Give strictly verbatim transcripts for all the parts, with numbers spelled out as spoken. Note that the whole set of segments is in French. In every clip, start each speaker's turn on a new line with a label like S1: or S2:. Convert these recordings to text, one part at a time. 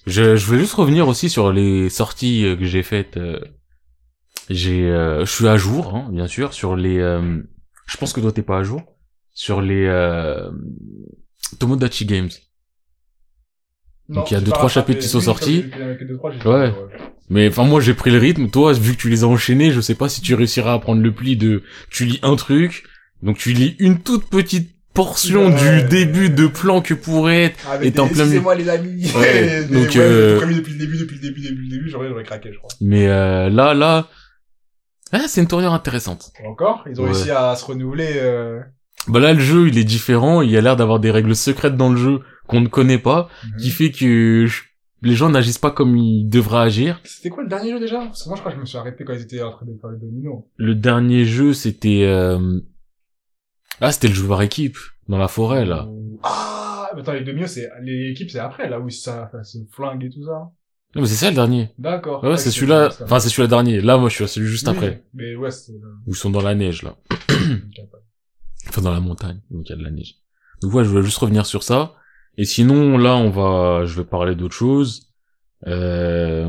S1: Je, je voulais juste revenir aussi sur les sorties euh, que j'ai faites. euh, J'ai, euh, je suis à jour, hein, bien sûr, sur les. euh, je pense que toi t'es pas à jour sur les euh, Tomodachi Games.
S2: Non,
S1: Donc il y a
S2: j'ai
S1: deux
S2: pas
S1: trois
S2: rattrapé.
S1: chapitres qui sont
S2: Oui, ça,
S1: sortis.
S2: il y en a que deux, trois, j'ai
S1: Ouais.
S2: ouais.
S1: Mais enfin moi j'ai pris le rythme. Toi vu que tu les as enchaînés, je sais pas si tu réussiras à prendre le pli de. Tu lis un truc, donc tu lis une toute petite portion
S2: Ouais.
S1: du début de plan que pourrait être.
S2: Avec
S1: Et
S2: des,
S1: t'es en plein milieu.
S2: excusez-moi les amis.
S1: Ouais,
S2: Des-
S1: donc,
S2: ouais,
S1: euh,
S2: j'ai tout prévu depuis le début, depuis le début, depuis le début, j'aurais, j'aurais craqué, je crois.
S1: Mais euh, là là, ah, c'est une tournure intéressante.
S2: Encore, ils ont
S1: Ouais.
S2: réussi à se renouveler. Euh...
S1: Bah là le jeu il est différent, il y a l'air d'avoir des règles secrètes dans le jeu qu'on ne connaît pas, qui fait que je- les gens n'agissent pas comme ils devraient agir.
S2: C'était quoi le dernier jeu déjà? Parce que moi je crois que je me suis arrêté quand ils étaient en train de faire les dominos.
S1: Le dernier jeu c'était euh... ah c'était le jeu par équipe dans la forêt là.
S2: Ah, mais attends, les dominos c'est, les équipes c'est après, là où ça, ça se flingue et tout ça.
S1: Non mais c'est ça le dernier.
S2: D'accord.
S1: Ouais,
S2: Ah,
S1: c'est
S2: oui,
S1: celui-là,
S2: ça.
S1: enfin c'est celui-là dernier. Là moi je suis à celui juste
S2: Oui,
S1: après.
S2: Mais ouais, c'est...
S1: Où ils sont dans la neige là. Enfin dans la montagne, donc il y a de la neige. Donc ouais je voulais juste revenir sur ça. Et sinon là on va, je vais parler d'autre chose. Euh...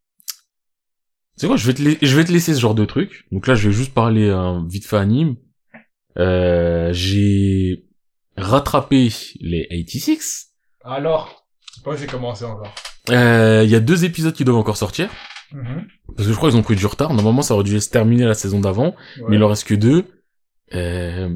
S1: C'est quoi, je vais te la- je vais te laisser ce genre de truc. Donc là, je vais juste parler euh, vite fait anime. Euh, j'ai rattrapé les quatre-vingt-six.
S2: Alors, c'est pas où j'ai commencé encore.
S1: Euh, il y a deux épisodes qui doivent encore sortir.
S2: Mhm.
S1: Parce que je crois qu'ils ont pris du retard. Normalement, ça aurait dû se terminer la saison d'avant.
S2: Ouais.
S1: Mais il en reste que deux. Euh,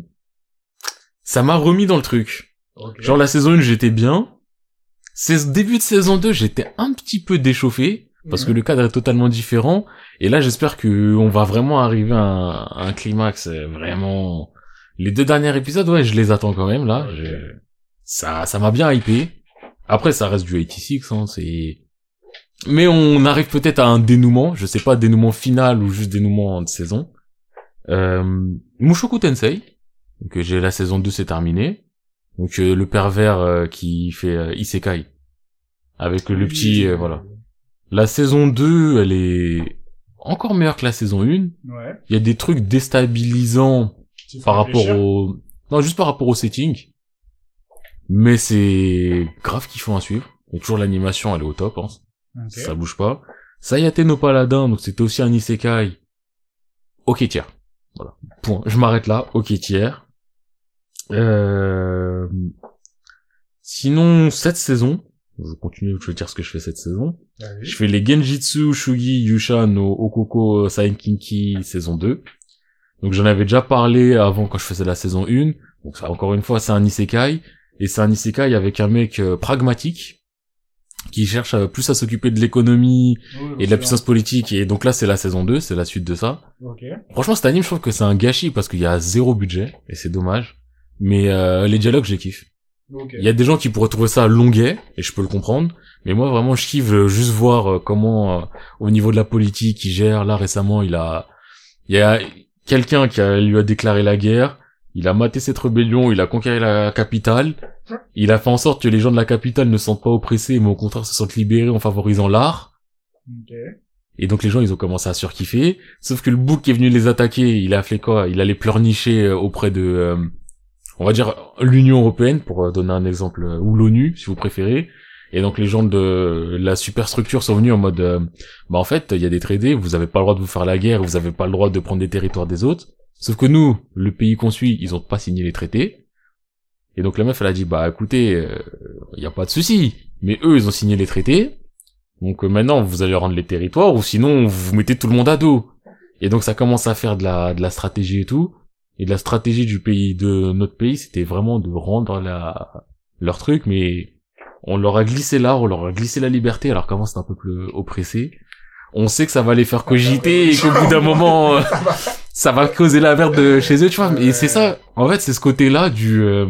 S1: ça m'a remis dans le truc.
S2: Okay.
S1: Genre la saison un, j'étais bien. Ce début de saison deux, j'étais un petit peu déchauffé. Parce
S2: Mhm.
S1: que le cadre est totalement différent. Et là, j'espère que on va vraiment arriver à un, à un climax euh, vraiment... Les deux derniers épisodes, ouais, je les attends quand même, là.
S2: Okay.
S1: Je... Ça, ça m'a bien hypé. Après, ça reste du quatre-vingt-six, hein, c'est... Mais on arrive peut-être à un dénouement. Je sais pas, dénouement final ou juste dénouement de saison. Euh... Mushoku Tensei. Donc, j'ai la saison deux, c'est terminé. Donc, euh, le pervers euh, qui fait euh, Isekai. Avec le
S2: Oui,
S1: petit, euh,
S2: euh,
S1: voilà. La saison deux, elle est encore meilleure que la saison un.
S2: Ouais.
S1: Il y a des trucs déstabilisants par rapport
S2: réfléchir.
S1: au... Non, juste par rapport au setting. Mais c'est grave kiffant à suivre. Et toujours l'animation, elle est au top, hein.
S2: Okay.
S1: Ça bouge pas. Sayate no Paladin, donc c'était aussi un isekai. Ok tiers. Voilà. Point. Je m'arrête là. Ok tiers. Euh... Sinon, cette saison... Je continue, je vais dire ce que je fais cette saison.
S2: Ah oui.
S1: Je fais les Genjitsu Shugi Yusha no Okoko Saikinki saison deux. Donc j'en avais déjà parlé avant quand je faisais la saison un. Donc ça, encore une fois, c'est un isekai. Et c'est un isekai avec un mec euh, pragmatique qui cherche euh, plus à s'occuper de l'économie
S2: Oui,
S1: et de la puissance politique. Et donc là, c'est la saison deux, c'est la suite de ça.
S2: Ok.
S1: Franchement, cet anime, je trouve que c'est un gâchis parce qu'il y a zéro budget. Et c'est dommage. Mais euh, les dialogues, je les kiffe.
S2: Ok.
S1: Il y a des gens qui pourraient trouver ça longuet, et je peux le comprendre, mais moi vraiment je kiffe euh, juste voir euh, comment euh, au niveau de la politique il gère. Là récemment il a il y a quelqu'un qui a, lui a déclaré la guerre, il a maté cette rébellion, il a conquéré la capitale, il a fait en sorte que les gens de la capitale ne se sentent pas oppressés mais au contraire se sentent libérés en favorisant l'art.
S2: Ok.
S1: Et donc les gens ils ont commencé à surkiffer, sauf que le bouc qui est venu les attaquer, il a fait quoi? Il allait pleurnicher euh, auprès de euh, on va dire l'Union européenne, pour donner un exemple, ou l'ONU, si vous préférez. Et donc les gens de la superstructure sont venus en mode, euh, bah en fait, il y a des traités, vous avez pas le droit de vous faire la guerre, vous avez pas le droit de prendre des territoires des autres. Sauf que nous, le pays qu'on suit, ils ont pas signé les traités. Et donc la meuf, elle a dit, bah écoutez, il euh, y a pas de souci, mais eux, ils ont signé les traités. Donc euh, maintenant, vous allez rendre les territoires, ou sinon, vous mettez tout le monde à dos. Et donc ça commence à faire de la de la stratégie et tout. Et de la stratégie du pays, de notre pays, c'était vraiment de rendre la, leur truc, mais on leur a glissé l'art, on leur a glissé la liberté, alors qu'avant c'était un peu plus oppressé. On sait que ça va les faire cogiter et qu'au bout d'un moment, euh, ça va causer la merde de chez eux, tu vois. Et c'est ça, en fait, c'est ce côté-là du... Euh,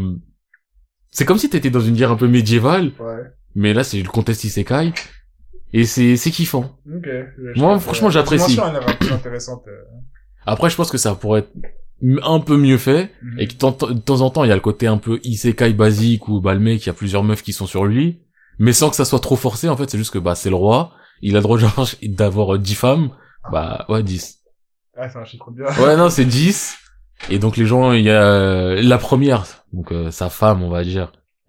S1: c'est comme si t'étais dans une guerre un peu médiévale,
S2: Ouais.
S1: mais là c'est le contexte isekai, et c'est, c'est kiffant.
S2: Ok.
S1: Moi, franchement, j'apprécie.
S2: La dimension, elle est plus intéressante. euh.
S1: Après, je pense que ça pourrait être un peu mieux fait,
S2: Mhm.
S1: et que de temps en temps il y a le côté un peu isekai basique où bah le mec il y a plusieurs meufs qui sont sur lui, mais sans que ça soit trop forcé. En fait c'est juste que bah c'est le roi, il a le droit genre, d'avoir dix femmes, bah ouais dix.
S2: Ah, c'est un chiffre bien.
S1: Ouais non c'est dix, et donc les gens, il y a la première, donc euh, sa femme on va dire,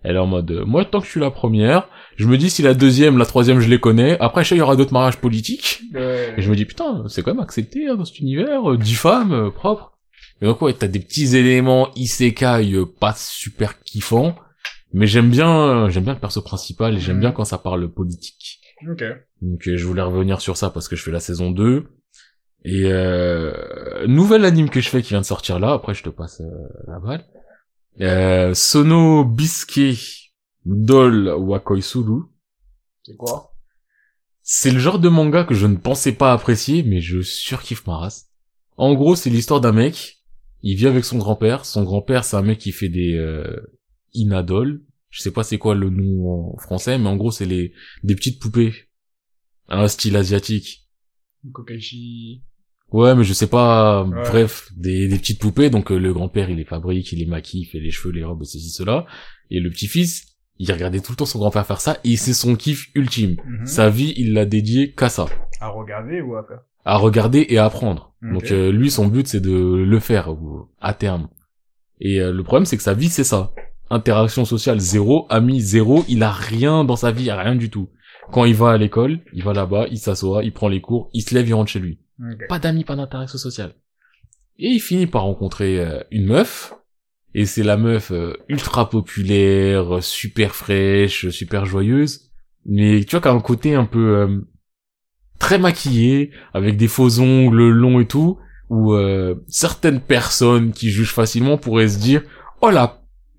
S1: Elle est en mode, euh, moi, tant que je suis la première, je me dis si la deuxième, la troisième, je les connais. Après, je sais, il y aura d'autres mariages politiques.
S2: Ouais.
S1: Et je me dis, putain, c'est quand même accepté, hein, dans cet univers, euh, dix femmes, euh, propres. Et donc, ouais, t'as des petits éléments isekai, euh, pas super kiffants. Mais j'aime bien, euh, j'aime bien le perso principal et j'aime
S2: Mhm.
S1: bien quand ça parle politique.
S2: Ok.
S1: Donc, euh, je voulais revenir sur ça parce que je fais la saison deux. Et, euh, nouvel anime que je fais qui vient de sortir là. Après, je te passe, euh, la balle. Euh, Sono Bisque Doll Wakoisuru.
S2: C'est quoi?
S1: C'est le genre de manga que je ne pensais pas apprécier, mais je surkiffe ma race. En gros, c'est l'histoire d'un mec. Il vit avec son grand-père. Son grand-père, c'est un mec qui fait des euh, inadol. Je sais pas c'est quoi le nom en français, mais en gros, c'est les des petites poupées. Un style asiatique.
S2: Kokaichi.
S1: Ouais, mais je sais pas.
S2: Ouais.
S1: Bref, des, des petites poupées. Donc euh, le grand-père, il les fabrique, il les maquille, il fait les cheveux, les robes, ceci, cela. Et le petit-fils, il regardait tout le temps son grand-père faire ça, et c'est son kiff ultime.
S2: Mhm.
S1: Sa vie, il l'a dédié qu'à ça.
S2: À regarder ou à faire?
S1: À regarder et à apprendre.
S2: Ok.
S1: Donc euh, lui, son but, c'est de le faire, ou- à terme. Et euh, le problème, c'est que sa vie, c'est ça. Interaction sociale zéro, amis zéro, il a rien dans sa vie, rien du tout. Quand il va à l'école, il va là-bas, il s'assoit, il prend les cours, il se lève, il rentre chez lui.
S2: Ok.
S1: Pas d'amis, pas d'interaction sociale. Et il finit par rencontrer euh, une meuf, et c'est la meuf euh, ultra populaire, super fraîche, super joyeuse, mais tu vois, qui a un côté un peu euh, très maquillé, avec des faux ongles longs et tout, où euh, certaines personnes qui jugent facilement pourraient se dire « Oh là !»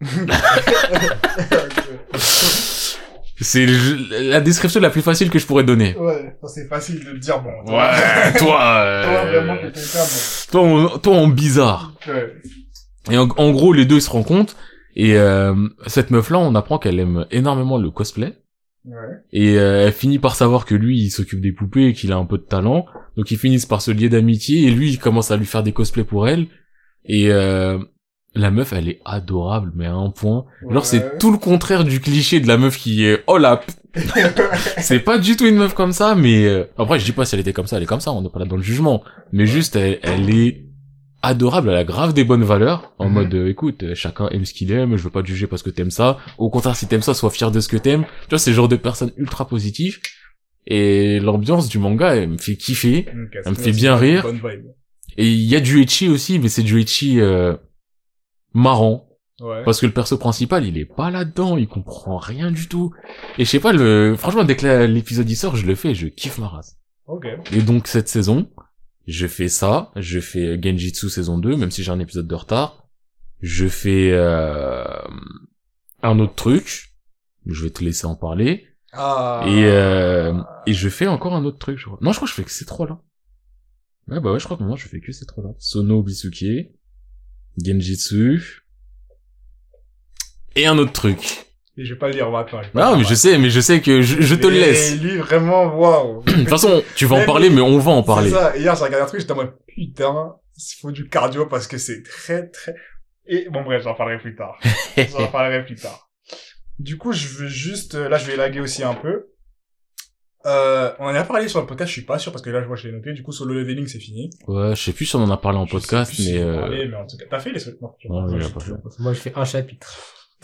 S1: C'est le- la description la plus facile que je pourrais donner.
S2: Ouais, ça c'est facile de le dire, bon.
S1: Ouais, toi, euh,
S2: Toi, vraiment, t'es quelqu'un,
S1: toi, en- toi en bizarre.
S2: bon. Ouais.
S1: Et en, en gros, les deux ils se rencontrent, et euh, cette meuf-là, on apprend qu'elle aime énormément le cosplay,
S2: Ouais.
S1: et euh, elle finit par savoir que lui, il s'occupe des poupées et qu'il a un peu de talent, donc ils finissent par se lier d'amitié, et lui, il commence à lui faire des cosplays pour elle, et euh, la meuf, elle est adorable, mais à un point. Genre,
S2: Ouais.
S1: c'est tout le contraire du cliché de la meuf qui est « Oh là !» C'est pas du tout une meuf comme ça, mais... euh, Après, je dis pas si elle était comme ça, elle est comme ça, on n'est pas là dans le jugement. Mais juste, elle, elle est adorable, elle a grave des bonnes valeurs, en
S2: Mhm.
S1: mode, euh, écoute, euh, chacun aime ce qu'il aime, je veux pas te juger parce que t'aimes ça. Au contraire, si t'aimes ça, sois fier de ce que t'aimes. Tu vois, c'est le genre de personne ultra positive. Et l'ambiance du manga, elle me fait kiffer.
S2: Ok,
S1: Elle me
S2: c'est
S1: fait
S2: c'est
S1: bien
S2: une
S1: rire.
S2: Bonne vibe.
S1: Et il y a du ecchi aussi, mais c'est du ecchi euh, marrant.
S2: Ouais.
S1: Parce que le perso principal, il est pas là-dedans, il comprend rien du tout. Et je sais pas, le, franchement, dès que la- l'épisode y sort, je le fais, je kiffe ma race.
S2: Ok.
S1: Et donc, cette saison, je fais ça, je fais Genjitsu saison deux, même si j'ai un épisode de retard. Je fais, euh, un autre truc. Je vais te laisser en parler.
S2: Ah.
S1: Et, euh, et je fais encore un autre truc, je crois. Non, je crois que je fais que ces trois-là. Ouais, bah ouais, je crois que moi, je fais que ces trois-là. Sono Bisuke, Genjitsu, et un autre truc.
S2: Et je vais pas le lire maintenant. vais pas
S1: Non,
S2: le
S1: mais
S2: lire
S1: je sais, mais je sais que je, je te le
S2: Mais
S1: laisse.
S2: lui, vraiment, waouh.
S1: De toute façon, tu vas en
S2: Mais-
S1: parler, mais on va en parler.
S2: C'est ça. Hier, j'ai regardé un truc, j'étais en mode, putain, il faut du cardio parce que c'est très, très... Et bon, bref, j'en parlerai plus tard. J'en parlerai plus tard. Du coup, je veux juste... euh, Là, je vais élaguer aussi un peu. Euh, on en a parlé sur le podcast, je suis pas sûr, parce que là, je vois, je l'ai noté. Du coup, Solo Leveling, c'est fini.
S1: Ouais, je sais plus si on en a parlé en
S2: Je sais
S1: podcast,
S2: plus si
S1: mais
S2: on en
S1: euh...
S2: parlait, mais en tout cas, t'as fait les trucs, non?
S1: Ouais,
S2: Je
S1: ouais,
S2: sais
S1: pas
S2: plus.
S3: Moi, je fais un chapitre.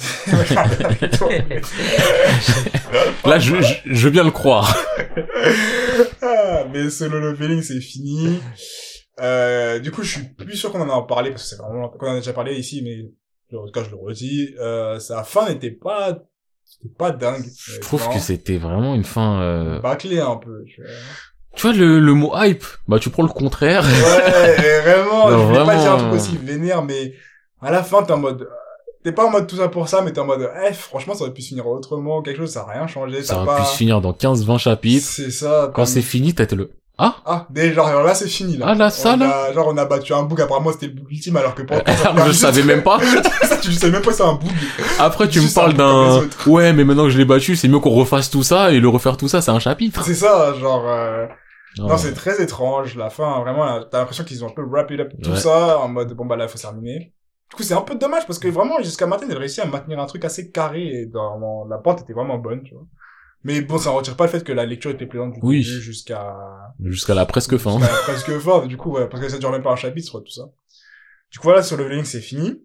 S1: là, je, je, je veux bien le croire.
S2: Ah, mais Solo Leveling, c'est fini. Euh, du coup, je suis plus sûr qu'on en a parlé, parce que c'est vraiment, qu'on en a déjà parlé ici, mais, en tout cas, je le redis, euh, sa fin n'était pas, c'était pas dingue.
S1: Je trouve que c'était vraiment une fin... Euh...
S2: bâclé un peu, tu vois.
S1: Tu vois, le, le mot hype, bah tu prends le contraire.
S2: Ouais, et vraiment,
S1: Non,
S2: je voulais pas
S1: vraiment,
S2: dire un truc
S1: euh,
S2: aussi vénère, mais à la fin, t'es en mode, t'es pas en mode tout ça pour ça, mais t'es en mode, eh, franchement, ça aurait pu se finir autrement, quelque chose, ça a rien changé,
S1: Ça
S2: t'as
S1: aurait
S2: pas...
S1: pu se finir dans quinze vingt chapitres.
S2: C'est ça.
S1: Quand
S2: t'as-
S1: c'est fini, t'as été le... Ah
S2: Ah, déjà, genre, là, c'est fini, là.
S1: Ah, là, ça,
S2: On
S1: là
S2: a- Genre, on a battu un bug, apparemment, c'était le bug ultime, alors que pour...
S1: Je savais même pas.
S2: Tu sais même pas si c'est un bug.
S1: Après, tu me
S2: Juste un
S1: parles
S2: peu comme
S1: d'un...
S2: les autres.
S1: Ouais, mais maintenant que je l'ai battu, c'est mieux qu'on refasse tout ça, et le refaire tout ça, c'est un chapitre.
S2: C'est ça, genre... euh,
S1: Oh.
S2: Non, c'est très étrange, la fin, vraiment, là, t'as l'impression qu'ils ont un peu wrap it up tout
S1: Ouais.
S2: ça, en mode, bon, bah là, il faut se terminer. Du coup, c'est un peu dommage, parce que vraiment, jusqu'à maintenant, ils ont réussi à maintenir un truc assez carré, et dans, dans- la pente était vraiment bonne, tu vois. Mais bon, ça ne retire pas le fait que la lecture était plaisante du
S1: Oui.
S2: début jusqu'à...
S1: Jusqu'à la presque fin.
S2: jusqu'à la presque fin, du coup, ouais, parce que ça dure même pas un chapitre, tout ça. Du coup, voilà, sur Leveling, c'est fini.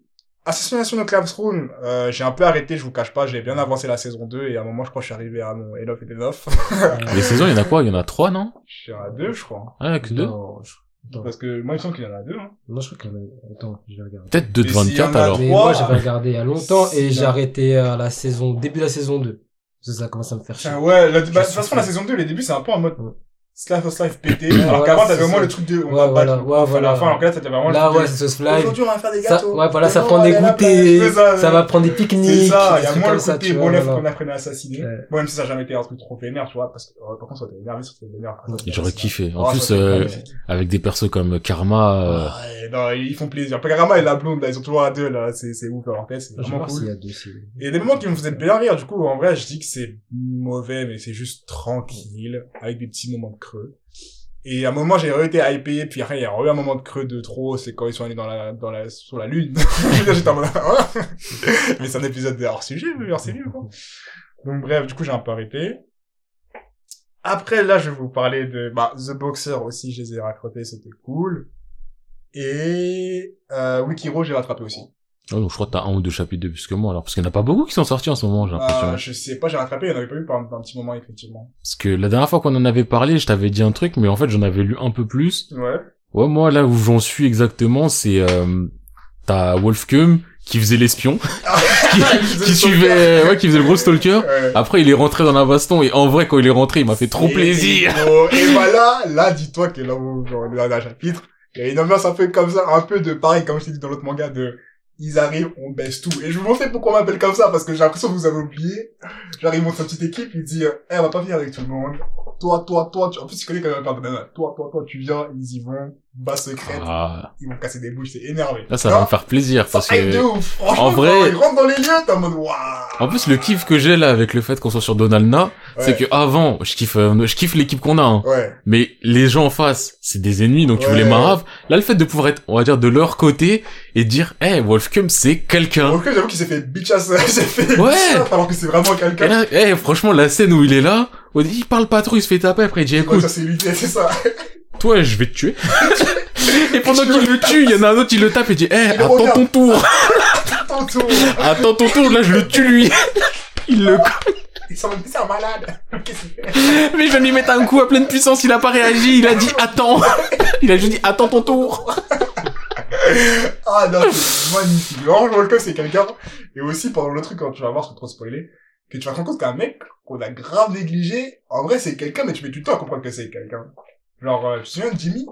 S2: Assassination Classroom, euh, j'ai un peu arrêté, je vous cache pas, j'ai bien avancé la saison deux, et à un moment, je crois que je suis arrivé à mon Enough et Enough.
S1: Les saisons, il y en a quoi? Il y en a trois, non?
S2: Je suis à deux, je crois.
S1: Ah, que deux?
S3: Non, je... Attends.
S2: Parce que moi, il me semble qu'il y en a deux, hein.
S3: Non, je crois qu'il y en a... Attends, je vais regarder.
S1: Peut-être deux de
S2: Mais s'il y en
S1: vingt-quatre,
S2: a
S1: alors.
S3: Mais
S2: trois,
S3: moi, j'avais regardé il y a longtemps et
S2: si,
S3: j'ai
S2: hein.
S3: arrêté à la saison, début de la saison deux. Parce que ça commence à me faire chier.
S2: Enfin, ouais, la, bah, de toute
S3: suis
S2: façon,
S3: fait.
S2: la saison deux, les débuts, c'est un peu en mode
S3: Ouais.
S2: Slice of Life pété. Alors
S3: voilà,
S2: qu'avant, t'avais
S3: c'est
S2: au moins
S3: ça.
S2: le truc de, on
S3: Ouais,
S2: va
S3: voilà,
S2: battre,
S3: ouais,
S2: à
S3: voilà.
S2: la fin, alors que là, t'avais vraiment
S3: Là,
S2: le truc
S3: ouais,
S2: de,
S3: c'est ce live.
S2: aujourd'hui, on va faire des
S3: Ça,
S2: gâteaux.
S3: ouais, voilà, ça
S2: Non,
S3: prend
S2: on
S3: des
S2: va aller à la
S3: goûters,
S2: plage. C'est ça,
S3: ça
S2: ouais.
S3: va prendre des pique-niques.
S2: C'est ça, il
S3: des
S2: y a
S3: trucs
S2: moins le
S3: comme ça,
S2: côté
S3: tu vois,
S2: bon lèvre
S3: voilà.
S2: qu'on apprenait à assassiner.
S3: Ouais.
S2: Bon, même si ça n'a jamais été un truc trop vénère, tu vois, parce que, euh, par contre, ça t'est énervé, ça t'est vénère.
S1: J'aurais kiffé. En
S2: Oh,
S1: plus,
S2: ça, c'est
S1: euh,
S2: magnifique.
S1: avec des persos comme Karma, euh,
S2: Ouais, non, ils font plaisir. Pagarama et la blonde, là, ils sont toujours à deux, là, c'est, c'est ouf, leur tête, c'est
S3: Je vais
S2: vraiment
S3: voir s'il y
S2: cool.
S3: a deux séries.
S2: Et il y a des moments qui me faisaient bien rire, du coup, en vrai, je dis que c'est mauvais, mais c'est juste tranquille, avec des petits moments de creux. Et à un moment, j'ai été hypé, puis après, il y a eu un moment de creux de trop, c'est quand ils sont allés dans la, dans la, sur la lune. J'étais en mode, ah, mais c'est un épisode de hors sujet, hors série, quoi. Donc bref, du coup, j'ai un peu arrêté. Après, là, je vais vous parler de, bah, The Boxer aussi, je les ai raccrotés, c'était cool. Et, euh, Wikiro, j'ai rattrapé aussi.
S1: oh, donc je crois que t'as un ou deux chapitres de plus que moi, alors. Parce qu'il n'y en a pas beaucoup qui sont sortis en ce moment, j'ai l'impression.
S2: Euh, je sais pas, j'ai rattrapé, il y en avait pas eu pendant un petit moment, effectivement.
S1: Parce que la dernière fois qu'on en avait parlé, je t'avais dit un truc, mais en fait, j'en avais lu un peu plus.
S2: Ouais.
S1: Ouais, moi, là où j'en suis exactement, c'est, euh, t'as Wolfcum, qui faisait l'espion, qui, qui suivait, ouais, qui faisait le gros stalker.
S2: Ouais.
S1: Après, il est rentré dans la baston, et en vrai, quand il est rentré, il m'a fait trop
S2: Et-
S1: plaisir.
S2: Et, et voilà, là, dis-toi que là où, genre, le dernier chapitre, il y a une ambiance un peu comme ça, un peu de, pareil, comme je t'ai dit dans l'autre manga, de, ils arrivent, on baisse tout. Et je vous montrer pourquoi on m'appelle comme ça, parce que j'ai l'impression que vous avez oublié. Genre, il montre sa petite équipe, il dit, eh, on va pas venir avec tout le monde. Toi, toi, toi, tu... en plus, il connaît quand même pas de nana. Toi, toi, toi, tu viens, ils y vont, bas secrète,
S1: Ah,
S2: ils vont casser des bouches, c'est énervé.
S1: là, ça
S2: Non,
S1: va me faire plaisir, parce
S2: ça hype de
S1: que,
S2: ouf. Franchement,
S1: en vrai-
S2: quand ils rentrent dans les lieux, t'es en mode, waouh.
S1: en plus, le kiff que j'ai là avec le fait qu'on soit sur Donalna, c'est
S2: Ouais.
S1: que avant, je kiffe, euh, je kiffe l'équipe qu'on a, hein.
S2: Ouais.
S1: Mais les gens en face, c'est des ennemis, donc tu
S2: Ouais.
S1: veux les maraves. Là, le fait de pouvoir être, on va dire, de leur côté, et dire, eh, Wolfcum, c'est quelqu'un.
S2: Donc, j'avoue qu'il s'est fait bitchasse, il s'est fait
S1: Ouais.
S2: bitchasse, alors que c'est vraiment
S1: Et
S2: quelqu'un.
S1: là, eh, franchement, la scène où il est là, au début, il parle pas trop, il se fait taper, après il dit,
S2: Ouais,
S1: écoute,
S2: ça c'est lui, c'est ça.
S1: toi, je vais te tuer. Et pendant qu'il le tue, il y en a un autre, il le tape et dit, eh,
S2: Il le
S1: attends
S2: regarde.
S1: ton tour.
S2: Ton tour.
S1: Attends ton tour, là, je le tue, lui. Il le,
S2: Ils sont, c'est un malade. Qu'est-ce qu'il fait?
S1: mais je viens de lui mettre un coup à pleine puissance, il a pas réagi, il a dit, attends. Il a juste dit, attends ton tour.
S2: Ah non, c'est magnifique. Orange Volco, c'est quelqu'un. Et aussi, pendant le truc, quand tu vas voir, sans trop spoiler, que tu vas te rendre compte qu'un mec qu'on a grave négligé, en vrai, c'est quelqu'un, mais tu mets du temps à comprendre que c'est quelqu'un. Genre, euh, tu te souviens de Jimmy?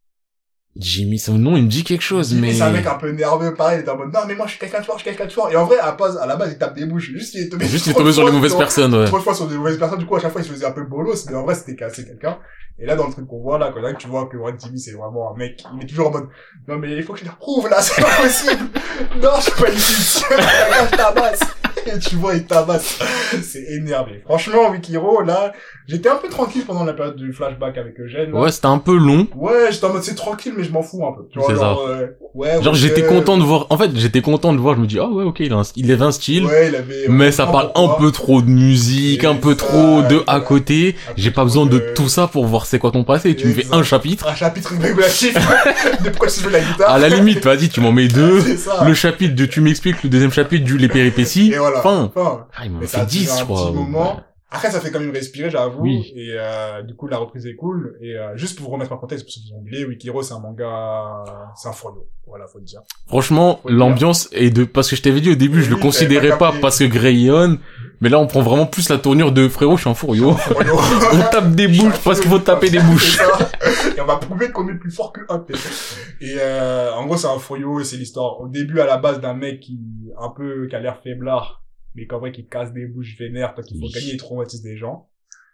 S1: Jimmy, son nom, il me dit quelque chose,
S2: Jimmy,
S1: mais...
S2: c'est un mec un peu nerveux, pareil, il est en mode, non, mais moi, je suis quelqu'un de fort, je suis quelqu'un de fort. Et en vrai, à, base, à la base, il tape des bouches. Juste, il est tombé,
S1: Juste, il est
S2: trop
S1: tombé
S2: de
S1: sur les
S2: fois
S1: mauvaises
S2: sur-
S1: personnes, ouais.
S2: Trop de fois sur des mauvaises personnes, du coup, à chaque fois, il se faisait un peu bolos, mais en vrai, c'était cassé quelqu'un. Et là, dans le truc qu'on voit, là, quand là, tu vois que, ouais, Jimmy, c'est vraiment un mec, il est toujours en mode, non, mais il faut que je le prouve, là, c'est pas possible. Non, je suis pas une fille. Je tabasse. Et tu vois, il tabasse. C'est énervé. Franchement, Wikiro, là, j'étais un peu tranquille pendant la période du flashback avec Eugène. là.
S1: Ouais, c'était un peu long.
S2: Ouais, j'étais en mode, c'est tranquille, mais je m'en fous un peu. Tu vois,
S1: C'est
S2: genre, euh, ouais,
S1: Genre,
S2: ouais,
S1: j'étais
S2: euh,
S1: content de voir, en fait, j'étais content de voir, je me dis, ah ouais, ok, il a un, il avait un style.
S2: Ouais, il avait,
S1: Mais
S2: on
S1: ça
S2: comprend
S1: parle un
S2: pourquoi.
S1: peu trop de musique,
S2: Et
S1: un peu
S2: ça,
S1: trop de à
S2: voilà.
S1: côté.
S2: Un peu
S1: J'ai pas
S2: trop
S1: besoin de
S2: de-
S1: tout ça pour voir c'est quoi ton passé. Et tu me fais
S2: Exact.
S1: un chapitre.
S2: Un chapitre régulatif de pourquoi tu joues la guitare.
S1: À la limite, vas-y, tu m'en mets deux.
S2: C'est ça.
S1: Le chapitre de tu m'expliques, le deuxième chapitre du les péripéties.
S2: Et voilà.
S1: Fin.
S2: Enfin,
S1: Ah, il m'en
S2: mais
S1: fait
S2: ça a duré
S1: dix,
S2: un
S1: je crois.
S2: petit moment. Après, ça fait quand même respirer, j'avoue.
S1: Oui.
S2: Et euh, du coup, la reprise est cool. Et euh, juste pour vous remettre en contexte, pour ceux qui ont oublié, Wikiro, c'est un manga, c'est un furyo. Voilà, faut le dire.
S1: Franchement,
S2: Faut le
S1: l'ambiance est de, parce que je t'avais dit au début, je le
S2: Oui,
S1: considérais
S2: t'avais pas
S1: pas
S2: capté.
S1: parce que Greyon, mais là, on prend vraiment plus la tournure de frérot, je suis un fourio.
S2: Furyo.
S1: On tape des bouches parce qu'il faut taper des bouches.
S2: C'est ça. Et on va prouver qu'on est plus fort que un P. Et euh, en gros, c'est un furyo et c'est l'histoire au début à la base d'un mec qui un peu qui a l'air faiblard, mais qu'en vrai qui casse des bouches vénères parce qu'il faut
S1: Oui.
S2: gagner et traumatise des gens.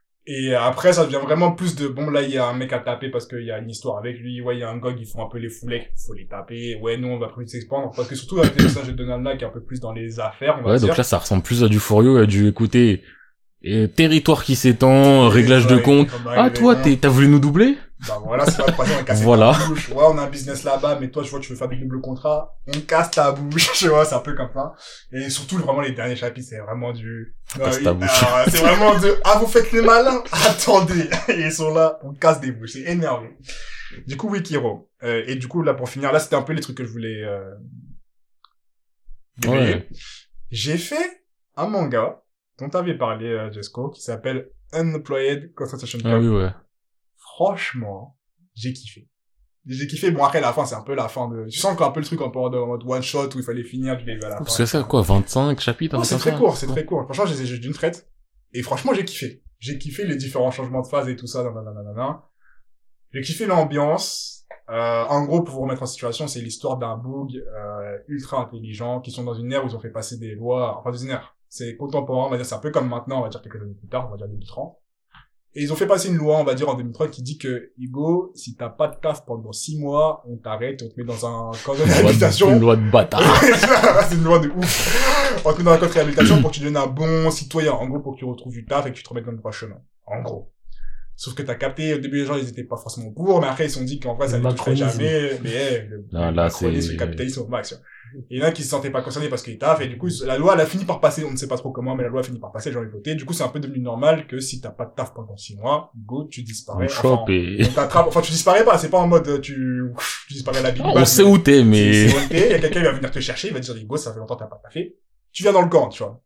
S2: Et après, ça devient vraiment plus de, bon, là, il y a un mec à taper parce qu'il y a une histoire avec lui. Ouais, il y a un gars qui font un peu les foulets. Faut les taper. Ouais, nous, on va plus s'expandre. Parce que surtout, avec les personnages de Donald qui est un peu plus dans les affaires, on va
S1: Ouais,
S2: dire.
S1: donc là, ça ressemble plus à du fourio, à du, écoutez, et territoire qui s'étend, réglage de
S2: Ouais,
S1: compte.
S2: comme
S1: Ah,
S2: arrivé,
S1: toi,
S2: hein.
S1: t'es, t'as voulu nous doubler?
S2: Bah voilà, c'est pas le passé, on a cassé
S1: Voilà.
S2: ta bouche. Ouais, on a un business là-bas, mais toi, je vois, tu veux faire des doubles contrats. On casse ta bouche. Tu vois, c'est un peu comme ça. Et surtout, vraiment, les derniers chapitres, c'est vraiment du...
S1: On casse
S2: Ouais,
S1: ta
S2: il-
S1: bouche.
S2: alors, c'est vraiment de, ah, vous faites les malins? Attendez. Et ils sont là, on casse des bouches. C'est énervé. Du coup, Wikiro. Euh, et du coup, là, pour finir, là, c'était un peu les trucs que je voulais, euh,
S1: Ouais.
S2: J'ai fait un manga dont t'avais parlé, euh, Jesco, qui s'appelle Unemployed Concentration Camp.
S1: Ah oui, ouais.
S2: Franchement, j'ai kiffé. J'ai kiffé. Bon, après, la fin, c'est un peu la fin de... Tu sens qu'il y a un peu le truc en mode one shot où il fallait finir, tu l'as vu à la fin.
S1: Parce que ça, quoi, vingt-cinq chapitres?
S2: Non,
S1: un
S2: c'est
S1: truc
S2: très
S1: comme
S2: court,
S1: ça
S2: c'est très court. Franchement, je les ai juste d'une traite. Et franchement, j'ai kiffé. J'ai kiffé les différents changements de phase et tout ça, nanana. J'ai kiffé l'ambiance. Euh, en gros, pour vous remettre en situation, c'est l'histoire d'un boug euh, ultra intelligent qui sont dans une ère où ils ont fait passer des lois, enfin dans une ère, c'est contemporain, on va dire, c'est un peu comme maintenant, on va dire quelques années plus tard, on va dire deux mille trente. Et ils ont fait passer une loi, on va dire en deux mille trente, qui dit que, Hugo, si t'as pas de taf pendant six mois, on t'arrête, on te met dans un camp de réhabilitation.
S1: Une loi de bâtard.
S2: C'est une loi de ouf. On te met dans un camp de réhabilitation pour que tu deviennes un bon citoyen. En gros, pour que tu retrouves du taf et que tu te remettes dans le droit chemin. En gros. Sauf que t'as capté, au début, les gens, ils étaient pas forcément pour, mais après, ils se sont dit qu'en vrai, ça ne toucherait jamais. Mais, hey, le,
S1: non,
S2: le
S1: là,
S2: macronisme,
S1: c'est...
S2: le capitalisme au max. Et il y en a qui se sentaient pas concernés parce qu'ils taffent, et du coup, la loi, elle a fini par passer, on ne sait pas trop comment, mais la loi a fini par passer, les gens ont voté. Du coup, c'est un peu devenu normal que si t'as pas de taf pendant six mois, go, tu disparais.
S1: On chope
S2: enfin,
S1: et...
S2: on t'attrape, enfin, tu disparais pas, c'est pas en mode, tu, tu disparais la bille.
S1: On sait où t'es, mais...
S2: C'est, c'est où t'es, il y a quelqu'un qui va venir te chercher, il va te dire, Hugo, ça fait longtemps que t'as pas taffé. Tu viens dans le camp, tu vois.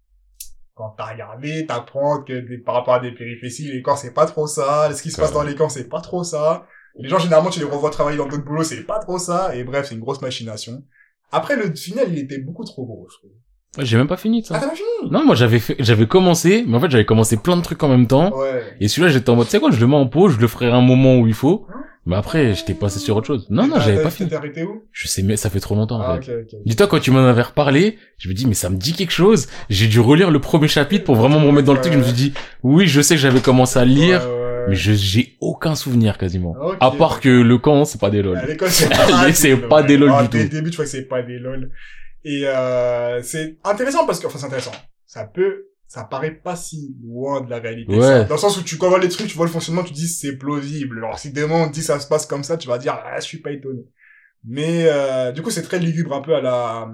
S2: Quand t'as regardé, t'apprends que des, par rapport à des péripéties, les camps, c'est pas trop ça. Ce qui se passe dans les camps, c'est pas trop ça. Les gens, généralement, tu les revois travailler dans d'autres boulots, c'est pas trop ça. Et bref, c'est une grosse machination. Après, le final, il était beaucoup trop gros, je trouve.
S1: Ouais, j'ai même pas fini, ça.
S2: Ah, t'as pas fini?
S1: Non, moi, j'avais fait, j'avais commencé, mais en fait, j'avais commencé plein de trucs en même temps.
S2: Ouais.
S1: Et celui-là, j'étais en mode, tu sais quoi, je le mets en pause, je le ferai à un moment où il faut.
S2: Hein?
S1: Mais après, j'étais passé sur autre chose. Non, non, j'avais pas fini.
S2: T'es arrêté où?
S1: Je sais, mais ça fait trop longtemps,
S2: Ah,
S1: en fait.
S2: ok, ok. okay.
S1: Dis-toi, quand tu m'en avais reparlé, je me dis, mais ça me dit quelque chose. J'ai dû relire le premier chapitre pour vraiment me remettre dans le truc. Je me suis dit, oui, je sais que j'avais commencé à le lire.
S2: Ouais, ouais.
S1: Mais je, j'ai aucun souvenir, quasiment.
S2: Okay,
S1: à part que le camp, c'est pas des lol.
S2: À l'école, c'est pas,
S1: c'est pas des lol
S2: ah,
S1: du
S2: dès
S1: tout.
S2: le début, tu vois que c'est pas des lol. Et, euh, c'est intéressant parce que, enfin, c'est intéressant. Ça peut, ça paraît pas si loin de la réalité.
S1: Ouais.
S2: Ça. Dans le sens où tu, quand tu vois les trucs, tu vois le fonctionnement, tu te dis c'est plausible. Alors, si demain on te dit ça se passe comme ça, tu vas dire, ah, je suis pas étonné. Mais, euh, du coup, c'est très lugubre, un peu à la,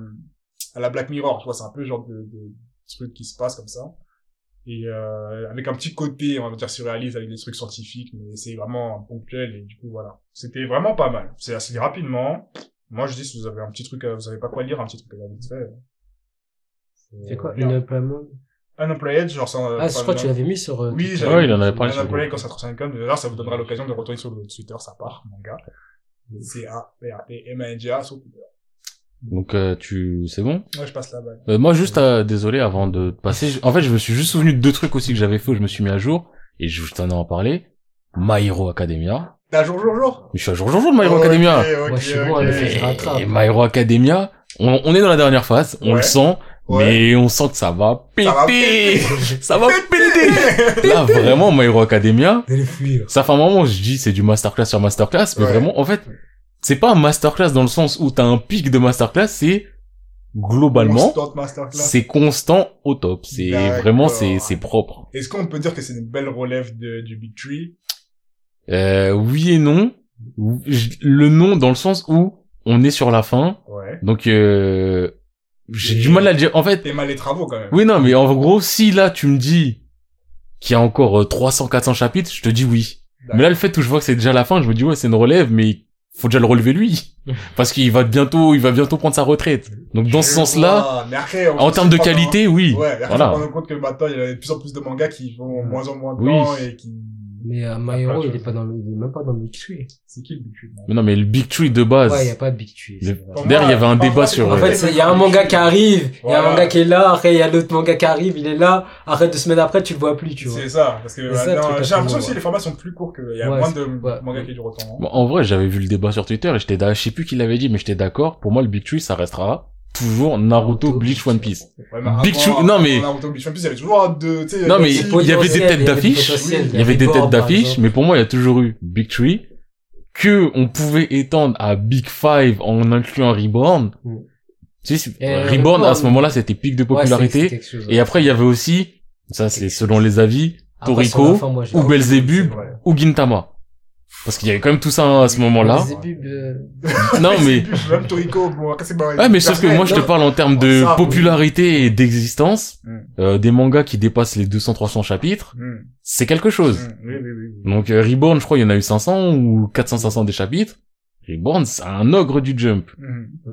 S2: à la Black Mirror, tu vois, c'est un peu le genre de, de truc qui se passe comme ça. Et, euh, avec un petit côté, on va dire, surréaliste, avec des trucs scientifiques, mais c'est vraiment ponctuel, et du coup, voilà. C'était vraiment pas mal. C'est assez rapidement. Moi, je dis, si vous avez un petit truc, vous savez pas quoi lire, un petit truc à lire vite fait.
S3: C'est quoi, Unemployment?
S2: Unemployed, genre ça.
S3: Ah, je crois que tu l'avais mis sur, euh,
S2: oui,
S1: ouais, il en avait parlé sur
S2: Unemployed Concentration Camp. D'ailleurs, ça vous donnera l'occasion de retourner sur le Twitter, ça part, mon gars. C'est A P A T M A N G A sur Twitter.
S1: Donc, euh, tu, c'est bon?
S2: Ouais, je passe là-bas.
S1: Euh, moi, juste, euh, désolé, avant de passer, je- en fait, je me suis juste souvenu de deux trucs aussi que j'avais fait où je me suis mis à jour, et je t'en ai en parlé. My Hero Academia.
S2: T'es à jour, jour, jour?
S1: Je suis à jour, jour, jour de My Hero
S2: Ok,
S1: Academia.
S2: ok,
S3: Moi, je suis
S2: ok.
S3: bon, en effet, je rattrape.
S1: Et My Hero Academia, on, on est dans la dernière phase, on
S2: Ouais.
S1: le sent,
S2: Ouais.
S1: mais on sent que ça va péter.
S2: Ça va péter.
S1: Ça va péter. Là, vraiment, My Hero Academia,
S3: D'aller fuir.
S1: ça fait un moment, je dis, c'est du masterclass sur masterclass, mais
S2: Ouais.
S1: vraiment, en fait, c'est pas un masterclass dans le sens où t'as un pic de masterclass, c'est, globalement,
S2: Constant masterclass.
S1: c'est constant au top. C'est
S2: D'accord.
S1: vraiment, c'est, c'est propre.
S2: Est-ce qu'on peut dire que c'est une belle relève de, du Big Tree?
S1: Euh, oui et non. Je- Le non dans le sens où on est sur la fin.
S2: Ouais.
S1: Donc, euh, j'ai
S2: Et-
S1: du mal à le dire. En fait,
S2: T'es mal les travaux, quand même.
S1: oui, non, mais en gros, si là, tu me dis qu'il y a encore euh, trois cents, quatre cents chapitres, je te dis oui. Mais là, le fait où je vois que c'est déjà la fin, je me dis ouais, c'est une relève, mais faut déjà le relever lui. Parce qu'il va bientôt, il va bientôt prendre sa retraite. Donc, dans ce
S2: Je
S1: sens-là,
S2: vois. Mais après, on
S1: en
S2: se
S1: termes de
S2: prend-
S1: qualité, oui.
S2: Ouais, mais après,
S1: Voilà.
S2: on se rend compte que maintenant, il y a de plus en plus de mangas qui font
S3: Mm.
S2: moins en moins de
S1: Oui.
S2: temps et qui...
S3: Mais, euh, My Hero, il est pas dans le, il est même pas dans le Big Tree.
S2: C'est qui le Big Tree?
S1: Mais non, mais le Big Tree de base.
S3: Ouais, il y a pas de Big Tree.
S1: Le-
S3: c'est vrai.
S2: Pour
S1: D'ailleurs,
S2: moi,
S1: il y avait un
S2: parfois,
S1: débat
S2: c'est
S1: sur,
S2: pour
S3: En
S1: euh,
S3: fait, c'est- il y a un manga qui arrive, il y a
S2: Voilà.
S3: un manga qui est là, après il y a l'autre manga qui arrive, il est là, arrête deux semaines après, tu le vois plus, tu vois.
S2: C'est ça, parce que
S3: C'est ça, le
S2: euh, non,
S3: truc à
S2: j'ai l'impression
S3: faire,
S2: aussi
S3: ouais.
S2: les formats sont plus courts que, il y a
S3: Ouais,
S2: moins
S3: c'est-
S2: de
S3: ouais.
S2: mangas qui durent autant. hein.
S1: Bon, en vrai, j'avais vu le débat sur Twitter et j'étais d'accord, je sais plus qui l'avait dit, mais j'étais d'accord. Pour moi, le Big Tree, ça restera toujours Naruto, Bleach, One Piece.
S2: Ouais, mais
S1: Big
S2: avant-
S1: Tree- non, mais-
S2: avant Naruto, Bleach, One Piece, il y avait toujours deux, tu sais,
S1: Non, mais
S2: aussi-
S1: il y avait des têtes
S3: Il y avait du
S1: d'affiche,
S3: potentiel,
S1: il y avait des
S3: Reborn,
S1: têtes
S3: par
S1: d'affiche,
S3: exemple.
S1: mais pour moi, il y a toujours eu Big Tree, que on pouvait étendre à Big Five en incluant Reborn.
S3: Mm.
S1: Tu sais, c'est-
S3: Et
S1: Reborn, à ce
S3: Reborn,
S1: moment-là, c'était pic de
S3: Ouais, c'est- c'est
S1: popularité.
S3: quelque chose,
S1: Et
S3: ouais.
S1: après, il y avait aussi, ça c'est selon les avis,
S3: Après, sur
S1: Toriko,
S3: la fin, moi, j'ai-
S1: ou
S2: Ah,
S1: Belzebub,
S2: c'est vrai.
S1: ou Gintama. Parce qu'il y avait quand même tout ça à ce moment-là.
S3: Belzebub, euh,
S1: Non, mais,
S2: Même Toriko, bon, après, c'est pas...
S1: ouais, mais sauf que moi, je te parle en termes de
S2: Ça, oui.
S1: popularité et d'existence,
S2: Mm.
S1: euh, des mangas qui dépassent les deux cents trois cents chapitres,
S2: Mm.
S1: c'est quelque chose.
S2: Mm. Oui, oui, oui. oui.
S1: Donc, euh, Reborn, je crois, il y en a eu cinq cents ou quatre cents cinq cents des chapitres. Reborn, c'est un ogre du jump.
S2: Mm.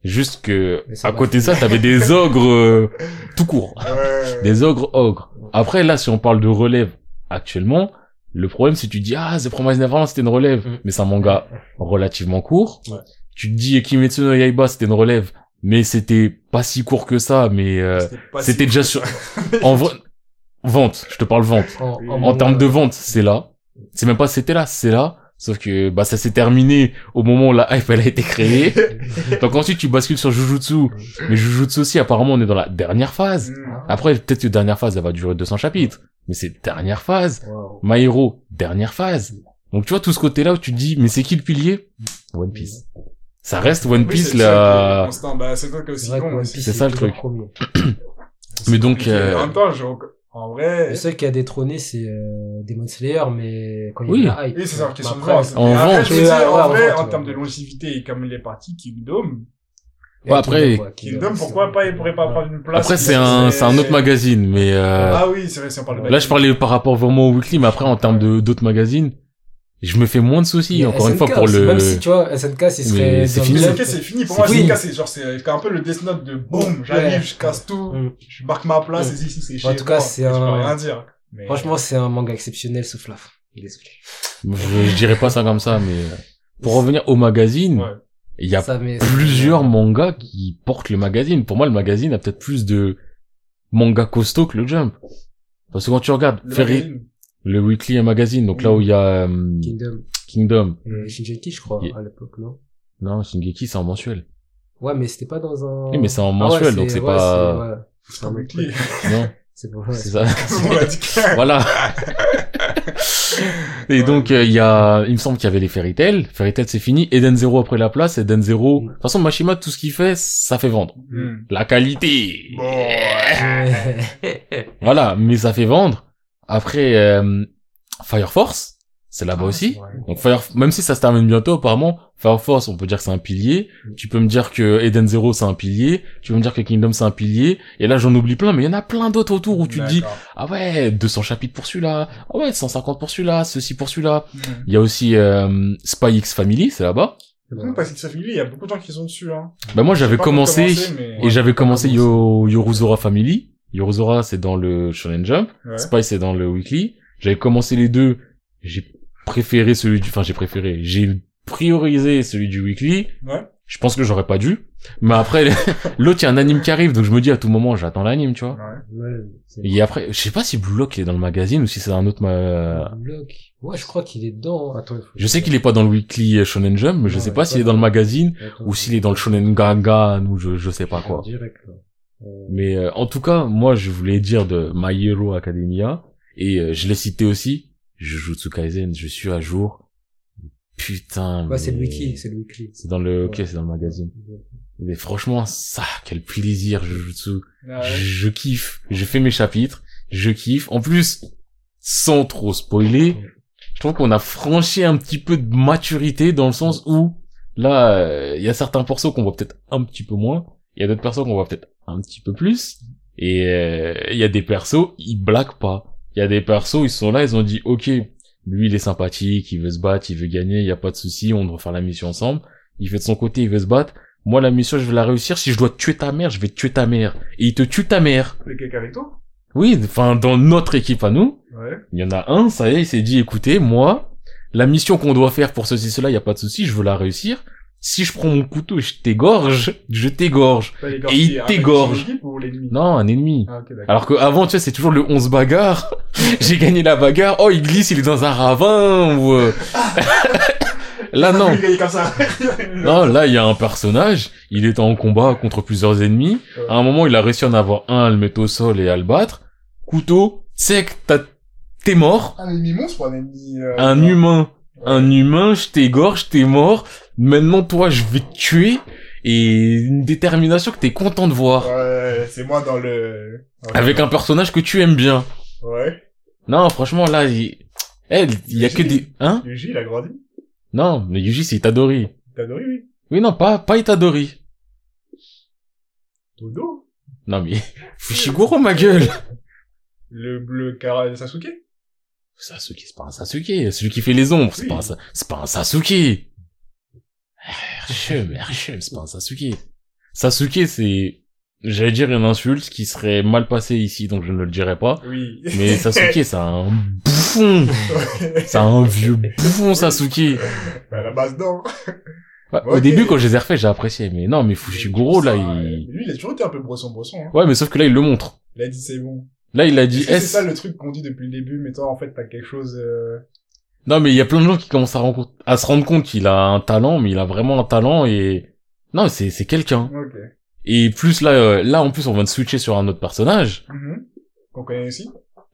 S1: Juste que,
S3: Mais ça
S1: à
S3: va.
S1: côté de ça, t'avais des ogres, euh, tout court.
S2: Ouais.
S1: Des ogres ogres. Après, là, si on parle de relève, actuellement, le problème, c'est que tu dis, ah, The Promised Neverland, c'était une relève.
S3: Mm.
S1: Mais c'est un manga relativement court.
S2: Ouais.
S1: Tu te dis, Kimetsu no Yaiba, c'était une relève. Mais c'était pas si court que ça, mais, euh,
S2: pas
S1: c'était
S2: si
S1: déjà
S2: cool.
S1: sur, en vrai, vente. Je te parle vente.
S3: En,
S2: Oui.
S1: En
S3: manga,
S1: termes de
S3: ouais.
S1: vente, c'est là. C'est même pas c'était là, c'est là. Sauf que bah ça s'est terminé au moment où la hype elle a été créée. Donc ensuite tu bascules sur Jujutsu. Mais Jujutsu aussi apparemment on est dans la dernière phase.
S2: Mm.
S1: Après peut-être que dernière phase elle va durer deux cents chapitres. Mais c'est dernière phase.
S3: Wow.
S1: My Hero, dernière phase. Donc tu vois tout ce côté là où tu te dis mais c'est qui le pilier? One Piece. Ça reste One
S2: Oui,
S1: Piece
S2: c'est ça qui est
S1: là.
S2: constant. Bah, c'est toi qui est aussi
S3: C'est vrai que
S2: bon
S3: One
S2: aussi.
S3: Piece,
S1: C'est ça, le
S3: toujours
S1: truc.
S3: premier.
S1: Mais donc,
S2: compliqué.
S1: euh,
S2: En même temps, je... en vrai...
S3: Le seul qui a détrôné, c'est euh, Demon Slayer, mais quand il
S1: Oui.
S3: y a la hype.
S2: Oui, c'est ça, question de
S3: Après,
S2: vente.
S1: en
S2: Mais après,
S1: vente.
S2: je me dis,
S3: Ouais, ouais,
S2: en
S3: en
S2: vrai,
S3: vente,
S2: en
S3: ouais.
S2: termes de longévité et comme il est parti, Kingdom,
S3: Et
S1: Ouais, après,
S3: Kingdom, ouais,
S2: Kingdom, pourquoi pas, il pourrait pas prendre une place.
S1: Après
S2: qui
S1: c'est un
S2: serait-
S1: c'est un autre magazine mais euh,
S2: Ah oui, c'est vrai, si on parle de
S1: là je parlais par rapport vraiment au weekly mais après en termes de d'autres magazines, je me fais moins de soucis
S3: Il y a
S1: encore une
S3: S N K
S1: fois pour
S3: aussi,
S1: le
S3: Même si, tu vois, S N K, s'il serait...
S1: Mais c'est
S3: dans
S1: fini.
S3: le
S2: S N K,
S3: club,
S2: c'est fini. Pour
S3: C'est
S2: moi,
S3: fini.
S2: S N K, c'est genre, c'est un peu le Death Note de boum, j'arrive,
S3: Ouais.
S2: je casse tout,
S3: Mm.
S2: je marque ma place,
S3: Mm.
S2: et ici, c'est chez
S3: En tout cas,
S2: moi.
S3: c'est
S2: Je peux
S3: un-
S2: rien dire. Mais-
S3: Franchement, c'est un manga exceptionnel, sauf la fin. Désolé.
S1: je, je dirais pas ça comme ça mais euh, pour revenir au magazine,
S2: Ouais.
S1: il y a
S3: Ça, mais-
S1: plusieurs mangas qui portent le magazine. Pour moi le magazine a peut-être plus de mangas costauds que le Jump. Parce que quand tu regardes
S2: Le
S1: Ferry,
S2: magazine.
S1: le weekly et magazine, donc là où il y a euh,
S3: Kingdom.
S1: Kingdom.
S3: Et Shingeki, je crois,
S1: Yeah.
S3: à l'époque, non?
S1: Non, Shingeki c'est en mensuel.
S3: Ouais, mais c'était pas dans un...
S1: Oui, mais c'est en
S3: Ah ouais,
S1: mensuel, donc c'est
S3: ouais,
S1: pas-
S3: c'est- ouais.
S2: C'est un
S3: un
S2: weekly.
S3: autre
S1: Non,
S3: C'est pour ouais,
S1: c'est
S3: c'est-
S1: ça.
S2: On l'a dit.
S1: Voilà. Et
S2: Ouais.
S1: donc euh, il y a, il me semble qu'il y avait les Fairy Tail. Fairy Tail c'est fini. Eden Zero après la place. Eden Zero.
S3: Mm.
S1: De toute façon Mashima tout ce qu'il fait, ça fait vendre.
S2: Hmm.
S1: La qualité.
S2: Bon, ouais.
S1: Voilà, mais ça fait vendre. Après euh, Fire Force, c'est là-bas
S2: Ah,
S1: aussi.
S2: c'est vrai.
S1: Donc Fire, même si ça se termine bientôt apparemment, Fire Force on peut dire que c'est un pilier.
S3: Mm.
S1: Tu peux me dire que Eden Zero c'est un pilier. Tu peux me dire que Kingdom c'est un pilier. Et là j'en oublie plein, mais il y en a plein d'autres autour où tu te dis
S2: D'accord.
S1: ah ouais deux cents chapitres pour celui-là, ah ouais cent cinquante pour celui-là, ceci pour celui-là.
S2: Hmm.
S1: Il y a aussi euh, Spy X Family, c'est là-bas.
S2: Hmm, Parce que ça finit, il y a beaucoup de gens qui sont dessus, hein.
S1: Bah moi j'avais
S2: J'ai pas encore
S1: commencé,
S2: mais-
S1: et j'avais commencé
S3: commencé.
S1: Yo Yoruzora Family. Yoruzora c'est dans le Shonen Jump,
S2: Ouais.
S1: Spy c'est dans le Weekly. J'avais commencé les deux, j'ai préféré celui du, enfin j'ai préféré, j'ai priorisé celui du Weekly.
S2: Ouais.
S1: Je pense que j'aurais pas dû, mais après l'autre il y a un anime qui arrive, donc je me dis à tout moment j'attends l'anime, tu vois.
S2: Ouais.
S3: Ouais, c'est-
S1: Et après, je sais pas si Blue Lock il est dans le magazine ou si c'est un autre ma...
S3: Bloc. Ouais, je crois qu'il est dedans. Attends, il faut-
S1: Je sais qu'il est pas dans le Weekly Shonen Jump, mais je
S3: Non,
S1: sais
S3: il
S1: pas
S3: est
S1: s'il
S3: pas
S1: est dans le
S3: dans-
S1: magazine
S3: Attends,
S1: ou s'il est dans le Shonen Gangan ou je, je sais pas quoi.
S3: En direct, là. Euh,
S1: Mais euh, en tout cas, moi je voulais dire de My Hero Academia et euh, je l'ai cité aussi, Jujutsu Kaisen, je suis à jour. Putain.
S3: Ouais, c'est le
S1: mais-
S3: wiki, c'est le wiki.
S1: C'est dans le, ok,
S3: Ouais.
S1: c'est dans le magazine. Mais franchement, ça, quel plaisir, Jujutsu.
S2: Ouais.
S1: Je kiffe. Je fais mes chapitres. Je kiffe. En plus, sans trop spoiler, je trouve qu'on a franchi un petit peu de maturité dans le sens où, là, euh, il y a certains persos qu'on voit peut-être un petit peu moins. Il y a d'autres persos qu'on voit peut-être un petit peu plus. Et euh, il y a des persos, ils blaguent pas. Il y a des persos, ils sont là, ils ont dit, ok, lui, il est sympathique, il veut se battre, il veut gagner, il y a pas de souci, on doit faire la mission ensemble. Il fait de son côté, il veut se battre. Moi, la mission, je vais la réussir. Si je dois tuer ta mère, je vais tuer ta mère. Et il te tue ta mère.
S2: Il y a quelqu'un avec toi?
S1: Oui, enfin, dans notre équipe à nous,
S2: Ouais.
S1: il y en a un, ça y est, il s'est dit, écoutez, moi, la mission qu'on doit faire pour ceci, cela, il y a pas de souci, je veux la réussir. Si je prends mon couteau et je t'égorge, je t'égorge.
S2: Pas les gars
S1: Et il
S2: qui- avec
S1: t'égorge.
S2: son équipe ou l'ennemi?
S1: Non, un ennemi.
S2: Ah, ok, d'accord.
S1: Alors que avant, tu sais, c'est toujours le onze bagarre. J'ai gagné la bagarre. Oh, il glisse, il est dans un ravin, ou, euh, là, non.
S2: Il est comme ça.
S1: Non, là, il y a un personnage, il est en combat contre plusieurs ennemis.
S2: Ouais.
S1: À un moment, il a réussi à en avoir un, à le mettre au sol et à le battre. Couteau, sec, t'as, t'es mort.
S2: Un ennemi monstre ou un ennemi... euh,
S1: Un
S2: genre-
S1: humain.
S2: Ouais.
S1: Un humain, je t'égorge, t'es mort. Maintenant, toi, je vais te tuer. Et une détermination que t'es content de voir.
S2: Ouais, c'est moi dans le... Ouais.
S1: Avec un personnage que tu aimes bien.
S2: Ouais.
S1: Non, franchement, là, il, eh, il y a que des, hein?
S2: Yuji, il a grandi.
S1: Non, mais Yuji, c'est Itadori.
S2: T'as adoré, oui.
S1: Oui, non, pas, pas Itadori.
S2: Todo.
S1: Non, mais, Fushiguro, ma gueule.
S2: Le bleu Kara Sasuke.
S1: Sasuke, c'est pas un Sasuke. Celui qui fait les ombres, c'est
S2: Oui.
S1: pas un, Sa- c'est pas un Sasuke. Hershum, Hershum, c'est pas un Sasuke. Sasuke, c'est, j'allais dire une insulte qui serait mal passée ici, donc je ne le dirai pas.
S2: Oui.
S1: Mais Sasuke, c'est un bouffon. C'est un vieux bouffon, Sasuke.
S2: Bah, à la base, non.
S1: Ouais,
S2: Ok.
S1: Au début, quand je les ai refaits, j'ai apprécié. Mais non, mais Fushiguro, là, il...
S2: Lui, il a toujours été un peu bresson-bresson, hein.
S1: Ouais, mais sauf que là, il le montre.
S2: Il a dit c'est bon.
S1: Là, il a dit
S2: Est-ce que c'est
S1: S.
S2: ça le truc qu'on dit depuis le début, mais toi, en fait, t'as quelque chose, euh...
S1: Non, mais il y a plein de gens qui commencent à, rencontre- à se rendre compte qu'il a un talent, mais il a vraiment un talent et... Non, c'est, c'est quelqu'un.
S2: Ok.
S1: Et plus là, euh, là, en plus, on vient de switcher sur un autre personnage.
S2: Mhm. Qu'on connaît aussi.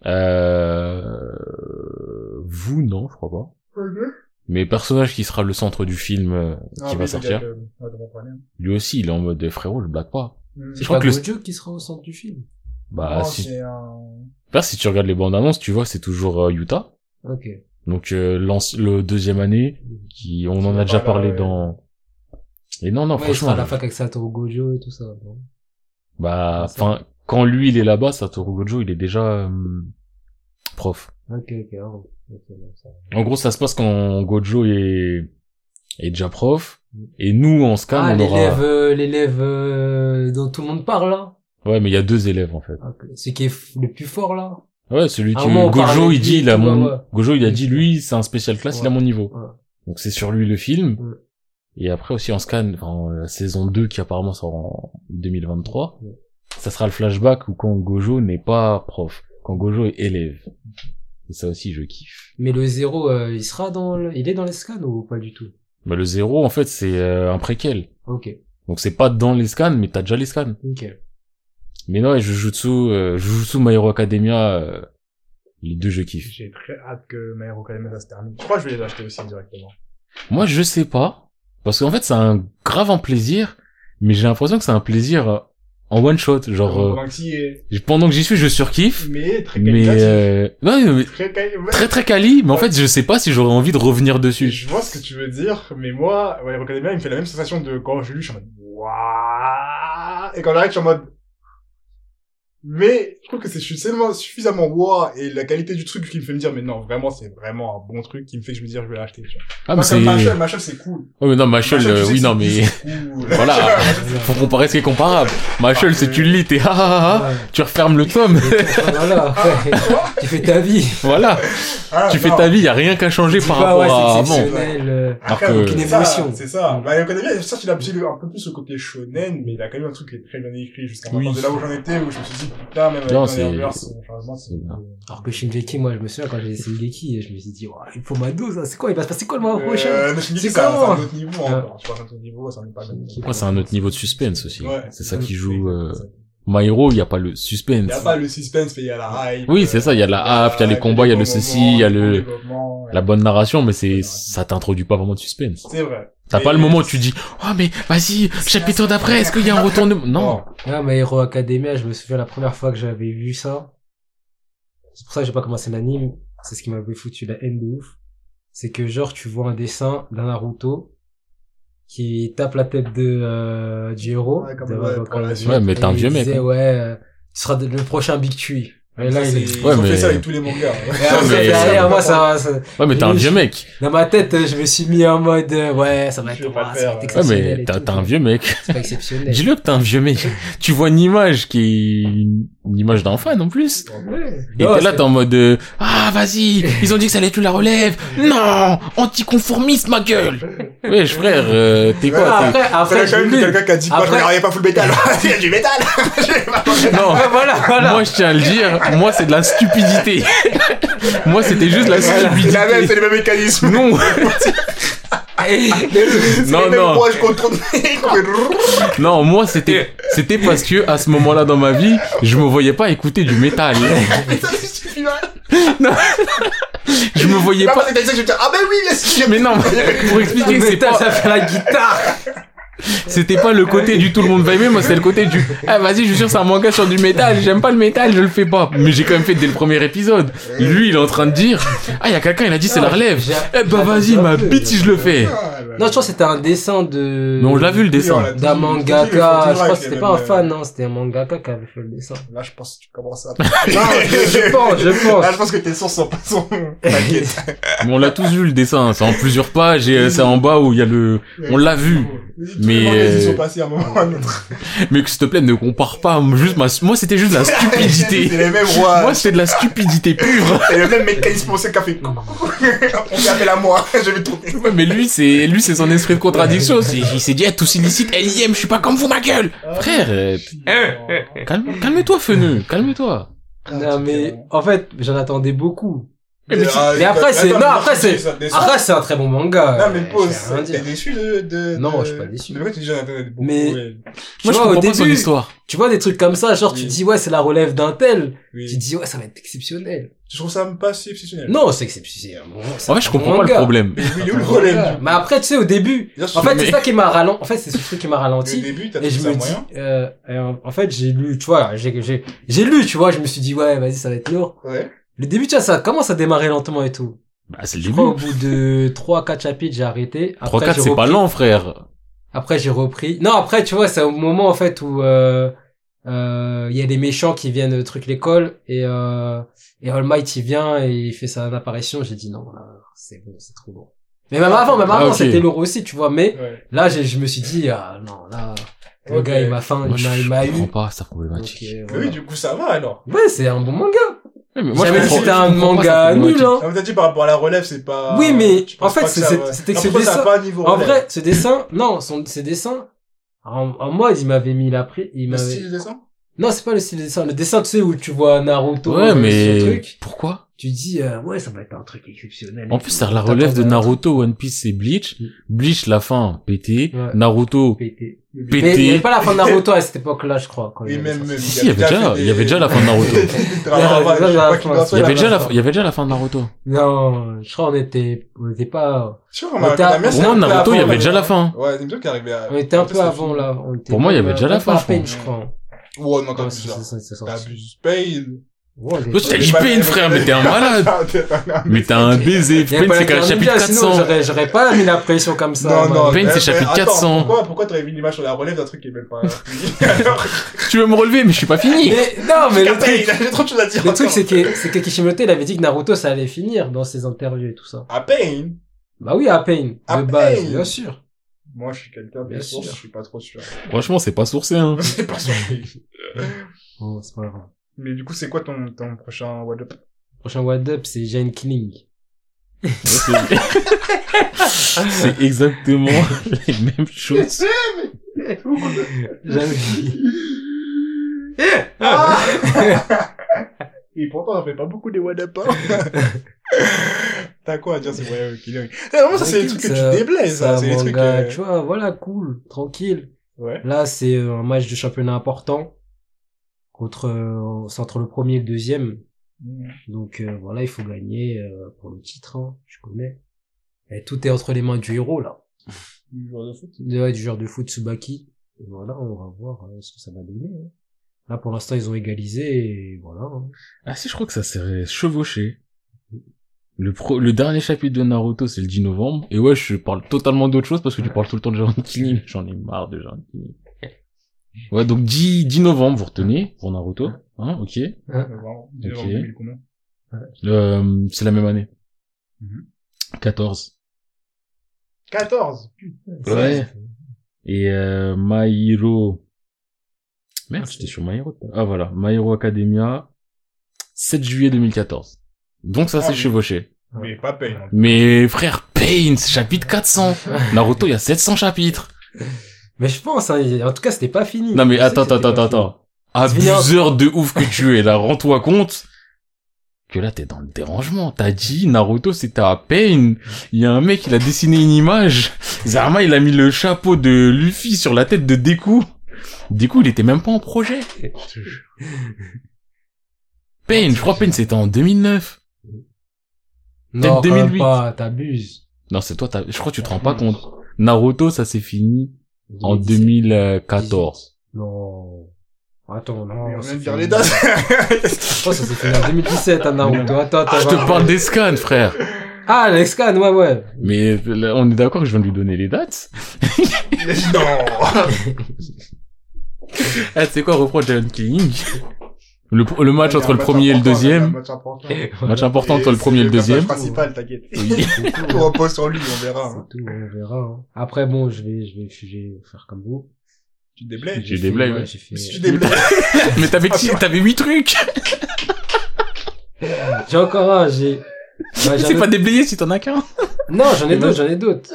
S1: Euh... Vous, non, je crois pas.
S2: Ok.
S1: Mais personnage qui sera le centre du film euh, qui va sortir. Lui aussi, il est en mode eh, frérot, je blague pas.
S3: C'est
S1: Je crois
S3: pas
S1: que le-
S3: Gojo qui sera au centre du film.
S1: Bah, si...
S2: c'est un...
S1: Là, si tu regardes les bandes annonces, tu vois, c'est toujours euh, Yuta.
S3: Ok.
S1: Donc euh, l'anci- le deuxième année, qui on en a déjà
S2: Voilà,
S1: parlé
S2: ouais.
S1: dans. Et non, non,
S3: Ouais, il sera
S1: franchement.
S3: à la fac avec Satoru Gojo et tout ça. Non
S1: Bah,
S3: Ah, ça.
S1: enfin, quand lui il est là-bas, Satoru Gojo, il est déjà euh, prof.
S3: Ok, ok, ah, ok, non, ça.
S1: En gros, ça se passe quand Gojo est est déjà prof, et nous en scan
S3: Ah,
S1: on
S3: l'élève,
S1: aura.
S3: euh, l'élève euh, dont tout le monde parle là.
S1: Ouais, mais il y a deux élèves en fait.
S3: Ok. Celui qui est f- le plus fort là.
S1: Ouais, celui
S3: À
S1: qui
S3: un moment, on
S1: Gojo
S3: parlait
S1: il
S3: de
S1: dit
S3: lui,
S1: il a
S3: tout,
S1: mon
S3: ouais, ouais.
S1: Gojo il a dit lui c'est un spécial classe, il a
S3: Ouais.
S1: mon niveau.
S3: Ouais.
S1: Donc c'est sur lui le film.
S3: Ouais.
S1: Et après aussi en scan, en la saison deux qui apparemment sort en deux mille vingt-trois,
S3: Ouais.
S1: ça sera le flashback où quand Gojo n'est pas prof, quand Gojo est élève. Et ça aussi je kiffe.
S3: Mais le zéro, euh, il sera dans le... il est dans les scans ou pas du tout?
S1: Bah le zéro en fait c'est euh, un préquel.
S3: Ok.
S1: Donc c'est pas dans les scans mais t'as déjà les scans.
S3: Nickel.
S1: Mais non, et Jujutsu, euh, Jujutsu My Hero Academia, euh, les deux je kiffe.
S2: J'ai très hâte que My Hero Academia se termine. Je crois que je vais les acheter aussi directement.
S1: Moi je sais pas, parce qu'en fait c'est un grave un plaisir, mais j'ai l'impression que c'est un plaisir euh, en one shot, genre euh,
S2: Pendant que t'y es.
S1: pendant que j'y suis je surkiffe,
S2: Mais très
S1: mais
S2: qualitatif.
S1: euh, ouais, mais
S2: Très, quali- ouais.
S1: très très quali, mais en
S2: Ouais.
S1: fait je sais pas si j'aurais envie de revenir dessus.
S2: Je vois ce que tu veux dire, mais moi, My Hero Academia, il me fait la même sensation de quand je l'ai lu, je suis en mode, waouh, et quand j'arrête, je suis en mode, mais je trouve que c'est suffisamment, suffisamment wow, et la qualité du truc qui me fait me dire, mais non, vraiment, c'est vraiment un bon truc qui me fait que je me dis, je vais l'acheter, tu vois.
S1: Ah mais
S2: Moi,
S1: c'est
S2: comme Machel, Machel, c'est cool.
S1: oh mais non Machel,
S2: Machel, tu
S1: euh,
S2: sais
S1: oui
S2: que
S1: non
S2: c'est-
S1: mais
S2: c'est cool.
S1: voilà, faut comparer ce qui est comparable. Machel c'est tu le lis, t'es ah ah ah,
S3: Ouais.
S1: tu refermes le tome,
S3: Voilà. Tu fais ta vie.
S1: voilà,
S2: Ah,
S1: tu fais
S2: non.
S1: ta vie, y a rien qu'à changer
S3: Dis
S1: par
S3: pas,
S1: rapport
S3: ouais,
S1: à
S3: c'est
S1: avant.
S3: exceptionnel. euh,
S1: Alors
S2: Après,
S1: que-
S3: aucune
S2: c'est ça,
S3: émotion.
S2: C'est ça. Bah, My Hero Academia, ça, il a petit un peu plus le côté shonen, mais il a quand même un truc qui est très bien écrit jusqu'à
S1: Oui.
S2: maintenant. C'est là où j'en étais, où je me suis dit, putain, même avec
S1: Non,
S2: un
S1: c'est-
S2: Universe, changement, c'est...
S1: c'est bien.
S3: Alors que Shingeki, moi, je me souviens quand j'ai essayé Shingeki, je me suis dit, oh, il faut ma dose, hein. C'est quoi? Il va se passer quoi le mois prochain?
S2: Euh, mais Shingeki,
S3: C'est
S2: c'est un, c'est
S3: comment
S2: un autre niveau encore. Tu vois, c'est un autre niveau, ça n'est pas le même niveau.
S1: Après c'est un autre niveau de suspense aussi.
S2: Ouais.
S1: C'est ça qui
S2: Oui,
S1: joue. Euh...
S2: c'est ça.
S1: My Hero, il y a pas le
S2: Il
S1: suspense.
S2: y a pas le suspense, mais il y a la hype.
S1: Oui, c'est ça, il y a la hype, il y a les combats, il y a le
S2: bons
S1: ceci,
S2: moments,
S1: il y a
S2: les
S1: le-
S2: bons développements,
S1: La bonne narration, mais c'est
S2: Ouais.
S1: ça t'introduit pas vraiment de suspense.
S2: C'est vrai.
S1: T'as
S2: Et-
S1: pas le moment où tu dis oh mais vas-y chapitre d'après est-ce qu'il y a un retournement non.
S3: Ouais, My Hero Academia, je me souviens la première fois que j'avais vu ça. C'est pour ça que j'ai pas commencé l'anime. C'est ce qui m'avait foutu la haine de ouf. C'est que genre, tu vois un dessin d'un Naruto qui tape la tête de, euh, du héros.
S2: Ouais, comme-
S3: de-
S2: ouais,
S3: comme-
S2: pour la
S3: comme-
S2: suite.
S1: Ouais mais t'es un
S3: et
S1: vieux
S3: il
S1: mec.
S3: disait,
S1: hein.
S3: ouais, euh, tu seras de- le prochain Big Tree. Et là,
S2: Ça,
S3: il
S2: c'est-
S3: est...
S2: Ils
S1: Ouais,
S2: ont
S1: mais-
S2: fait ça avec tous les mangas.
S3: Et
S2: Ouais.
S3: après,
S1: mais-
S3: derrière, moi, ça, ça-
S1: Ouais mais t'es un
S3: je-
S1: vieux mec.
S3: dans ma tête, je me suis mis en mode, euh, ouais, ça va
S2: Je
S3: être,
S2: vais pas
S3: ah,
S2: le
S3: ça va
S2: faire,
S3: être
S2: ouais.
S1: Ouais
S3: exceptionnel
S1: mais
S3: et
S1: t'as
S3: tout.
S1: t'es un vieux mec.
S3: C'est pas exceptionnel.
S1: Dis-le que t'es un vieux mec. Tu vois une image qui est une une image d'un fan en plus.
S3: Ouais.
S1: Et
S3: Non,
S1: t'es là
S3: c'est-
S1: t'es en mode euh, ah vas-y ils ont dit que ça allait être la relève. Non anticonformiste ma gueule. Wesh frère euh, t'es quoi
S3: Ah,
S1: t'es-
S3: après, après,
S2: Après,
S3: je
S2: quand même,
S3: l'ai.
S2: quelqu'un qui a dit, moi, je
S3: Après-
S2: regardais pas full metal. Il y a du métal.
S1: Non.
S3: Ouais, voilà, voilà.
S1: Moi, je tiens à le dire, moi, c'est de la stupidité. Moi, c'était juste la
S2: C'est la même,
S1: stupidité.
S2: c'est les mêmes mécanismes.
S1: Non,
S2: C'est
S1: Non,
S2: les mêmes
S1: non.
S2: poids, je contrôle. Je
S1: non, moi, c'était, c'était parce que, à ce moment-là dans ma vie, je me voyais pas écouter du métal.
S2: fais ça, c'est suffisant.
S1: Je me voyais
S2: Pas
S1: pas,
S2: parce que t'as dit ça, je vais te dire, ah ben oui, bien sûr.
S1: mais non, pour expliquer que c'est
S3: Métal,
S1: pas,
S3: ça fait la guitare.
S1: c'était pas le côté du tout le monde va aimer, moi, c'était le côté du, ah, vas-y, je suis sûr, c'est un manga sur du métal, j'aime pas le métal, je le fais pas. Mais j'ai quand même fait dès le premier épisode. Lui, il est en train de dire, ah, il y a quelqu'un, il a dit c'est la relève.
S3: J'ai-
S1: Eh ben, vas-y, ma bite si je le fais.
S2: Ah, là,
S3: Non, je crois que c'était un dessin de...
S1: Mais on l'a vu, le dessin.
S2: Oui, on l'a
S3: D'un
S2: dit,
S3: mangaka.
S2: il faut toujours
S3: Je crois
S2: avec
S3: que c'était
S2: les
S3: pas un
S2: mêmes,
S3: fan, non. C'était un mangaka qui avait fait le dessin.
S2: Là, je pense que tu commences à...
S3: Non, je, je pense, je pense.
S2: Là, je pense que tes sources sont pas sont... T'inquiète.
S1: Mais on l'a tous vu, le dessin. C'est en plusieurs pages et euh, c'est en bas où il y a le... On l'a vu.
S2: Tous
S1: Mais,
S2: les mangas, ils
S1: euh,
S2: sont passés à un moment ou à un autre.
S1: Mais que s'il te plaît, ne compare pas. Juste ma... Moi, c'était juste de la
S2: C'est
S1: stupidité.
S2: les mêmes rois.
S1: Moi, c'était de la stupidité pure.
S2: C'est le même mécanisme pensé qu'a fait... On fait appel à moi, je vais tourner.
S1: Ouais, mais lui, c'est, lui, c'est son esprit de contradiction. C'est- Il s'est dit, eh, tous illicites, L I M, je suis pas comme vous, ma gueule. Frère, euh, calme, calme-toi, Feneux, calme-toi.
S3: Non, mais, en fait, j'en attendais beaucoup.
S1: Mais tu-
S3: Mais après, c'est, non, après, c'est,
S2: ça te déçoit.
S3: après, c'est un très bon manga.
S2: Non, mais
S3: euh,
S2: pause.
S3: je vais rien
S2: T'es
S3: dire.
S2: déçu de, de,
S3: Non,
S2: de-
S3: je suis pas déçu.
S2: De quoi tu dis, j'en attendais beaucoup.
S3: Mais-
S2: ouais.
S3: Tu
S1: Moi, je
S3: vois, au
S1: comprends pas son
S3: début,
S1: histoire.
S3: tu vois des trucs comme ça, genre, tu
S2: Oui.
S3: te dis, ouais, c'est la relève d'un tel.
S2: Oui.
S3: Tu te dis, ouais, ça va être exceptionnel.
S2: Je trouve ça même pas si exceptionnel.
S3: Non, c'est exceptionnel. Bon, c'est
S1: En
S3: un
S1: fait, je
S3: bon
S1: comprends pas le
S3: manga.
S1: problème.
S2: Mais oui, il est où le problème?
S3: Manga. Mais après, tu sais, au début,
S2: Bien
S3: en
S2: sûr,
S3: fait,
S1: mais-
S3: c'est ça qui m'a ralenti. En fait, c'est ce truc qui m'a
S2: Au
S3: ralenti.
S2: début, t'as
S3: Et je
S2: trouvé
S3: me
S2: ça
S3: dis,
S2: moyen.
S3: euh, et en, en fait, j'ai lu, tu vois, j'ai, j'ai, j'ai lu, tu vois, je me suis dit, ouais, vas-y, ça va être lourd.
S2: Ouais.
S3: Le début, tu vois, ça commence à démarrer lentement et tout.
S1: Bah, c'est le
S3: Je crois, au
S1: début.
S3: bout de trois quatre chapitres, j'ai arrêté. Après,
S1: trois quatre,
S3: j'ai
S1: c'est pas
S3: repris.
S1: lent, frère.
S3: Après, j'ai repris. Non, après, tu vois, c'est au moment, en fait, où, euh, euh, il y a des méchants qui viennent de truc l'école, et, euh, et All Might, il vient, et il fait son apparition. J'ai dit, non, là, c'est bon, c'est trop lourd. Mais même avant, même
S1: Ah,
S3: avant,
S1: ok.
S3: c'était lourd aussi, tu vois, mais,
S2: Ouais.
S3: là, j'ai, je me suis dit, ah, non, là, le
S2: Ok.
S3: gars, il m'a faim,
S1: Moi,
S3: il m'a, il m'a
S1: je
S3: eu.
S1: comprends pas sa
S3: Donc,
S1: problématique.
S3: euh,
S2: Mais
S3: voilà.
S2: oui, du coup, ça va, alors.
S3: Ouais, c'est un bon manga.
S1: Ouais, mais moi, je
S3: J'avais dit que
S1: comprends-
S3: c'était
S1: je
S3: un
S1: comprends pas sa
S3: manga
S1: problématique.
S3: nul, hein.
S2: On t'a dit par rapport à la relève, c'est pas...
S3: Oui, mais,
S2: tu penses
S3: en fait,
S2: pas que
S3: c'est-
S2: ça
S3: c'est-
S2: va-
S3: c'était que
S2: Non,
S3: ce
S2: pourquoi ça a
S3: dessin-
S2: pas un niveau
S3: En
S2: relève?
S3: vrai, ce dessin, non, son, ces dessins, en, en mode, il m'avait mis la pri- il
S2: Le
S3: m'avait,
S2: style de dessin?
S3: non, c'est pas le style de dessin. Le dessin, tu sais, où tu vois Naruto,
S1: Ouais,
S3: euh,
S1: mais
S3: ce truc,
S1: pourquoi?
S3: tu dis, euh, ouais, ça va être un truc exceptionnel.
S1: En plus, c'est la relève de
S3: T'attends un
S1: Naruto, One Piece et Bleach.
S3: Mm.
S1: Bleach, la fin, pété.
S3: Ouais.
S1: Naruto,
S3: truc pété. Mais il y
S1: pété.
S3: avait pas la fin de Naruto à cette époque-là, je crois. Quand
S2: Oui,
S3: il avait
S2: même,
S3: sorti.
S2: même.
S1: Si, il y avait déjà, il y avait déjà la fin de Naruto.
S3: Il y avait déjà la fin.
S1: Il y avait déjà la,
S3: fin.
S1: fin- il y avait déjà la fin de Naruto.
S3: Non, je crois on était, on était pas,
S2: Je crois
S3: On
S2: qu'on
S3: était
S2: m'a
S3: à-
S2: bien
S1: Pour moi, Naruto, il y avait déjà la fin.
S2: Ouais, il me semble qu'il arrivait à...
S3: on était un peu avant là. On était
S1: Pour moi, il y avait
S3: même,
S1: déjà
S3: euh,
S1: la
S3: même
S1: fin,
S3: pas à
S1: je
S3: peine,
S1: pense.
S3: je crois.
S2: Ouais, non,
S3: Ouais,
S2: t'abuses,
S3: c'est-
S2: là.
S3: c'est- c'est sorti.
S2: T'abuses. Pain.
S3: Ouais,
S1: Toi, tu t'as dit Pain, frère, mais t'es un malade. Mais t'as un baiser.
S3: Il y avait
S1: Pain,
S3: pas
S1: c'est qu'à
S3: la
S1: chapitre
S3: Ninja, sinon
S1: quatre cents.
S3: j'aurais, j'aurais pas mis la pression comme ça.
S2: Non,
S3: man.
S2: non.
S1: Pain,
S2: mais-
S1: c'est chapitre
S2: mais
S1: quatre
S2: attends,
S1: cents.
S2: Pourquoi, pourquoi t'aurais mis l'image sur la relève d'un truc qui est même pas fini? Alors,
S1: Tu veux me relever, mais je suis pas fini.
S3: Mais, non, mais le truc,
S2: Pain, j'ai trop de choses à dire.
S3: le truc,
S2: encore.
S3: c'est que, c'est que Kishimoto, il avait dit que Naruto, ça allait finir dans ses interviews et tout ça.
S2: À Pain.
S3: Bah oui, à Pain,
S2: À
S3: de base,
S2: Pain.
S3: bien sûr.
S2: Moi, je suis quelqu'un de
S3: Bien
S2: source,
S3: sûr.
S2: je suis pas trop sûr.
S1: Franchement, c'est pas sourcé, hein.
S2: C'est pas surpris.
S3: Bon, c'est pas grave.
S2: Mais du coup, c'est quoi ton, ton prochain What Up?
S3: Prochain What Up, c'est Jane Killing.
S1: Ouais, c'est c'est exactement les mêmes choses.
S3: J'avais
S2: Ah Et pourtant, on fait pas beaucoup des What Up, hein. T'as quoi à dire, c'est ouais, Killing? Vraiment, ça, c'est les trucs que tu déblaises, ça. C'est les trucs,
S3: manga,
S2: euh,
S3: tu vois, voilà, cool, tranquille.
S2: ouais.
S3: Là, c'est euh, un match de championnat important. Contre, euh, c'est entre le premier et le deuxième. Donc, euh, voilà, il faut gagner, euh, pour le titre, hein. Je connais. Et tout est entre les mains du héros, là.
S2: Du joueur de foot.
S3: De, ouais, du joueur de foot Tsubaki. Et voilà, on va voir euh, ce que ça va donner, hein. Là, pour l'instant, ils ont égalisé, et voilà, hein.
S1: Ah si, je crois que ça s'est chevauché. Le pro, le dernier chapitre de Naruto, c'est le dix novembre. Et ouais, je parle totalement d'autre chose parce que tu parles tout le temps de Jane Killing. J'en ai marre de Jane Killing. Ouais, donc dix, dix novembre, vous retenez, pour Naruto. Hein, ok.
S2: Vraiment.
S1: Ok.
S2: Genre, deux mille combien?
S1: Euh, c'est la même année.
S2: Mhm.
S1: quatorze.
S2: quatorze. Putain.
S1: Ouais. Et euh, My Hero... Merde, j'étais sur My Hero. Ah voilà, My Hero Academia, sept juillet deux mille quatorze. Donc ça
S2: Ah
S1: s'est
S2: oui.
S1: chevauché.
S2: Mais pas Pain.
S1: Mais frère, Pain, chapitre quatre cents. Naruto, il y a sept cents chapitres.
S3: Mais je pense, hein, il- en tout cas, c'était pas fini.
S1: Non mais
S3: Je sais
S1: attends,
S3: que c'était
S1: attends,
S3: pas
S1: attends, attends.
S3: C'est fini.
S1: Abuseur de ouf que tu es, là, rends-toi compte que là, t'es dans le dérangement. T'as dit, Naruto, c'était à Pain. Il y a un mec, il a dessiné une image. Zarma, il a mis le chapeau de Luffy sur la tête de Deku. Deku, il était même pas en projet.
S3: fini.
S1: Pain, je crois Pain, c'était en deux mille neuf.
S3: Non,
S1: Peut-être
S3: quand
S1: deux
S3: même
S1: mille huit.
S3: pas, t'abuses.
S1: Non, c'est toi, t'as- je crois que tu te rends pas compte. Naruto, ça s'est fini en deux mille quatorze.
S3: Non. Attends, non.
S2: Mais on
S3: ça
S2: vient de
S3: fait-
S2: dire les dates.
S3: Je crois que ça s'est fini en deux mille dix-sept, à Naruto. Attends, attends.
S1: Ah, je
S3: va-
S1: te parle des scans, frère.
S3: Ah, Alex Kahn, ouais, ouais.
S1: Mais là, on est d'accord que je viens de lui donner les dates.
S2: Il a dit non.
S1: Ah, tu sais quoi, reprends Giant Killing. Le, le match
S2: Il y a
S1: entre
S2: un
S1: le premier et le
S2: important, il y a un
S1: deuxième.
S2: match important.
S1: Match important entre
S2: Et
S1: le premier et le
S2: c'est
S1: deuxième.
S2: personnage principal, t'inquiète.
S1: Oui.
S3: C'est tout,
S2: Tout repose sur lui, on verra.
S3: c'est
S2: hein.
S3: tout, on verra. hein. Après, bon, je vais, je vais, je vais faire comme vous.
S2: Tu te déblaies.
S1: J'ai
S3: fait-
S1: des blagues, ouais.
S3: j'ai fait-
S2: Tu te déblaies.
S1: Mais t'avais, t'avais huit trucs.
S3: J'ai encore un, j'ai... Ouais, j'en
S1: C'est
S3: ai-
S1: pas déblayé si t'en as qu'un.
S3: Non, j'en ai d'autres, j'en ai d'autres.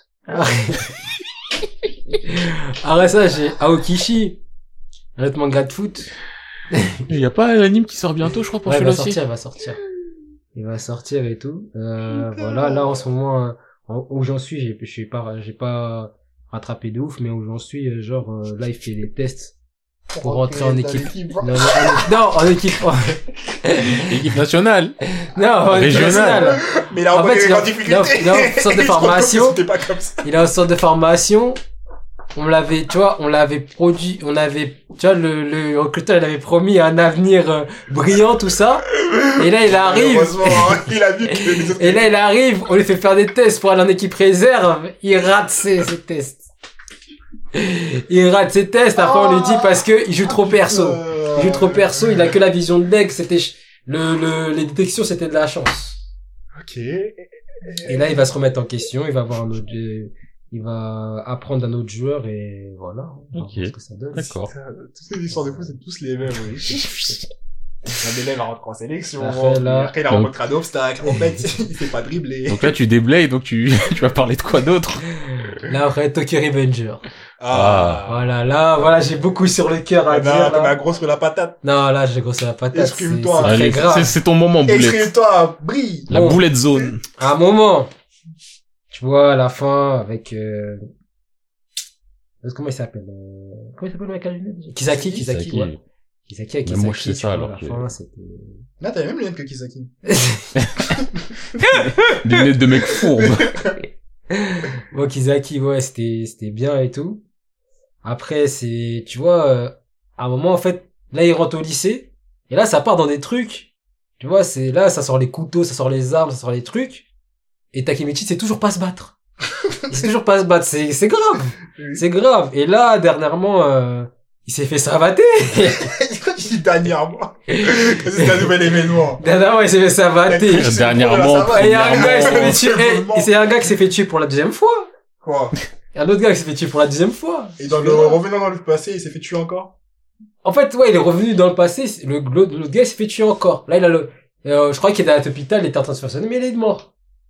S3: Après ça, j'ai Aokishi, un autre manga de foot.
S1: Il y a pas l'anime qui sort bientôt, je crois, pour
S3: Ouais, il va
S1: celui-là aussi.
S3: sortir, il va sortir. Il va sortir et tout. Euh, voilà, là, en ce moment, euh, en- où j'en suis, j'ai, je suis pas, j'ai pas rattrapé de ouf, mais où j'en suis, euh, genre, euh, là, il fait des tests pour rentrer en équipe. Non, non, en, non, en équipe,
S1: Équipe nationale.
S3: non, en équipe
S1: Régionale.
S3: nationale.
S2: Mais il a
S3: En
S2: envoyé
S3: fait,
S2: les
S3: il a-
S2: grandes difficultés.
S3: il a- il a une sorte de
S2: Je me rends compte que
S3: formation.
S2: C'était pas comme ça.
S3: Il est en centre de formation. On l'avait, tu vois, on l'avait produit, on avait, tu vois, le, le recruteur, il avait promis un avenir euh, brillant, tout ça. Et là, il arrive.
S2: Heureusement, hein, il a vu que les autres...
S3: Et là, il arrive, on lui fait faire des tests pour aller en équipe réserve. Il rate ses, ses tests. Il rate ses tests. Après, on lui dit parce que il joue trop perso. Il joue trop perso, il a que la vision de deck. C'était, ch- le, le, les détections, c'était de la chance.
S2: Ok.
S3: Et là, il va se remettre en question, il va avoir un autre, euh, il va apprendre d'un autre joueur et voilà. On va
S1: Ok.
S3: voir ce que ça donne.
S1: D'accord.
S2: Putain, toutes ces histoires de fou, c'est tous les mêmes, oui. Un élève va rentrer en sélection.
S3: Après, là-
S2: Après, il a
S1: Donc-
S2: rencontré un obstacle. En fait, il sait pas dribbler.
S1: Donc là, tu déblayes, donc tu, tu vas parler de quoi d'autre?
S3: Là, après, Tokyo Revenger.
S2: Ah.
S3: Voilà, là, voilà, j'ai beaucoup sur le cœur à
S2: Ah,
S3: dire,
S2: non, t'en as
S3: là.
S2: gros sur la patate.
S3: Non, là, j'ai grossi la patate. C'est c'est
S2: Exprime-toi.
S3: très
S1: Allez,
S3: grave.
S1: c'est, c'est ton moment, boulette.
S2: Exprime-toi, brille.
S1: La
S3: Bon.
S1: boulette zone.
S3: À un moment, tu vois, à la fin, avec, euh, comment il s'appelle, euh... comment il s'appelle le mec à lunettes déjà Kisaki, Kisaki,
S1: Kisaki.
S3: ouais. Kisaki avec
S1: Même
S3: Kisaki,
S1: moi, je sais
S3: tu
S1: ça,
S3: vois,
S1: alors
S3: à la
S1: que-
S3: fin, c'était...
S2: Là, t'as les mêmes lunettes que Kisaki.
S1: Des lunettes de mec fourbe.
S3: Bon, Kisaki, ouais, c'était, c'était bien et tout. Après, c'est, tu vois, euh, à un moment, en fait, là, il rentre au lycée, et là, ça part dans des trucs. Tu vois, c'est, là, ça sort les couteaux, ça sort les armes, ça sort les trucs. Et Takemichi, c'est toujours pas se battre. C'est toujours pas se battre, c'est, c'est grave. C'est grave. Et là, dernièrement, euh, il s'est fait savater.
S2: Quand tu dis dernièrement, que c'est un nouvel événement.
S3: Dernièrement, il s'est fait savater.
S2: C'est
S1: Dernièrement,
S2: bon, là, ça va.
S3: Et il y a un gars, il s'est fait
S1: Dernièrement.
S3: tuer, et- et c'est un gars qui s'est fait tuer pour la deuxième fois.
S2: Quoi?
S3: Et un autre gars qui s'est fait tuer pour la deuxième fois.
S2: Et dans le, revenant dans le passé, il s'est fait tuer encore?
S3: En fait, ouais, il est revenu dans le passé, le, l'autre, l'autre gars, il s'est fait tuer encore. Là, il a le, euh, je crois qu'il était à l'hôpital, il était en train de se faire soigner, mais il est mort.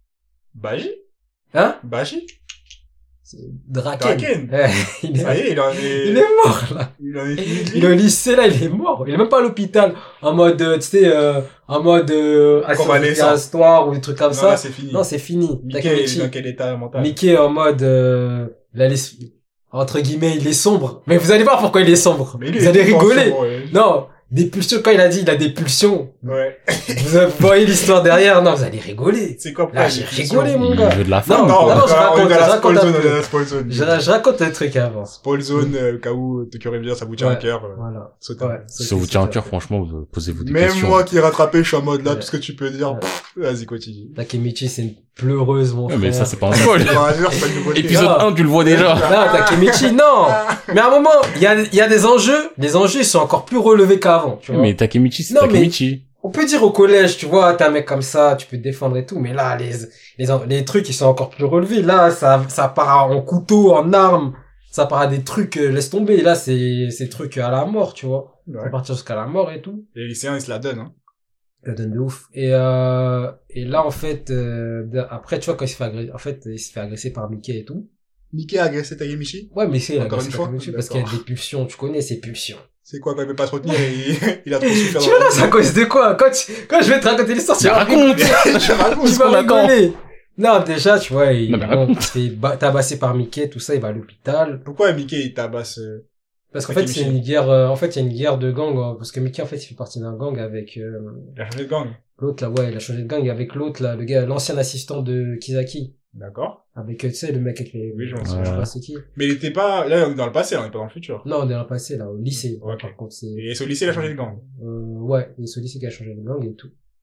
S2: Baji?
S3: Hein?
S2: Baji?
S3: C'est Draken.
S2: Draken.
S3: Ouais, il,
S2: Ça y
S3: est,
S2: est, il en est...
S3: il est mort, là.
S2: Il en est fini de
S3: Il est au
S2: lui.
S3: lycée, là, il est mort. Il est même pas à l'hôpital. En mode, euh, tu sais, euh, en mode, euh,
S2: Convalescent.
S3: histoire ou des trucs comme
S2: Non,
S3: ça.
S2: là, c'est fini.
S3: Non, c'est fini.
S2: Mickey,
S3: Takemichi.
S2: il est dans quel état mental?
S3: Mickey en mode, euh, là, les- entre guillemets, il est sombre. Mais vous allez voir pourquoi il est sombre.
S2: Mais lui,
S3: Vous
S2: il
S3: allez
S2: est
S3: rigoler.
S2: franchement, ouais.
S3: Non, des pulsions, quand il a dit, il a des pulsions.
S2: Ouais.
S3: Vous voyez l'histoire derrière, non, vous allez rigoler.
S2: C'est quoi,
S3: Là,
S2: pourquoi
S3: j'ai
S2: il est
S3: rigolé,
S2: question?
S3: mon
S1: Il
S3: gars.
S1: veut de la
S3: Non,
S1: femme,
S2: Non,
S1: quoi.
S3: non, je
S2: on est
S3: raconte,
S2: dans
S3: je
S2: la
S3: raconte
S2: spoil
S3: un
S2: zone,
S3: peu.
S2: on est dans la spoil zone.
S3: Je, je raconte un truc avant.
S2: Spoil zone, euh, au cas où Tokyo Revenger, ça vous tient à
S3: Ouais.
S2: cœur. euh,
S3: Voilà.
S2: sautez.
S3: Ouais.
S1: Si ça vous tient à cœur, franchement, vous- posez-vous des
S2: Même
S1: questions.
S2: moi qui ai rattrapé, je suis en mode là,
S3: Ouais.
S2: tout ce que tu peux dire,
S3: Ouais.
S2: pff, vas-y, continue.
S3: Takemichi, c'est une pleureuse, mon
S1: Ouais,
S3: frère.
S1: mais ça, c'est pas un spoil.
S2: C'est pas un jeu, c'est pas une nouveauté.
S1: Épisode
S3: Ah.
S1: un, tu le vois déjà.
S3: Non, Takemichi, non. Mais à un moment, il y a, il y a des enjeux. Les enjeux, ils sont encore plus relevés qu'avant, tu vois.
S1: Mais Takemichi, c'est
S3: Non, mais-
S1: Takemichi.
S3: On peut dire au collège, tu vois, t'es un mec comme ça, tu peux te défendre et tout, mais là, les, les, les trucs, ils sont encore plus relevés. Là, ça, ça part en couteau, en arme, ça part à des trucs, euh, laisse tomber. Là, c'est, c'est trucs à la mort, tu vois. Ça
S2: Ouais.
S3: partir jusqu'à la mort et tout.
S2: Et les lycéens, ils se la donnent, hein.
S3: Ça donne de ouf. Et, euh, et là, en fait, euh, de- après, tu vois, quand il se fait agresser, en fait, il se fait agresser par Mickey et tout.
S2: Mickey a agressé Takemichi.
S3: Ouais, mais c'est, il a
S2: Encore
S3: agressé
S2: une
S3: par
S2: fois
S3: Takemichi parce qu'il y a des pulsions, tu connais ces pulsions.
S2: C'est quoi, quand il peut pas se retenir, il, il a trop souffert.
S3: Tu vois, là, c'est à cause de quoi? Quand tu, quand je vais te raconter l'histoire, tu
S1: Mais
S3: vas
S1: raconte!
S2: Je raconte.
S3: tu
S1: ce qu'on
S3: vas
S1: attend.
S3: rigoler. Non, déjà, tu vois, il,
S1: Non, mais
S3: bon,
S1: raconte.
S3: il se fait ba- tabasser par Mickey, tout ça, il va à l'hôpital.
S2: Pourquoi Mickey, il tabasse, euh,
S3: Parce qu'en fait,
S2: Takemichi.
S3: c'est une guerre, euh, en fait, il y a une guerre de gang, euh, parce que Mickey, en fait, il fait partie d'un gang avec, euh,
S2: il a changé de gang?
S3: l'autre, là, ouais, il a changé de gang avec l'autre, là, le gars, l'ancien assistant de Kisaki.
S2: D'accord.
S3: Avec, euh, tu sais, le mec avec les,
S2: Oui, je m'en
S3: je
S1: souviens.
S3: sais pas c'est qui.
S2: Mais il était pas, là, on est dans le passé, on est pas dans le futur.
S3: Non, on est dans le passé, là, au lycée.
S2: Ok.
S3: Par contre, c'est,
S2: Et au lycée, il a changé de gang.
S3: euh, ouais, il est au lycée qui a changé de gang et tout.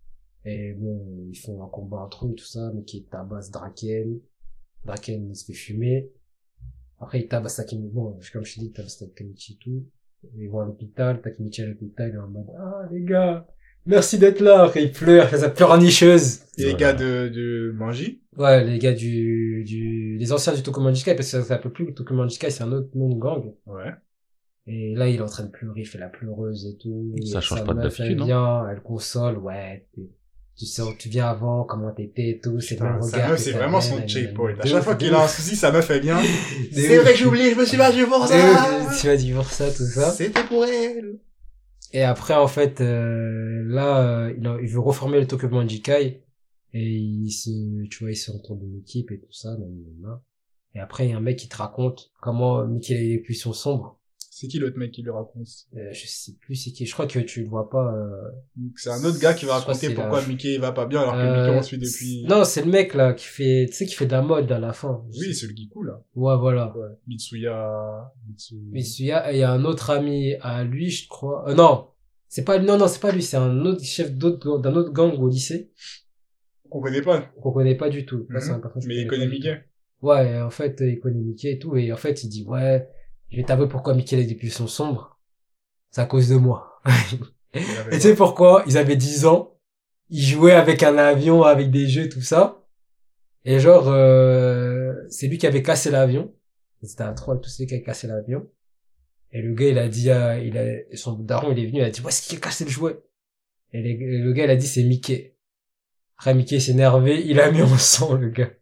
S3: Et bon, ils font un combat entre eux, tout ça, mais qui tabasse Draken. Draken, il se fait fumer. Après, il tabasse Takemichi. Bon, comme je t'ai dit, il tabasse Takemichi et tout. Ils vont à l'hôpital, Takemichi à l'hôpital, il est en mode, ah, les gars, merci d'être là. Après, il pleure, il fait sa pleurnicheuse.
S2: Et les gars de, de Manji?
S3: Ouais, les gars du, du, les anciens du Tokumanjikai, parce que ça s'appelle plus le Tokumanjikai, c'est un autre nom de gang.
S2: Ouais.
S3: Et là, il est en train de pleurer, il fait la pleureuse et tout.
S1: Ça
S3: Et
S1: change
S3: sa
S1: pas
S3: meuf,
S1: d'habitude,
S3: elle vient, elle console, ouais, t'es- tu sais, tu viens avant, comment t'étais et tout, c'est le même
S2: Sa
S3: regard.
S2: meuf,
S3: que
S2: c'est
S3: t'avais,
S2: vraiment son
S3: nanana,
S2: checkpoint. À
S3: de
S2: chaque
S3: ouf,
S2: fois
S3: de
S2: qu'il a un
S3: ouf.
S2: souci, sa meuf, elle vient.
S3: De
S2: C'est
S3: ouf.
S2: vrai que j'ai oublié, je me suis battu pour
S3: De
S2: ça.
S3: ouf, tu vas dire pour ça, tout ça.
S2: C'était pour elle.
S3: Et après, en fait, euh, là, euh, il, a- il veut reformer le Tokumanjikai. Et il se, tu vois, il s'entend de l'équipe et tout ça, nanana. Et après, il y a un mec qui te raconte comment Mickey a les pulsions sombres.
S2: C'est qui l'autre mec qui lui raconte?
S3: Euh, je sais plus c'est qui. Je crois que tu le vois pas. Euh...
S2: C'est un autre gars qui va
S3: Je crois
S2: raconter
S3: que c'est
S2: pourquoi
S3: la-
S2: Mickey va pas bien alors que
S3: Euh,
S2: Mickey on suit depuis...
S3: Non, c'est le mec là qui fait, tu sais, qui fait de la mode à la fin.
S2: Oui, c'est le Giku, là.
S3: Ouais, voilà.
S2: Ouais. Mitsuya... Mitsu...
S3: Mitsuya, et il y a un autre ami à lui, je crois. Euh, non, c'est pas, non, non, c'est pas lui. C'est un autre chef d'autre, d'un autre gang au lycée
S2: On connaît pas.
S3: qu'on connaît pas du tout. Là,
S2: Mhm.
S3: c'est un personnage
S2: Mais
S3: qu'on
S2: il
S3: connaît
S2: connaît
S3: pas du
S2: Mickey.
S3: tout. Ouais, en fait, il connaît Mickey et tout, et en fait, il dit ouais, je vais t'avouer pourquoi Mickey a des pulsions sombres. C'est à cause de moi.
S2: Il
S3: Et
S2: avait
S3: tu sais pourquoi? Ils avaient dix ans. Ils jouaient avec un avion, avec des jeux, tout ça. Et genre, euh, c'est lui qui avait cassé l'avion. C'était un troll, tout celui qui a cassé l'avion. Et le gars, il a dit, à, il a, son daron, il est venu, il a dit, où est-ce qu'il a cassé le jouet? Et les- le gars, il a dit, c'est Mickey. Après, Mickey s'est énervé, il a mis en sang, le gars.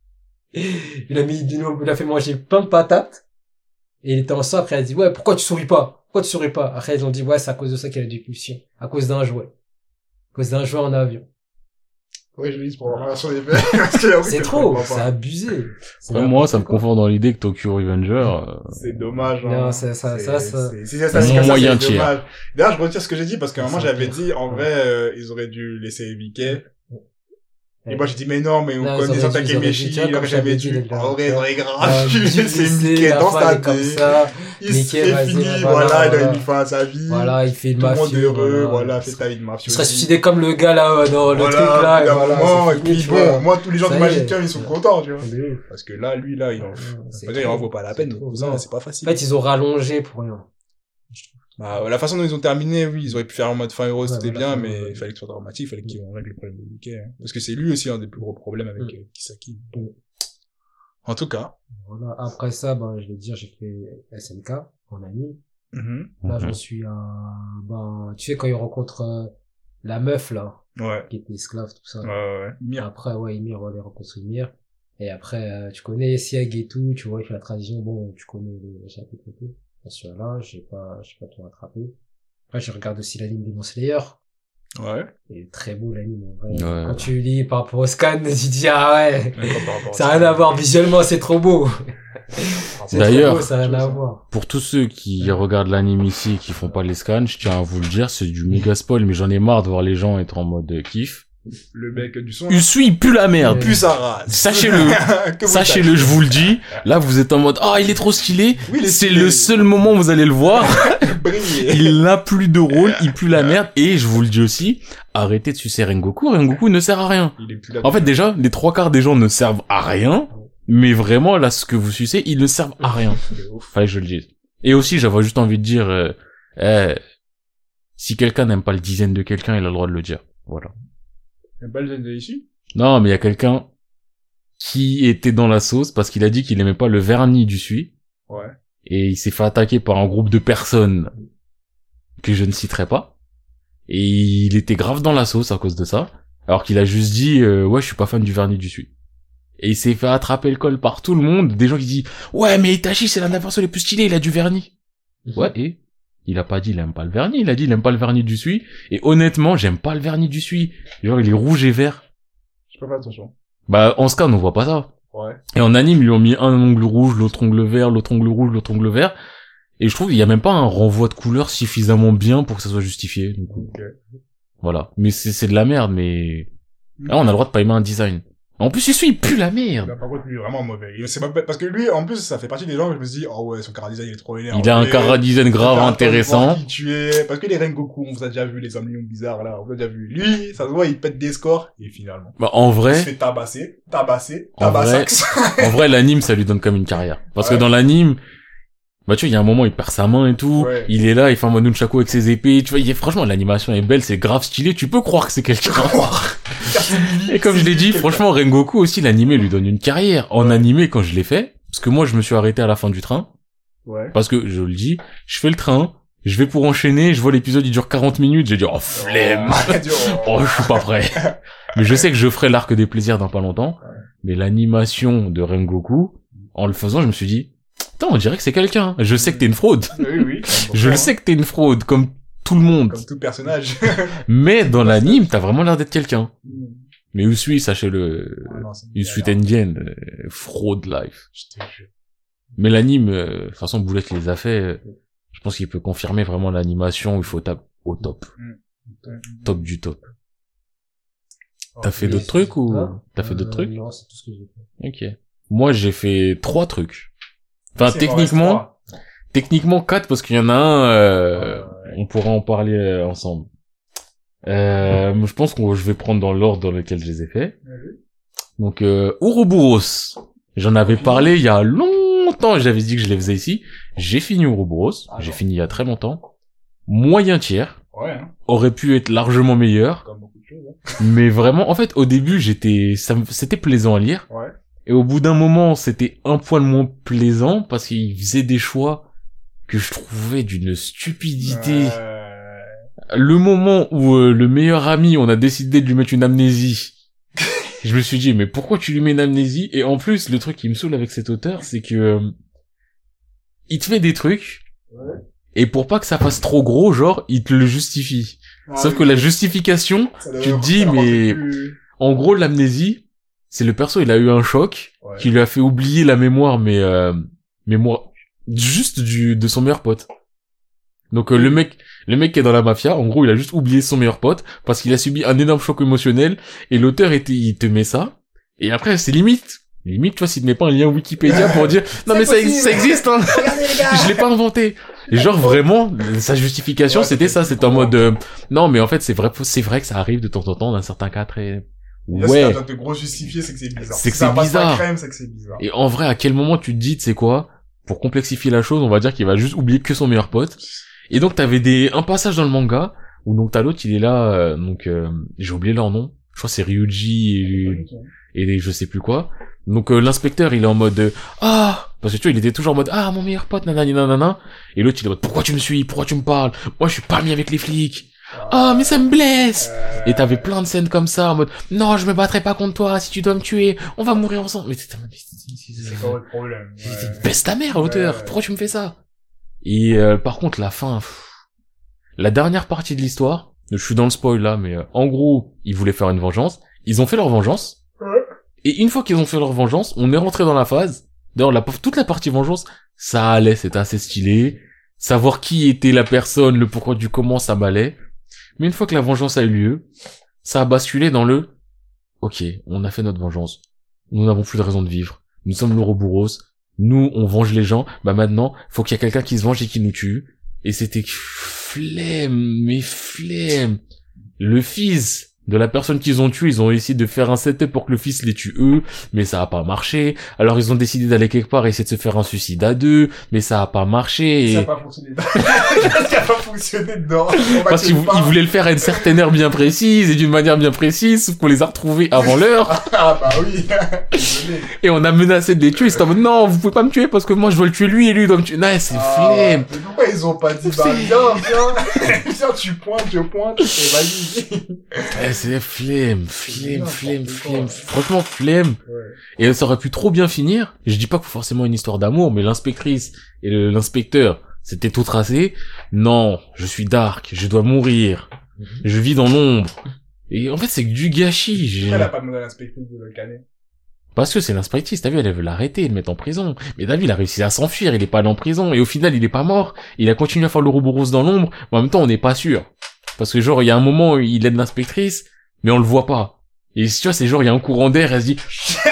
S3: Il a mis, il a fait manger plein de patates. Et il était en sang, après, il a dit, ouais, pourquoi tu souris pas? Pourquoi tu souris pas? Après, ils ont dit, ouais, c'est à cause de ça qu'il a des pulsions. À cause d'un jouet. À cause d'un jouet en avion.
S2: Ouais, je le dis pour la relation des pères. Parce que,
S3: C'est
S2: je
S3: trop,
S2: comprends
S3: c'est
S2: pas.
S3: abusé. C'est
S1: Ouais, moi, ça me
S3: n'importe quoi.
S1: conforte dans l'idée que Tokyo Revenger, euh,
S2: C'est dommage, hein.
S3: Non, ça- ça-
S2: C'est-
S3: ça, ça-
S2: c'est- Si c'est ça, c'est comme ça,
S1: Moyen
S2: c'est
S1: tiers.
S2: dommage. D'ailleurs, je retire ce que j'ai dit parce qu'à un moment,
S3: C'est
S2: j'avais
S3: pire.
S2: dit, en
S3: Ouais.
S2: vrai, euh, ils auraient dû laisser Mickey. Et
S3: Ouais.
S2: moi, j'ai dit, mais non, mais on
S3: Non, ils
S2: connaît
S3: auraient
S2: ça,
S3: dû- ils auraient dû,
S2: Takemeshi,
S3: tu vois,
S2: il
S3: comme
S2: aurait jamais
S3: j'avais dit,
S2: dû.
S3: les gars,
S2: En vrai,
S3: tu
S2: ils
S3: vois.
S2: auraient grave
S3: Euh,
S2: dû
S3: du
S2: laisser
S3: lycée,
S2: Mickey
S3: la
S2: dans
S3: fin,
S2: sa
S3: elle est comme
S2: tête.
S3: ça.
S2: Il
S3: Mickey,
S2: c'est
S3: vas-y,
S2: fini,
S3: voilà,
S2: voilà, il a
S3: voilà.
S2: mis fin à sa vie.
S3: Voilà, il fait le
S2: Tout le monde
S3: mafieux.
S2: est heureux,
S3: voilà.
S2: voilà, fais ta vie de
S3: Il
S2: mafieux.
S3: serait suicidé comme le gars là, euh, dans le
S2: Voilà,
S3: truc là, et
S2: d'un
S3: voilà,
S2: moment,
S3: c'est
S2: et
S3: fini,
S2: puis
S3: tu
S2: bon,
S3: vois.
S2: moi, tous les gens
S3: Ça
S2: de
S3: y est.
S2: Magicien, ils sont contents, tu vois.
S3: De ouf.
S2: Parce que là, lui, là, il en,
S3: C'est
S2: on va dire, il
S3: trop.
S2: en vaut pas la
S3: C'est
S2: peine.
S3: trop,
S2: Cousin,
S3: non.
S2: c'est pas
S3: En
S2: facile.
S3: fait, ils ont rallongé pour rien.
S2: Bah, la façon dont ils ont terminé, oui, ils auraient pu faire en mode fin heureuse,
S3: Ouais,
S2: c'était
S3: voilà,
S2: bien,
S3: ouais,
S2: mais
S3: ouais.
S2: il fallait que ce soit dramatique, il fallait qu'ils règlent le problème de Mickey. hein. Parce que c'est lui aussi un des plus gros problèmes avec
S3: Mm.
S2: euh, Kisaki.
S3: Mm.
S2: En tout cas.
S3: Voilà. Après ça, ben, je vais te dire, j'ai fait S N K en anime.
S2: Mhm.
S3: Là,
S1: Mhm.
S3: j'en suis à, ben, tu sais, quand il rencontre euh, la meuf, là,
S2: Ouais.
S3: qui était esclave, tout ça.
S2: Ouais, ouais, ouais.
S3: Et
S2: Mire.
S3: après, ouais, Ymir, on les rencontre Ymir. Et après, euh, tu connais Sieg et tout, tu vois, il fait la tradition, bon, tu connais le chapitre et tout. Bien sûr, là, j'ai pas, j'ai pas tout rattrapé. Après, je regarde aussi l'anime Demon Slayer.
S2: Ouais.
S3: Et très beau l'anime, en vrai.
S1: Ouais.
S3: Quand tu lis par rapport au scan, tu te dis, ah ouais,
S2: D'accord, par rapport à
S3: ça a rien à voir, visuellement, c'est trop beau. C'est
S1: D'ailleurs,
S3: trop beau, ça a rien à
S2: chose,
S3: voir.
S1: pour tous ceux qui regardent l'anime ici et qui font pas les scans, je tiens à vous le dire, c'est du méga spoil, mais j'en ai marre de voir les gens être en mode euh, kiff.
S2: Le mec du son.
S1: Usui, il pue la merde.
S2: Plus sa race.
S1: Sachez-le.
S2: Que vous
S1: Sachez-le, je vous le dis. Là, vous êtes en mode, ah, il est trop stylé.
S2: Oui, il est
S1: C'est
S2: stylé.
S1: le seul moment où vous allez le voir.
S2: briller.
S1: Il n'a plus de rôle, il pue la merde. Et je vous le dis aussi, arrêtez de sucer Rengoku. Rengoku ne sert à rien.
S2: Il est plus là.
S1: En fait, déjà, les trois quarts des gens ne servent à rien. Mais vraiment, là, ce que vous sucez, ils ne servent à rien.
S2: De ouf.
S1: Fallait que je le dise. Et aussi, j'avais juste envie de dire, euh, eh, si quelqu'un n'aime pas le design de quelqu'un, il a le droit de le dire. Voilà.
S2: T'aimes pas le gène de ici?
S1: Non, mais il y a quelqu'un qui était dans la sauce parce qu'il a dit qu'il aimait pas le vernis du Sui.
S2: Ouais.
S1: Et il s'est fait attaquer par un groupe de personnes que je ne citerai pas. Et il était grave dans la sauce à cause de ça. Alors qu'il a juste dit, euh, ouais, je suis pas fan du vernis du Sui. Et il s'est fait attraper le col par tout le monde. Des gens qui disent, ouais, mais Itachi, c'est l'un des persos les plus stylés, il a du vernis. Ouais, et il a pas dit il aime pas le vernis, il a dit il aime pas le vernis du Sui. Et honnêtement, j'aime pas le vernis du Sui. Genre, il est rouge et vert.
S2: Je peux pas attention.
S1: Bah, en scan, on voit pas ça.
S2: Ouais.
S1: Et en anime, ils lui ont mis un ongle rouge, l'autre ongle vert, l'autre ongle rouge, l'autre ongle vert. Et je trouve qu'il y a même pas un renvoi de couleur suffisamment bien pour que ça soit justifié. Donc,
S2: Ok.
S1: voilà. Mais c'est, c'est de la merde, mais... Là, on a le droit de pas aimer un design. En plus, celui il pue la merde.
S2: Bah, par contre, lui, est vraiment mauvais. Et c'est pas, parce que lui, en plus, ça fait partie des gens où je me suis dit, oh ouais, son chara-design, il est trop énervé.
S1: Il a un chara-design grave intéressant.
S2: Qui tu es. Parce que les Rengoku, on vous a déjà vu, les hommes lions bizarres, là, on vous a déjà vu. Lui, ça se voit, il pète des scores, et finalement.
S1: Bah, en vrai.
S2: Il se fait tabasser, tabasser,
S1: En vrai,
S2: tabassax.
S1: en vrai, l'anime, ça lui donne comme une carrière. Parce
S2: Ouais.
S1: que dans l'anime, bah, tu vois, il y a un moment, il perd sa main et tout.
S2: Ouais.
S1: Il est là, il fait un mode nunchaku avec ses épées. Tu vois, il est, franchement, l'animation est belle, c'est grave stylé. Tu peux croire que c'est quelqu'un. Et comme je l'ai dit, franchement, Rengoku aussi, l'animé lui donne une carrière. En
S2: Ouais.
S1: animé, quand je l'ai fait, parce que moi, je me suis arrêté à la fin du train.
S2: Ouais.
S1: Parce que, je le dis, je fais le train, je vais pour enchaîner, je vois l'épisode, il dure quarante minutes, j'ai dit, oh, flemme. Oh, je suis pas prêt. Mais je sais que je ferai l'arc des plaisirs dans pas longtemps.
S2: Ouais.
S1: Mais l'animation de Rengoku, en le faisant, je me suis dit, putain, on dirait que c'est quelqu'un. Je sais que t'es une fraude.
S2: Oui, oui.
S1: Je le sais que t'es une fraude, comme tout le monde.
S2: Comme tout personnage.
S1: Mais dans l'anime, t'as vraiment l'air d'être quelqu'un. Mais Usui, sachez-le,
S2: Ah non, c'est une
S1: Usui
S2: galère.
S1: Tengen, euh, fraude life.
S2: Je te jure.
S1: Mais l'anime, euh, de toute façon, Boulette les a fait, euh, je pense qu'il peut confirmer vraiment l'animation, il faut taper au top. Top du top. T'as fait
S3: mais
S1: d'autres
S3: c'est-
S1: trucs ou
S3: Ah,
S1: t'as fait d'autres
S3: euh,
S1: trucs?
S3: Non, c'est tout ce que j'ai fait.
S1: Ok. Moi, j'ai fait trois trucs. Enfin,
S2: C'est- il m'en reste
S1: techniquement,
S2: trois.
S1: techniquement quatre parce qu'il y en a un, euh,
S2: Ouais, ouais.
S1: on pourra en parler euh, ensemble. Euh, je pense que je vais prendre dans l'ordre dans lequel je les ai faits.
S2: Ouais.
S1: Donc, euh, Ouroboros. J'en avais parlé il y a longtemps, j'avais dit que je les faisais ici. J'ai fini Ouroboros,
S2: Ah
S1: j'ai
S2: bon.
S1: fini il y a très longtemps. Moyen tiers,
S2: Ouais, hein.
S1: aurait pu être largement meilleur,
S2: Comme beaucoup de choses, hein.
S1: mais vraiment, en fait, au début, j'étais, ça, me- c'était plaisant à lire.
S2: Ouais.
S1: Et au bout d'un moment, c'était un poil moins plaisant parce qu'il faisait des choix que je trouvais d'une stupidité.
S2: Euh...
S1: Le moment où euh, le meilleur ami, on a décidé de lui mettre une amnésie, je me suis dit, mais pourquoi tu lui mets une amnésie? Et en plus, le truc qui me saoule avec cet auteur, c'est que euh, il te fait des trucs,
S2: Ouais.
S1: et pour pas que ça fasse trop gros, genre, il te le justifie.
S2: Ah,
S1: Sauf
S2: oui.
S1: que la justification,
S2: Ça
S1: tu te
S2: devrait
S1: dis,
S2: faire un
S1: mais-
S2: peu plus-
S1: en gros, l'amnésie, c'est le perso, il a eu un choc,
S2: Ouais.
S1: qui lui a fait oublier la mémoire, mais euh, mémoire juste du de son meilleur pote. Donc euh, le mec, le mec qui est dans la mafia, en gros, il a juste oublié son meilleur pote parce qu'il a subi un énorme choc émotionnel et l'auteur était, il te met ça. Et après, c'est limite, limite, tu vois, s'il te met pas un lien Wikipédia pour dire non
S2: C'est
S1: mais ça,
S2: possible.
S1: ex- ça existe, hein.
S2: Regardez les gars.
S1: Je l'ai pas inventé. Et genre vraiment, sa justification,
S2: Ouais,
S1: c'était
S2: c'était
S1: ça, c'était en
S2: trop
S1: mode euh, non mais en fait c'est vrai, c'est vrai que ça arrive de temps en temps dans certains cas très
S2: Là, si
S1: ouais.
S2: t'as besoin de te gros justifier, c'est que c'est bizarre.
S1: C'est que
S2: Si ça
S1: c'est
S2: passe pas
S1: bizarre.
S2: crème, c'est que c'est bizarre.
S1: Et en vrai, à quel moment tu te dis, tu sais quoi, pour complexifier la chose, on va dire qu'il va juste oublier que son meilleur pote. Et donc t'avais des un passage dans le manga où donc t'as l'autre, il est là, euh, donc euh, j'ai oublié leur nom. Je crois que c'est Ryuji et, et je sais plus quoi. Donc euh, l'inspecteur, il est en mode euh, ah, parce que tu vois, il était toujours en mode ah mon meilleur pote, nanani nanana. Et l'autre, il est en mode pourquoi tu me suis, pourquoi tu me parles, moi je suis pas ami avec les flics. Ah mais ça me blesse.
S2: Euh,
S1: Et t'avais plein de scènes comme ça en mode non je me battrai pas contre toi si tu dois me tuer on va mourir ensemble mais t'es
S2: C'est quoi votre problème? Ouais.
S1: baisse ta mère auteur
S2: Ouais.
S1: pourquoi tu me fais ça et euh, par contre la fin pff, la dernière partie de l'histoire je suis dans le spoil là mais euh, en gros ils voulaient faire une vengeance ils ont fait leur vengeance
S2: Ouais.
S1: et une fois qu'ils ont fait leur vengeance on est rentré dans la phase d'ailleurs la, toute la partie vengeance ça allait c'était assez stylé savoir qui était la personne le pourquoi du comment ça m'allait. Mais une fois que la vengeance a eu lieu, ça a basculé dans le « Ok, on a fait notre vengeance. Nous n'avons plus de raison de vivre. Nous sommes l'Ouroboros. Nous, on venge les gens. Bah maintenant, faut qu'il y ait quelqu'un qui se venge et qui nous tue. » Et c'était flemme, mais flemme. Le fils de la personne qu'ils ont tué, ils ont essayé de faire un setup pour que le fils les tue eux, mais ça a pas marché. Alors ils ont décidé d'aller quelque part et essayer de se faire un suicide à deux, mais ça a pas marché.
S2: Ça a
S1: Et...
S2: pas fonctionné. Ça a pas fonctionné dedans. On va
S1: Parce
S2: que
S1: qu'ils
S2: pas.
S1: ils voulaient le faire à une certaine heure bien précise et d'une manière bien précise, sauf qu'on les a retrouvés avant l'heure
S2: Ah bah oui. Désolé.
S1: et on a menacé de les tuer. C'était en mode non, vous pouvez pas me tuer parce que moi je veux le tuer lui et lui il doit me tuer. Non, c'est
S2: Ah,
S1: flemme.
S2: mais pourquoi ils ont pas dit bah
S1: C'est-
S2: viens, viens. Viens, tu pointes, je pointe, et vas-y.
S1: Eh, c'est flemme, flemme,
S2: n'importe
S1: flemme,
S2: quoi.
S1: flemme. Franchement flemme.
S2: Ouais.
S1: Et ça aurait pu trop bien finir. Je dis pas que forcément une histoire d'amour, mais l'inspectrice et le- l'inspecteur, c'était tout tracé. Non, je suis dark, je dois mourir. Je vis dans l'ombre. Et en fait, c'est que du gâchis. j'ai-
S2: Pourquoi elle a pas demandé à l'inspectrice de le canner?
S1: Parce que c'est l'inspectrice, t'as vu, elle veut l'arrêter et le mettre en prison. Mais t'as vu, il a réussi à s'enfuir, il est pas allé en prison. Et au final, il est pas mort. Il a continué à faire l'Ouroboros dans l'ombre. Mais en même temps, on n'est pas sûr. Parce que genre, il y a un moment où il aide l'inspectrice, mais on le voit pas. Et tu vois, c'est genre, il y a un courant d'air, elle se dit,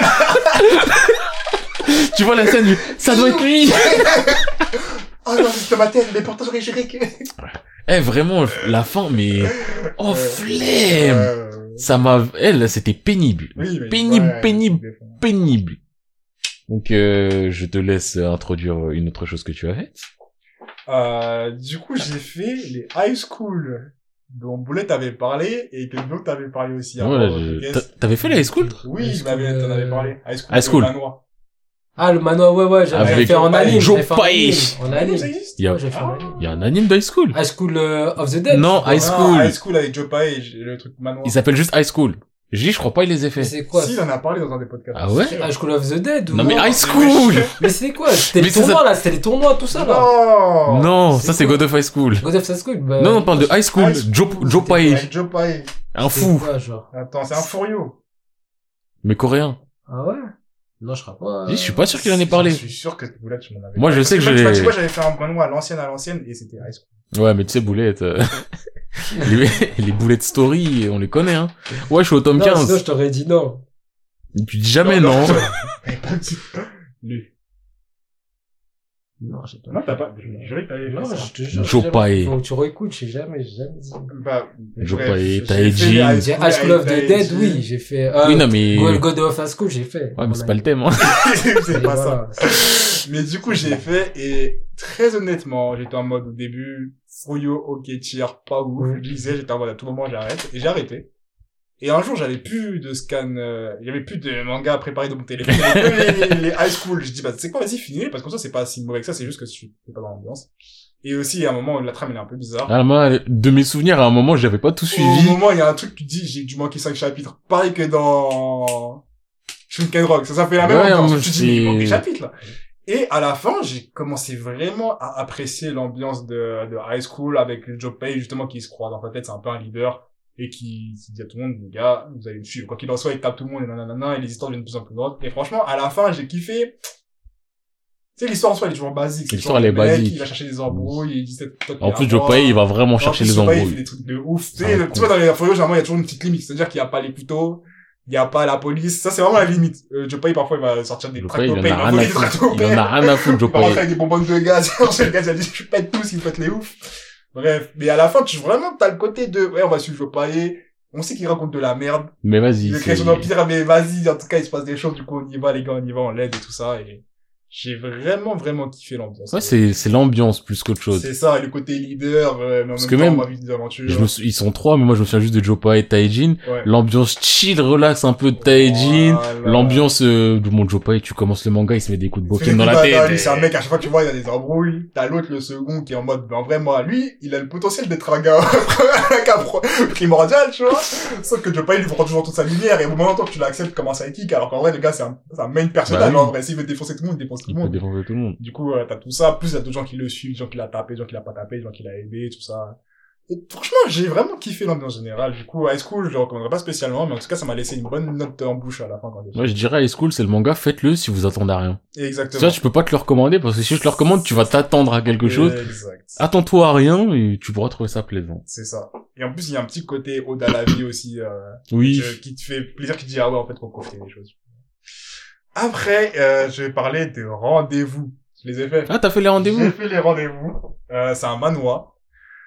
S1: tu vois la scène, du, ça doit être lui!
S2: Oh non, c'est ma tête, mais pourtant j'aurais géré que...
S1: Eh, vraiment, la fin, mais, oh,
S2: Euh,
S1: flemme!
S2: euh,
S1: Ça m'a, elle, c'était pénible.
S2: Oui, mais
S1: Pénible,
S2: ouais,
S1: pénible,
S2: je défends.
S1: pénible. Donc, euh, je te laisse introduire une autre chose que tu as faite.
S2: Euh, du coup, j'ai fait les high school dont Boulette avait parlé et que d'autres t'avaient parlé aussi.
S1: Ouais,
S2: avant,
S1: je-
S2: Guess.
S1: t'a- T'avais fait la high school?
S2: Oui,
S3: High
S2: il m'avait,
S3: school,
S2: t'en avais
S3: euh,
S2: parlé. High school.
S1: High school.
S2: Le manoir.
S3: Ah, le manoir, ouais, ouais, j'avais
S1: Avec
S3: fait en anime.
S1: Joe
S3: j'avais fait en
S1: Pae.
S3: anime, En anime.
S2: Ça existe?
S1: Il y a,
S3: Ouais, j'ai fait en anime.
S1: il y a un anime d'high school.
S3: High School euh, of the Dead.
S1: Non,
S3: je crois.
S1: High
S2: Ah,
S1: School.
S2: High school avec Joe Pae et le truc manoir.
S1: Il s'appelle juste high school. J'ai dit, je crois pas il les ait
S3: Mais
S1: fait.
S3: c'est quoi?
S2: Si, il en a parlé dans un des podcasts.
S1: Ah ouais?
S3: High School of the Dead ou
S1: Non, mais
S3: non?
S1: high school!
S3: Mais c'est quoi? C'était
S1: Mais
S3: les
S1: ça,
S3: tournois,
S1: ça-
S3: là, c'était les tournois, tout ça, là.
S2: Non!
S1: Non,
S3: c'est
S1: ça c'est
S3: quoi?
S1: God of High School.
S3: God of High School, bah...
S1: Non, on parle de high school.
S2: High school,
S1: Joe, Joe
S3: c'était
S1: Pae.
S2: Avec Joe Pae.
S1: Un
S3: C'était
S1: fou.
S3: quoi, genre?
S2: Attends, c'est un furio.
S1: Mais coréen.
S3: Ah ouais? Non, je crois pas.
S1: Je suis pas sûr qu'il en ait parlé.
S2: Je suis sûr que Boulette, tu m'en avais
S1: Moi, je
S2: parlé.
S1: sais que
S2: Parce
S1: j'ai-
S2: Tu vois, j'avais fait un manoir à l'ancienne, à l'ancienne, et c'était high school.
S1: Ouais, mais tu sais, Boulette, euh, les, les Bullet Story, on les connaît, hein. Ouais, je suis au tome
S3: Non, sinon,
S1: quinze.
S3: je t'aurais dit non.
S1: Tu dis jamais non.
S2: Mais pas du- Lui.
S3: Non, j'ai pas.
S2: Non, t'as pas, je jurais que t'avais fait
S3: Non,
S2: ça.
S3: je te jure.
S1: Joe
S3: j'ai
S1: Pae.
S3: jamais- Faut que tu réécoutes, j'ai jamais, j'ai jamais dit.
S2: Bah,
S1: Joe
S2: bref,
S1: Pae,
S2: j'ai
S1: t'as
S2: fait
S1: Edgy.
S2: les high
S3: J'ai
S2: school
S3: High School of the
S2: avec
S3: Dead,
S2: Edgy.
S3: oui, j'ai fait, euh,
S1: Oui, non, mais,
S3: God,
S1: ouais,
S3: God of High School, j'ai fait.
S1: mais c'est pas le thème, hein.
S2: C'est
S3: Et
S2: pas
S3: voilà.
S2: ça. Mais du coup, j'ai fait, et très honnêtement, j'étais en mode au début, fouillot, ok, tir, pas ouf. Je lisais, j'étais en mode à tout moment, j'arrête. Et j'ai arrêté. Et un jour, j'avais plus de scan, euh, il y avait plus de manga préparé de mon téléphone. Il y avait que les, les high school. Je dis, bah, c'est quoi, vas-y, finis, parce que comme ça, c'est pas si mauvais que ça, c'est juste que je suis pas dans l'ambiance. Et aussi, à un moment, la trame, elle est un peu bizarre.
S1: Ah, moi, de mes souvenirs, à un moment, j'avais pas tout
S2: Au
S1: suivi.
S2: moment, il y a un truc, tu dis, j'ai dû manquer cinq chapitres. Pareil que dans Shunken Rock. Ça, ça fait la même
S1: Ouais,
S2: ambiance.
S1: moi,
S2: Tu te dis, mais il manque des
S1: c'est-
S2: chapitres, là. Et à la fin, j'ai commencé vraiment à apprécier l'ambiance de, de high school avec Joe Pae, justement, qui se croit dans sa tête, c'est un peu un leader, et qui se dit à tout le monde, les gars, vous allez me suivre. Quoi qu'il en soit, il tape tout le monde, et nanana, et les histoires deviennent de plus en plus grandes. Et franchement, à la fin, j'ai kiffé. Tu sais, l'histoire en soi, elle est toujours basique. C'est
S1: L'histoire,
S2: toujours
S1: elle est
S2: le mec,
S1: basique.
S2: Il va chercher des embrouilles, il dit, c'est toi qui
S1: En
S2: es
S1: plus,
S2: à
S1: Joe
S2: moi.
S1: Pae, il va vraiment
S2: En
S1: chercher
S2: plus,
S1: les
S2: Joe Pae, il fait
S1: embrouilles.
S2: des trucs de ouf. Tu
S1: Ah,
S2: sais,
S1: con.
S2: tu vois, dans les folios, généralement, il y a toujours une petite limite. C'est-à-dire qu'il n'y a pas les couteaux, il n'y a pas la police. Ça, c'est vraiment la limite. Euh, Joe Pae, parfois, il va sortir des
S1: Joe Pae, il en
S2: tractopelles, il
S1: a
S2: va
S1: rien
S2: voler
S1: à
S2: des
S1: foutre. Il
S2: tractopelles.
S1: en a rien à foutre, Joe
S2: Il va rentrer
S1: Pae.
S2: avec des bonbonnes de gaz. Le gars, il a dit, je pète tous, il pète les ouf. Bref. Mais à la fin, tu, vraiment, t'as le côté de, ouais, on va suivre Joe Pae. On sait qu'il raconte de la merde.
S1: Mais vas-y.
S2: Il veut
S1: c'est-
S2: créer son empire, mais vas-y, en tout cas, il se passe des choses. Du coup, on y va, les gars, on y va, on l'aide et tout ça. Et j'ai vraiment, vraiment kiffé l'ambiance.
S1: Ouais, c'est, c'est l'ambiance plus qu'autre chose.
S2: C'est ça, et le côté leader, euh, mais en
S1: Parce
S2: même
S1: que
S2: temps,
S1: même-
S2: on va vivre des aventures.
S1: Je me sou- ils sont trois, mais moi je me souviens juste de Joe Pae et Taejin.
S2: Ouais.
S1: L'ambiance chill, relax un peu de Taejin.
S2: Voilà.
S1: L'ambiance euh, de mon Joe Pae, tu commences le manga, il se met des coups de
S2: C'est
S1: boken dans
S2: des
S1: la
S2: coups d'adrénaline,
S1: tête.
S2: C'est un mec, à chaque fois que tu vois, il y a des embrouilles. T'as l'autre, le second, qui est en mode, ben, en vrai, moi, lui, il a le potentiel d'être un gars, un gars pro- primordial, tu vois. Sauf que Joe Pae, il lui prend toujours toute sa lumière, et au moment où tu l'acceptes comme un sidekick, alors qu'en vrai, le gars, c'est un, c'est un main personnage,
S1: Bah oui.
S2: en vrai. S'il veut défoncer tout le monde, il défonce tout
S1: Il
S2: le
S1: peut
S2: monde.
S1: défoncer tout le monde.
S2: Du coup, euh, t'as tout ça, plus il y a d'autres gens qui le suivent, des gens qui l'a tapé, des gens qui l'a pas tapé, des gens qui l'a aidé, tout ça. Et franchement, j'ai vraiment kiffé l'ambiance générale. Du coup, High School, je le recommanderais pas spécialement, mais en tout cas, ça m'a laissé une bonne note en bouche à la fin quand j'ai
S1: Moi je dirais High School, c'est le manga, faites-le si vous attendez à rien.
S2: Exactement.
S1: Ça, je peux pas te le recommander parce que si je te le recommande, tu vas t'attendre à quelque chose.
S2: Exact.
S1: Attends-toi à rien et tu pourras trouver ça plaisant.
S2: C'est ça. Et en plus, il y a un petit côté ode à la vie aussi, euh,
S1: Oui.
S2: que- qui te fait plaisir, qui te dit, ah ouais, en fait, faut profiter des choses. Après, euh, je vais parler de rendez-vous. Je les ai fait.
S1: Ah, t'as fait les
S2: J'ai
S1: rendez-vous?
S2: fait les rendez-vous. Euh, c'est un manoir,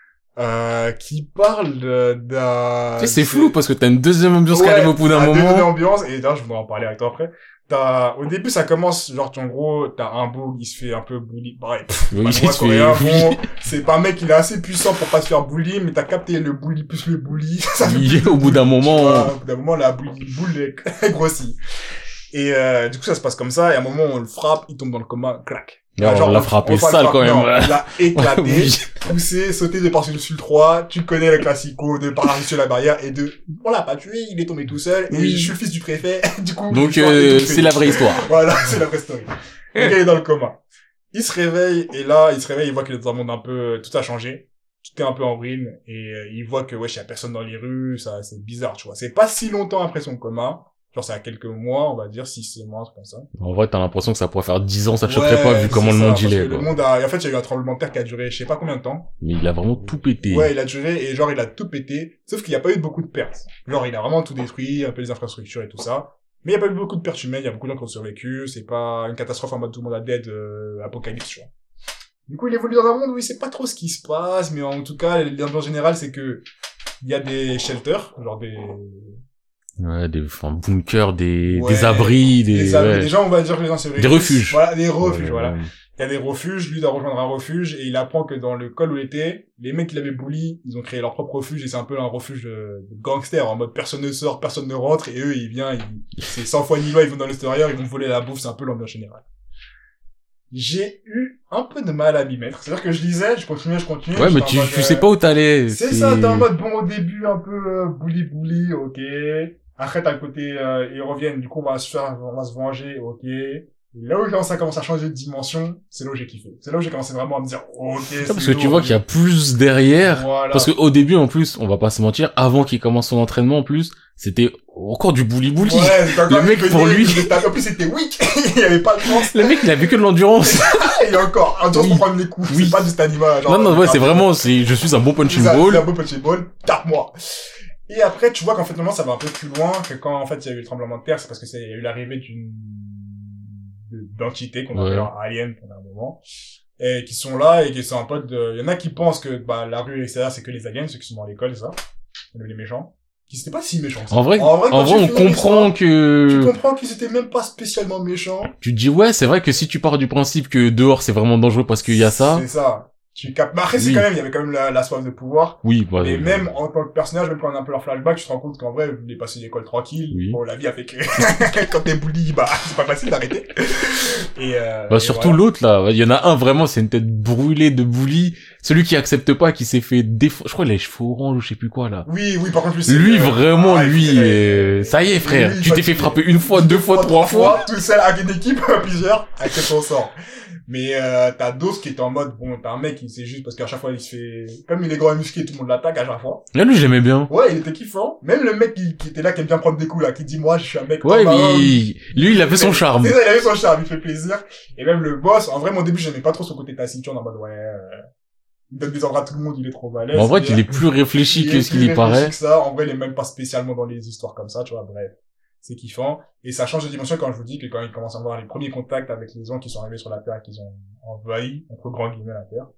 S2: euh, qui parle de- d'un...
S1: Tu sais, c'est flou parce que t'as une deuxième ambiance qui
S2: Ouais,
S1: arrive au bout d'un
S2: à deux
S1: moment.
S2: ambiance, et d'ailleurs, je voudrais en parler avec toi après. T'as, au début, ça commence, genre, tu- en gros, t'as un beau qui se fait un peu bully. Bref,
S1: Oui,
S2: manoir
S1: il se fait-
S2: coréen,
S1: oui.
S2: bon, c'est pas un mec, il est assez puissant pour pas se faire bully, mais t'as capté le bully plus le bully. Ça fait
S1: Oui,
S2: plus de
S1: au bout d'un
S2: bully, tu
S1: moment,
S2: vois. Au bout d'un moment, la bully, boule est grossie. Et, euh, du coup, ça se passe comme ça, et à un moment, on le frappe, il tombe dans le coma, clac.
S1: Non, on l'a frappé
S2: va le
S1: sale, quand
S2: frapper,
S1: même.
S2: non, on l'a éclaté,
S1: Oui.
S2: poussé, sauté de par-dessus le trois, tu connais le classico de par-dessus la barrière, et de, on l'a pas tué, il est tombé tout seul, et
S1: Oui.
S2: je suis le fils du préfet, du coup.
S1: Donc,
S2: l'histoire est
S1: euh,
S2: toute
S1: c'est la vraie histoire.
S2: Voilà, c'est la vraie story. Le gars est dans le coma. Il se réveille, et là, il se réveille, il voit qu'il est dans un monde un peu, tout a changé. Tout est un peu en ruine, et euh, il voit que, wesh, il y a personne dans les rues, ça, c'est bizarre, tu vois. C'est pas si longtemps après son coma. Genre, c'est à quelques mois, on va dire, six, six mois, un truc comme ça.
S1: En vrai, t'as l'impression que ça pourrait faire dix ans, ça te choquerait
S2: Ouais,
S1: pas, vu comment
S2: c'est
S1: le
S2: ça,
S1: monde il
S2: parce
S1: est,
S2: que
S1: quoi.
S2: Le monde a, en fait, il y a eu un tremblement de terre qui a duré, je sais pas combien de temps.
S1: Mais il a vraiment tout pété.
S2: Ouais, il a duré, et genre, il a tout pété. Sauf qu'il n'y a pas eu beaucoup de pertes. Genre, il a vraiment tout détruit, un peu les infrastructures et tout ça. Mais il n'y a pas eu beaucoup de pertes humaines, il y a beaucoup de gens qui ont survécu, c'est pas une catastrophe en mode tout le monde a dead, euh, apocalypse, tu vois. Du coup, il évolue dans un monde où il sait pas trop ce qui se passe, mais en tout cas, l'ambiance générale, c'est que il y a des shelters, genre des,
S1: Ouais, des, enfin, bunkers, des,
S2: Ouais,
S1: des abris, des,
S2: des, abris,
S1: ouais.
S2: des gens, on va dire que les gens, c'est vrai.
S1: Des refuges.
S2: Voilà, des refuges,
S1: Ouais,
S2: voilà.
S1: ouais.
S2: Il y a des refuges, lui doit rejoindre un refuge, et il apprend que dans le col où il était, les mecs qui l'avaient bully, ils ont créé leur propre refuge, et c'est un peu un refuge de de gangsters, en mode personne ne sort, personne ne rentre, et eux, ils viennent, ils, c'est sans foi ni loi, ils vont dans l'extérieur, ils vont voler la bouffe, c'est un peu l'ambiance générale. J'ai eu un peu de mal à m'y mettre. C'est-à-dire que je lisais, je continuais, je continuais.
S1: Ouais, mais
S2: j'étais
S1: tu,
S2: en mode,
S1: tu
S2: euh,
S1: sais pas où t'allais.
S2: C'est ça, t'es en mode, bon, au début, un peu, euh, bully, bully, ok. Après, t'as le côté, euh, ils reviennent, du coup, on va se faire, on va se venger, ok. Et là où ça commence à changer de dimension, c'est là où j'ai kiffé. C'est là où j'ai commencé vraiment à me dire, ok,
S1: Ah,
S2: c'est
S1: parce que tu
S2: lourd,
S1: vois qu'il y a plus derrière.
S2: Voilà.
S1: Parce que au début, en plus, on va pas se mentir, avant qu'il commence son entraînement, en plus, c'était encore du bully bully.
S2: Ouais, c'est encore
S1: Le mec,
S2: que
S1: pour
S2: des-
S1: lui-
S2: des- En plus, c'était weak. Il y avait pas de chance.
S1: Le mec, il a vu que de l'endurance.
S2: Et encore, un tour
S1: Oui.
S2: pour prendre les coups.
S1: Oui.
S2: C'est pas juste animal, genre.
S1: non, non, ouais, c'est
S2: ah,
S1: vraiment, c'est, je suis un bon punching
S2: C'est ça,
S1: ball.
S2: c'est un beau punching ball. Tape-moi. Et après, tu vois qu'en fait, normalement, ça va un peu plus loin que quand, en fait, il y a eu le tremblement de terre, c'est parce que c'est, il y a eu l'arrivée d'une, de- d'entités qu'on
S1: Ouais.
S2: appelle un alien pendant un moment. Et qui sont là et qui sont un peu de, il y en a qui pensent que, bah, la rue extérieure, c'est que les aliens, ceux qui sont dans l'école, ça. Les méchants. Qui c'était pas si méchants. ça.
S1: En vrai,
S2: en vrai,
S1: en
S2: quand
S1: vrai,
S2: tu
S1: on
S2: finis
S1: comprend
S2: l'histoire, Tu
S1: que,
S2: comprends qu'ils étaient même pas spécialement méchants.
S1: tu te dis, ouais, c'est vrai que si tu pars du principe que dehors, c'est vraiment dangereux parce qu'il y a ça.
S2: C'est ça. Tu captes. Mais après, c'est
S1: Oui.
S2: quand même, il y avait quand même la, la soif de pouvoir.
S1: Oui, bah,
S2: Et
S1: euh,
S2: même en tant que personnage, même quand on a un peu leur flashback, tu te rends compte qu'en vrai, il est passé l'école tranquille.
S1: Oui.
S2: Bon, la vie a fait que quand t'es bully, bah, c'est pas facile d'arrêter. Et euh,
S1: bah,
S2: et
S1: surtout
S2: voilà.
S1: l'autre, là. Il y en a un, vraiment, c'est une tête brûlée de bully. Celui qui accepte pas, qui s'est fait défendre. Je crois qu'il a les cheveux orange ou je sais plus quoi, là.
S2: Oui, oui, par contre, lui, c'est
S1: Lui,
S2: euh,
S1: vraiment,
S2: ah, il
S1: lui,
S2: faut-
S1: euh, ça y est, frère.
S2: Lui,
S1: tu t'es fait
S2: fatigué.
S1: frapper une fois, deux fois, trois fois.
S2: Tout seul avec une équipe, plusieurs, avec son sort. Mais euh, t'as d'autres qui étaient en mode, bon, t'as un mec qui c'est juste parce qu'à chaque fois il se fait, comme il est grand et musclé, tout le monde l'attaque à chaque fois.
S1: Là, lui, j'aimais bien.
S2: Ouais, il était kiffant. Même le mec qui, qui était là, qui aime bien prendre des coups, là, qui dit, moi, je suis un mec.
S1: Ouais,
S2: homme à homme.
S1: mais lui, il avait son charme.
S2: C'est ça, il avait son charme, il fait plaisir. Et même le boss, en vrai, moi, au début, j'aimais pas trop son côté taciturne, en mode, ouais, euh, il donne des ordres à tout le monde, il est trop balèze.
S1: Mais en vrai,
S2: Et,
S1: il est plus réfléchi
S2: il
S1: que
S2: est
S1: ce qu'il
S2: plus
S1: y paraît.
S2: réfléchi que ça. En vrai, il est même pas spécialement dans les histoires comme ça, tu vois, bref. C'est kiffant. Et ça change de dimension quand je vous dis que quand il commence à avoir les premiers contacts avec les gens qui sont arrivés sur la Terre et qui ont envahi, entre grands guillemets, la Terre.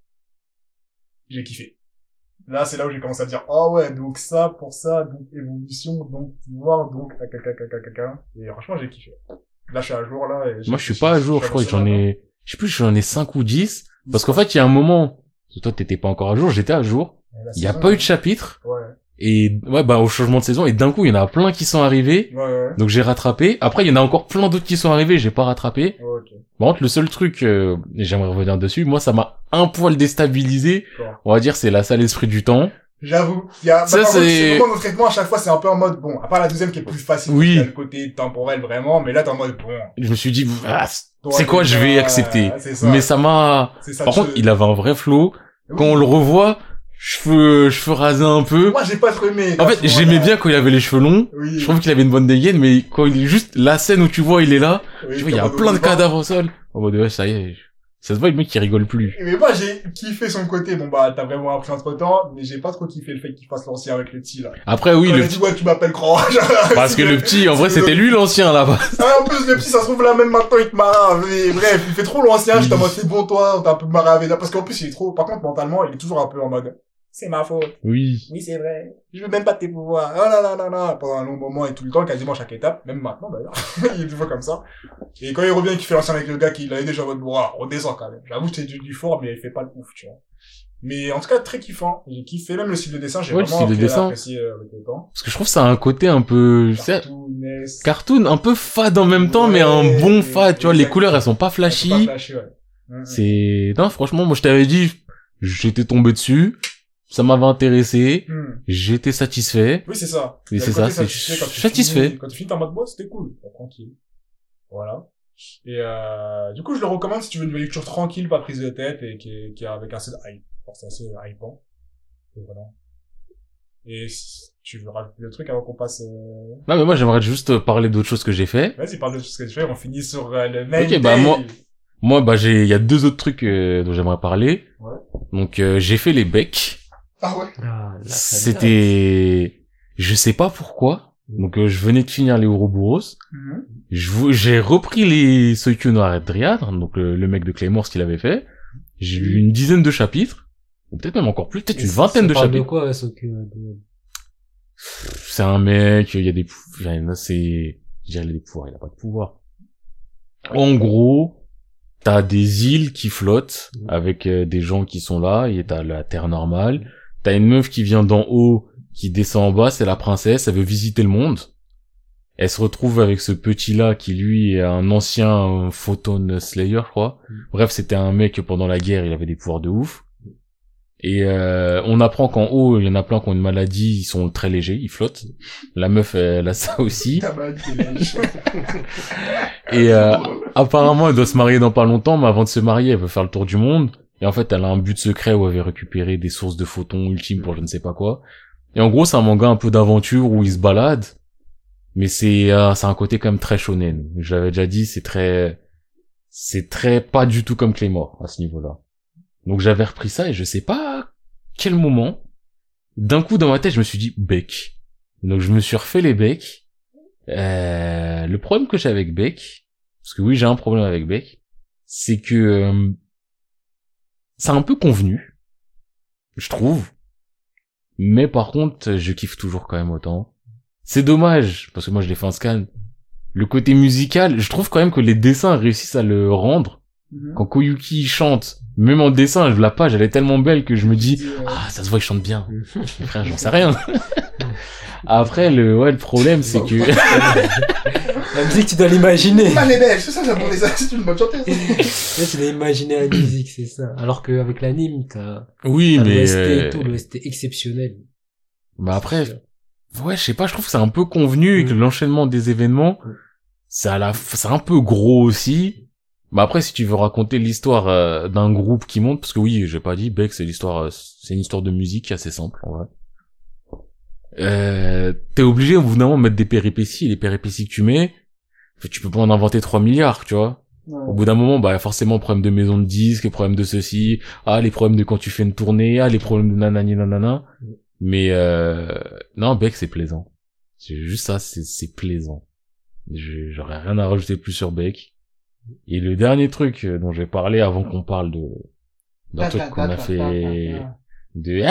S2: J'ai kiffé. Là, c'est là où j'ai commencé à dire, oh ouais, donc ça, pour ça, donc évolution, donc pouvoir, donc caca, caca, caca, caca. Et franchement, j'ai kiffé. Là, je suis à jour, là. Et
S1: Moi, je suis pas à jour. Je crois que j'en
S2: ai
S1: ai, je sais plus, j'en ai cinq ou dix. Parce qu'en fait, il y a un moment, toi, t'étais pas encore à jour, j'étais à jour. Il y a pas eu de chapitre.
S2: Ouais.
S1: Et, ouais, bah, au changement de saison. Et d'un coup, il y en a plein qui sont arrivés.
S2: Ouais, ouais.
S1: Donc, j'ai rattrapé. Après, il y en a encore plein d'autres qui sont arrivés, j'ai pas rattrapé.
S2: Ok.
S1: Par contre, le seul truc, euh, et j'aimerais revenir dessus, moi, ça m'a un poil déstabilisé.
S2: D'accord.
S1: On va dire, c'est la salle esprit du temps.
S2: J'avoue. Il y a,
S1: Ça,
S2: bah, par contre,
S1: c'est-
S2: le moment de traitement, à chaque fois, c'est un peu en mode, bon, à part la deuxième qui est plus facile.
S1: Oui.
S2: Il y a le côté temporel, vraiment, mais là, t'es en mode, bon.
S1: Je me suis dit, ah,
S2: toi,
S1: c'est quoi,
S2: t'es
S1: je vais
S2: bien,
S1: accepter.
S2: c'est ça.
S1: Mais ça m'a,
S2: C'est ça,
S1: par
S2: tu-
S1: contre, il avait un vrai flow.
S2: Oui.
S1: Quand on le revoit, cheveux, cheveux rasés un peu.
S2: Moi, j'ai pas trop aimé.
S1: En
S2: à
S1: fait,
S2: ce moment-là.
S1: j'aimais bien quand il avait les cheveux longs.
S2: Oui.
S1: Je trouve qu'il avait une bonne dégaine, mais quand il est juste, la scène où tu vois, il est là,
S2: Oui,
S1: tu vois, il y a
S2: en mode,
S1: plein de
S2: on y va.
S1: cadavres au sol. En mode, ouais, ça y est. Ça se voit, le mec, il rigole plus.
S2: Mais moi, j'ai kiffé son côté. Bon, bah, t'as vraiment appris entre temps, mais j'ai pas trop kiffé le fait qu'il fasse l'ancien avec le petit, là.
S1: Après, oui,
S2: Quand
S1: le
S2: il a dit, ouais, tu m'appelles grand.
S1: parce que le petit, en vrai, c'était lui l'ancien, là-bas.
S2: Ah, en plus, le petit, ça se trouve là, même maintenant, il te marre. Mais bref, il fait trop l'ancien, j'étais en mode, c'est bon, toi, on t'a un peu marre avec là. Parce qu'en plus, il est trop, par contre, mentalement, il est toujours un peu en mode, c'est ma faute.
S1: Oui.
S2: Oui, c'est vrai. Je veux même pas de tes pouvoirs. Oh là là là là. Pendant un long moment et tout le temps, quasiment chaque étape, même maintenant d'ailleurs. Il est toujours comme ça. Et quand il revient, qu'il fait l'ancien avec le gars qui l'avait déjà en mode, bon, on descend quand même. J'avoue que c'est du, du fort, mais il fait pas le ouf, tu vois. Mais en tout cas, très kiffant. J'ai kiffé même le style de dessin, j'ai
S1: Ouais, le
S2: vraiment
S1: style de
S2: appris à
S1: dessin.
S2: l'apprécier euh, avec le temps.
S1: Parce que je trouve ça a un côté un peu, c'est-
S2: Cartoonesque.
S1: cartoon, un peu fade en même temps, mais un
S2: Ouais,
S1: bon fade, tu vois, les
S2: exact.
S1: couleurs, elles sont pas
S2: Elles sont
S1: flashy.
S2: pas flashy, ouais. Mm, mm.
S1: C'est, non, franchement, moi, je t'avais dit, j'étais tombé dessus, ça m'avait intéressé,
S2: Mm.
S1: j'étais satisfait.
S2: Oui, c'est ça.
S1: Et
S2: Il y a
S1: c'est
S2: le côté
S1: ça, c'est
S2: satisfait quand tu
S1: satisfait.
S2: finis- Quand tu finis ta mode boss, c'était cool. Bon, tranquille. Voilà. Et euh, du coup, je le recommande si tu veux une lecture tranquille, pas prise de tête et qui est, qui est avec assez de hype. Alors, c'est assez hypant. Et voilà. Et si tu veux rajouter le truc avant qu'on passe... Euh...
S1: Non, mais moi, j'aimerais juste parler d'autres choses que j'ai fait.
S2: Vas-y, parle de tout ce que tu fais, on finit sur euh, le main
S1: Ok, bah moi, moi, bah j'ai, il y a deux autres trucs euh, dont j'aimerais parler.
S2: Ouais.
S1: Donc, euh, j'ai fait les becs.
S2: Ah ouais.
S3: Ah, là,
S1: C'était, je sais pas pourquoi. Donc, euh, je venais de finir les Ouroboros.
S2: Mm-hmm.
S1: Je vou- j'ai repris les Soikyo no Adriadre, donc le, le mec de Claymore, ce qu'il avait fait. J'ai eu une dizaine de chapitres, ou peut-être même encore plus, peut-être une vingtaine de
S3: Ça parle
S1: chapitres.
S3: de quoi, ce que...
S1: C'est un mec, il y a des, pou- enfin, c'est, je dirais il a des pouvoirs, il a pas de pouvoir. En gros, t'as des îles qui flottent avec euh, des gens qui sont là, et t'as la terre normale. T'as une meuf qui vient d'en haut, qui descend en bas, c'est la princesse, elle veut visiter le monde. Elle se retrouve avec ce petit-là qui, lui, est un ancien Photon Slayer, je crois. Bref, c'était un mec, pendant la guerre, il avait des pouvoirs de ouf. Et euh, on apprend qu'en haut, il y en a plein qui ont une maladie, ils sont très légers, ils flottent. La meuf, elle a ça aussi. Et euh, apparemment, elle doit se marier dans pas longtemps, mais avant de se marier, elle veut faire le tour du monde. Et en fait, elle a un but secret où elle veut récupérer des sources de photons ultimes pour je ne sais pas quoi. Et en gros, c'est un manga un peu d'aventure où il se balade. Mais c'est euh, c'est un côté quand même très shonen. Je l'avais déjà dit, c'est très c'est très pas du tout comme Claymore à ce niveau-là. Donc j'avais repris ça et je sais pas quel moment, d'un coup dans ma tête, je me suis dit Beck. Donc je me suis refait les Beck. Euh, le problème que j'ai avec Beck, parce que oui, j'ai un problème avec Beck, c'est que euh, c'est un peu convenu, je trouve. Mais par contre, je kiffe toujours quand même autant. C'est dommage, parce que moi je l'ai fait en scan. Le côté musical, je trouve quand même que les dessins réussissent à le rendre. Mm-hmm. Quand Koyuki chante, même en dessin, la page elle est tellement belle que je me dis, ah, ça se voit, il chante bien. Frère, j'en sais rien. Après, le, ouais, le problème, c'est que...
S3: La musique, tu dois l'imaginer.
S2: Ah, les belles, c'est ça, pour les c'est une bonne chanteuse.
S3: Là, tu dois imaginer la musique, c'est ça. Alors qu'avec l'anime, t'as...
S1: Oui,
S3: t'as
S1: mais...
S3: l'O S T et tout, l'O S T exceptionnel.
S1: Bah après... Ouais, je sais pas, je trouve que c'est un peu convenu et que mmh. l'enchaînement des événements, mmh. c'est à la, c'est un peu gros aussi. Mais après, si tu veux raconter l'histoire euh, d'un groupe qui monte, parce que oui, j'ai pas dit, Beck, c'est l'histoire, euh, c'est une histoire de musique assez simple, en vrai. Euh, t'es obligé, au bout d'un moment, de mettre des péripéties, et les péripéties que tu mets, tu peux pas en inventer trois milliards, tu vois. Ouais. Au bout d'un moment, bah, forcément, problème de maison de disques, problème de ceci, ah, les problèmes de quand tu fais une tournée, ah, les problèmes de nanani nanana. Mmh. Mais euh, non, Beck c'est plaisant. C'est juste ça, c'est c'est plaisant. Je, j'aurais rien à rajouter plus sur Beck. Et le dernier truc dont j'ai parlé avant qu'on parle de d'un truc qu'on a fait de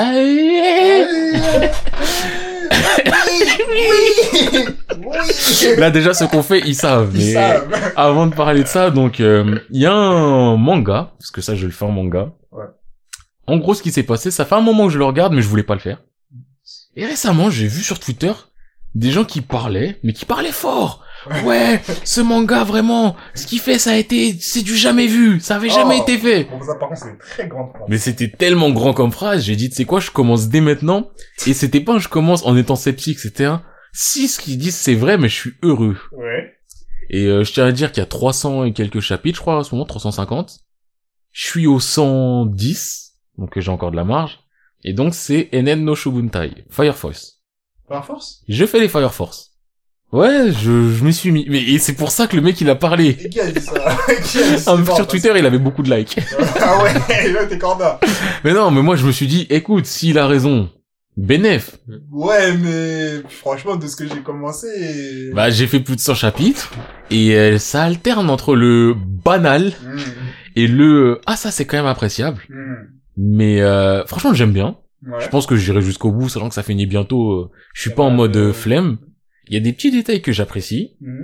S1: là déjà ce qu'on fait ils savent. Mais ils savent. Avant de parler de ça, donc il euh, y a un manga parce que ça je le fais en manga. Ouais. En gros, ce qui s'est passé, ça fait un moment que je le regarde, mais je voulais pas le faire. Et récemment, j'ai vu sur Twitter des gens qui parlaient, mais qui parlaient fort. Ouais, ce manga, vraiment, ce qu'il fait, ça a été, c'est du jamais vu, ça avait jamais oh, été fait.
S2: Bon, ça, par contre, c'est une très grande phrase.
S1: Mais c'était tellement grand comme phrase, j'ai dit, tu sais quoi, je commence dès maintenant. Et c'était pas un je commence en étant sceptique, c'était un, si ce qu'ils disent c'est vrai, mais je suis heureux.
S2: Ouais.
S1: Et euh, je tiens à dire qu'il y a trois cents et quelques chapitres, je crois, à ce moment, trois cent cinquante. Je suis au cent dix, donc j'ai encore de la marge. Et donc c'est Enen no Shubuntai, Fire Force.
S2: Fire Force?
S1: Je fais les Fire Force. Ouais, je, je m'y suis mis. Mais et c'est pour ça que le mec il a parlé.
S2: Et qui a dit ça? Qui a dit ça?
S1: Sur Twitter, il avait beaucoup de likes.
S2: Ah ouais, là t'es corda.
S1: Mais non, mais moi je me suis dit, écoute, s'il a raison, bénef.
S2: Ouais, mais franchement, de ce que j'ai commencé...
S1: Bah j'ai fait plus de cent chapitres, et euh, ça alterne entre le banal mmh. et le... Ah ça c'est quand même appréciable. Mmh. Mais euh, franchement j'aime bien. Ouais. Je pense que j'irai jusqu'au bout, sachant que ça finit bientôt. Euh, je suis et pas bah, en mode euh... flemme. Il y a des petits détails que j'apprécie, mmh.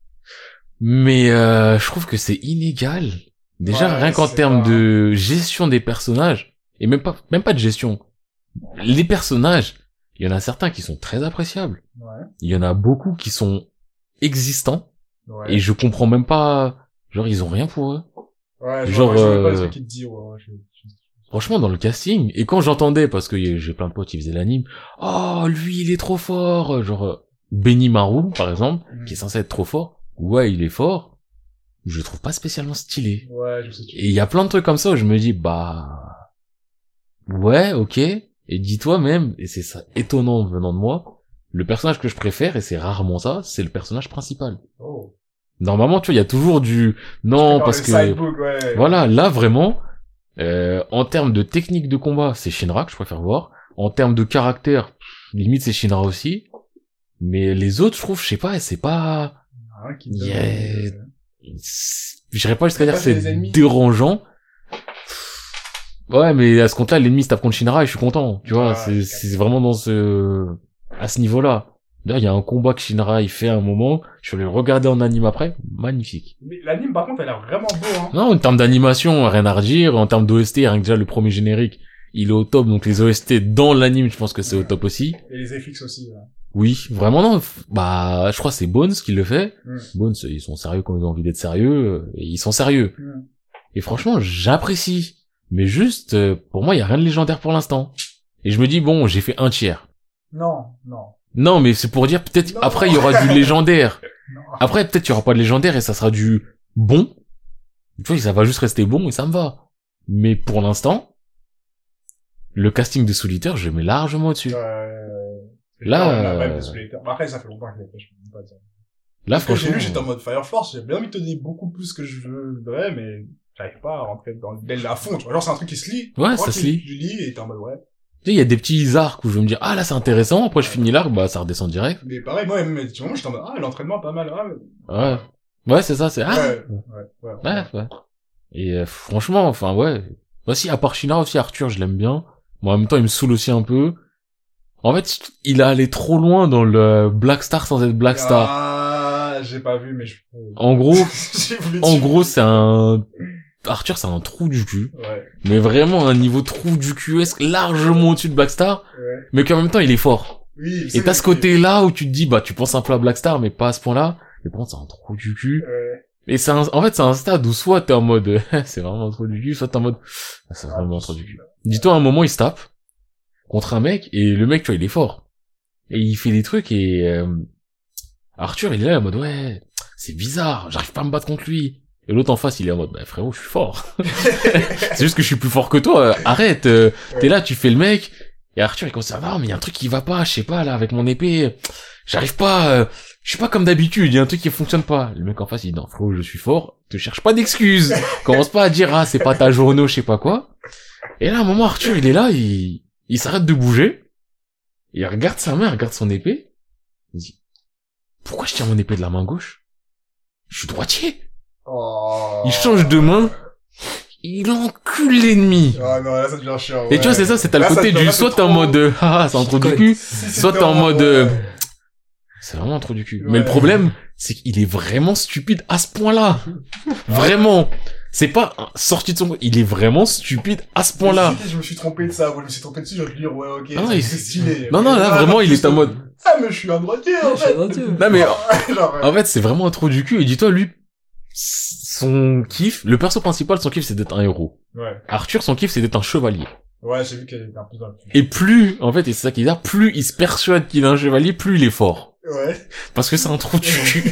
S1: mais euh, je trouve que c'est inégal. Déjà ouais, rien qu'en termes pas... de gestion des personnages, et même pas même pas de gestion. Les personnages, il y en a certains qui sont très appréciables. Ouais. Il y en a beaucoup qui sont existants, ouais. et je comprends même pas. Genre ils ont rien pour eux.
S2: Ouais,
S1: genre.
S2: Je vois,
S1: euh...
S2: pas ce qu'ils te disent, ouais, je...
S1: Franchement, dans le casting, et quand j'entendais, parce que j'ai plein de potes qui faisaient l'anime, oh lui il est trop fort, genre. Benimaru, par exemple, mmh. qui est censé être trop fort, ouais, il est fort, je le trouve pas spécialement stylé.
S2: Ouais, je sais.
S1: Et il y a plein de trucs comme ça où je me dis, bah, ouais, ok, Et dis-toi même, et c'est ça étonnant venant de moi, le personnage que je préfère, et c'est rarement ça, c'est le personnage principal.
S2: Oh.
S1: Normalement, tu vois, il y a toujours du non
S2: Dans
S1: parce
S2: le
S1: que
S2: sidebook, ouais.
S1: voilà, là vraiment, euh, en termes de technique de combat, c'est Shinra que je préfère voir. En termes de caractère, pff, limite c'est Shinra aussi. Mais les autres, je trouve, je sais pas, c'est pas,
S2: Ah, qui
S1: yeah.
S2: te-
S1: j'irais pas jusqu'à
S2: T'as
S1: dire
S2: pas
S1: que
S2: fait les
S1: c'est
S2: ennemis
S1: dérangeant. Ouais, mais à ce compte-là, l'ennemi se tape contre Shinra et je suis content, tu vois,
S2: Ah,
S1: c'est,
S2: je
S1: c'est vraiment dans ce, à ce niveau-là. D'ailleurs, il y a un combat que Shinra, il fait à un moment, je suis allé le regarder en anime après, magnifique.
S2: Mais l'anime, par contre, elle a l'air vraiment beau, hein.
S1: Non, en termes d'animation, rien à redire, en termes d'O S T, rien que déjà le premier générique, il est au top, donc les O S T dans l'anime, je pense que c'est au top aussi.
S2: Et les F X aussi, ouais.
S1: Oui, vraiment non, f- bah, je crois que c'est Bones qui le fait.
S2: Mm.
S1: Bones, ils sont sérieux quand ils ont envie d'être sérieux, et ils sont sérieux.
S2: Mm.
S1: Et franchement, j'apprécie. Mais juste, euh, pour moi, il y a rien de légendaire pour l'instant. Et je me dis, bon, j'ai fait un tiers.
S2: Non, non,
S1: Non, mais c'est pour dire, peut-être,
S2: Non.
S1: après, il y aura du légendaire.
S2: non.
S1: Après, peut-être, il y aura pas de légendaire et ça sera du bon. Tu vois, ça va juste rester bon et ça me va. Mais pour l'instant, le casting de Solitaire, je le mets largement au-dessus.
S2: Euh...
S1: Là,
S2: on a
S1: euh,
S2: même de Solitaire. Bah, après, ça fait longtemps que je l'ai fait, je peux même pas dire.
S1: Là,
S2: Ce que j'ai
S1: franchement,
S2: lu, j'étais en mode Fire Force, j'ai bien envie de te donner beaucoup plus que je voudrais, mais j'arrive pas à rentrer dans le délai à fond, tu vois. Genre, c'est un truc qui se lit.
S1: Ouais,
S2: Tu vois,
S1: ça
S2: tu-
S1: se lit.
S2: Tu lis et t'es en mode, ouais.
S1: tu sais, il y a des petits arcs où je vais me dire, ah là, c'est intéressant. Après, je finis l'arc, bah, ça redescend direct.
S2: Mais pareil, moi, même, tu vois, j'étais en mode, ah, l'entraînement, pas mal, ah,
S1: Ouais. Ouais, c'est ça, c'est, ah.
S2: ouais, ouais, ouais,
S1: Ouais, ouais. Et euh, franchement, enfin ouais. Aussi, à part Shinra aussi, Arthur, je l'aime bien. Bon, en même temps, il me saoule aussi un peu. En fait, il a allé trop loin dans le Black Star sans être Black Star.
S2: Ah, j'ai pas vu, mais je...
S1: En gros,
S2: j'ai voulu
S1: en
S2: tuer.
S1: gros, c'est un... Arthur, c'est un trou du cul.
S2: Ouais,
S1: Mais vraiment un niveau trou du cul, est largement au-dessus de Black Star.
S2: ouais.
S1: Mais qu'en même temps, il est fort.
S2: Oui,
S1: Et t'as ce côté-là où tu te dis, bah, tu penses un peu à Black Star, mais pas à ce point-là. Mais par contre, c'est un trou du cul.
S2: Ouais.
S1: Et c'est un, en fait, c'est un stade où soit t'es en mode, c'est vraiment un trou du cul, soit t'es en mode, ah, c'est vraiment un trou du cul. Dis-toi, à un moment, il se tape contre un mec, et le mec, tu vois, il est fort. Et il fait des trucs, et euh, Arthur, il est là en mode, ouais, c'est bizarre, j'arrive pas à me battre contre lui. Et l'autre en face, il est en mode, bah frérot, je suis fort. C'est juste que je suis plus fort que toi, euh, arrête, euh, t'es là, tu fais le mec. Et Arthur, il commence à voir, mais il y a un truc qui va pas, je sais pas, là, avec mon épée, j'arrive pas, euh, je suis pas comme d'habitude, il y a un truc qui fonctionne pas. Le mec en face, il dit, non, frérot, je suis fort, te cherche pas d'excuses. Commence pas à dire, ah, c'est pas ta journée, je sais pas quoi. Et là, à un moment, Arthur, il est là, il, il s'arrête de bouger. Il regarde sa main, il regarde son épée. Il dit, pourquoi je tiens mon épée de la main gauche? Je suis droitier.
S2: Oh.
S1: Il change de main. Il encule l'ennemi.
S2: Ah non, là, ça devient chiant.
S1: Et tu vois, c'est ça, c'est t'as le
S2: Là, ça
S1: côté
S2: devient-
S1: du,
S2: là, c'est
S1: soit t'es en
S2: trop-
S1: mode, euh, ah, c'est un trou du cul,
S2: Si, si,
S1: soit
S2: t'es
S1: t'es en mode,
S2: ouais.
S1: euh, c'est vraiment un trou du cul.
S2: Ouais.
S1: Mais le problème, c'est qu'il est vraiment stupide à ce point-là. Vraiment. C'est pas un- sorti de son... Il est vraiment stupide à ce point-là.
S2: Je me suis trompé de ça, ouais, je me suis trompé dessus, je vais te dire, ouais, ok,
S1: Ah,
S2: c'est
S1: il-
S2: c'est stylé.
S1: Non, non, là,
S2: Ah,
S1: vraiment, il
S2: plus,
S1: est en mode...
S2: Ah, mais je suis un droitier, en
S3: Je suis un
S2: fait.
S3: droitier.
S1: Non, mais,
S2: Genre, ouais.
S1: en fait, c'est vraiment un trou du cul. Et dis-toi, lui, son kiff, le perso principal, son kiff, c'est d'être un héros.
S2: Ouais.
S1: Arthur, son kiff, c'est d'être un chevalier.
S2: Ouais, j'ai vu qu'elle était un peu dans le
S1: Et plus, en fait, et c'est ça qu'il dit, plus il se persuade qu'il est un chevalier, plus il est fort.
S2: Ouais.
S1: Parce que c'est un trou du cul.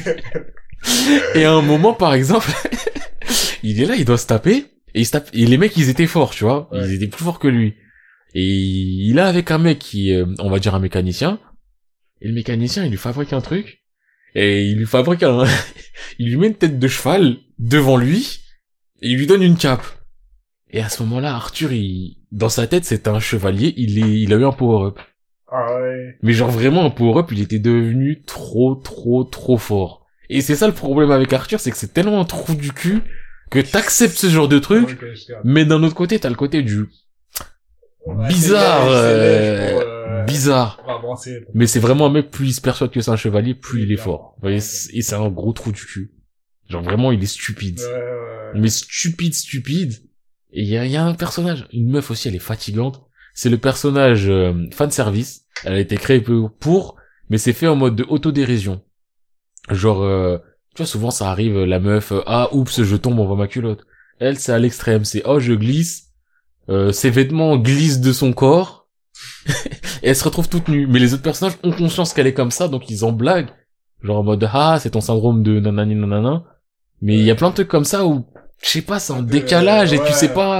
S1: Et à un moment, par exemple, il est là, il doit se taper, et il se tape, et les mecs, ils étaient forts, tu vois.
S2: Ouais.
S1: Ils étaient plus forts que lui. Et il est avec un mec qui, euh, on va dire un mécanicien, et le mécanicien, il lui fabrique un truc, et il lui fabrique un, il lui met une tête de cheval devant lui, et il lui donne une cape. Et à ce moment-là, Arthur, il, dans sa tête, c'est un chevalier, il est, il a eu un power-up.
S2: Ah ouais.
S1: Mais genre vraiment un power-up, il était devenu trop, trop, trop fort. Et c'est ça le problème avec Arthur, c'est que c'est tellement un trou du cul que t'acceptes ce genre de truc,
S2: Ok, je capte.
S1: mais d'un autre côté, t'as le côté du
S2: Ouais,
S1: bizarre,
S2: c'est lèche, c'est lèche
S1: euh,
S2: pour, euh,
S1: bizarre.
S2: pour avancer.
S1: Mais c'est vraiment un mec, plus il se persuade que c'est un chevalier, plus
S2: Oui,
S1: il est
S2: clairement.
S1: fort. Vous voyez, c'est- et c'est un gros trou du cul. Genre vraiment, il est stupide.
S2: Ouais, ouais, ouais.
S1: Mais stupide, stupide. Et il y a, il y a un personnage, une meuf aussi, elle est fatigante. C'est le personnage euh, fanservice. Elle a été créée pour, pour, mais c'est fait en mode de autodérision. Genre, euh, tu vois, souvent ça arrive, la meuf, euh, ah, oups, je tombe, on voit ma culotte. Elle, c'est à l'extrême, c'est, oh, je glisse, euh, ses vêtements glissent de son corps, et elle se retrouve toute nue. Mais les autres personnages ont conscience qu'elle est comme ça, donc ils en blaguent. Genre en mode, ah, c'est ton syndrome de nanani nanana. Mais il y a plein de trucs comme ça où, je sais pas, c'est en
S2: Euh,
S1: décalage, et
S2: ouais.
S1: tu sais pas,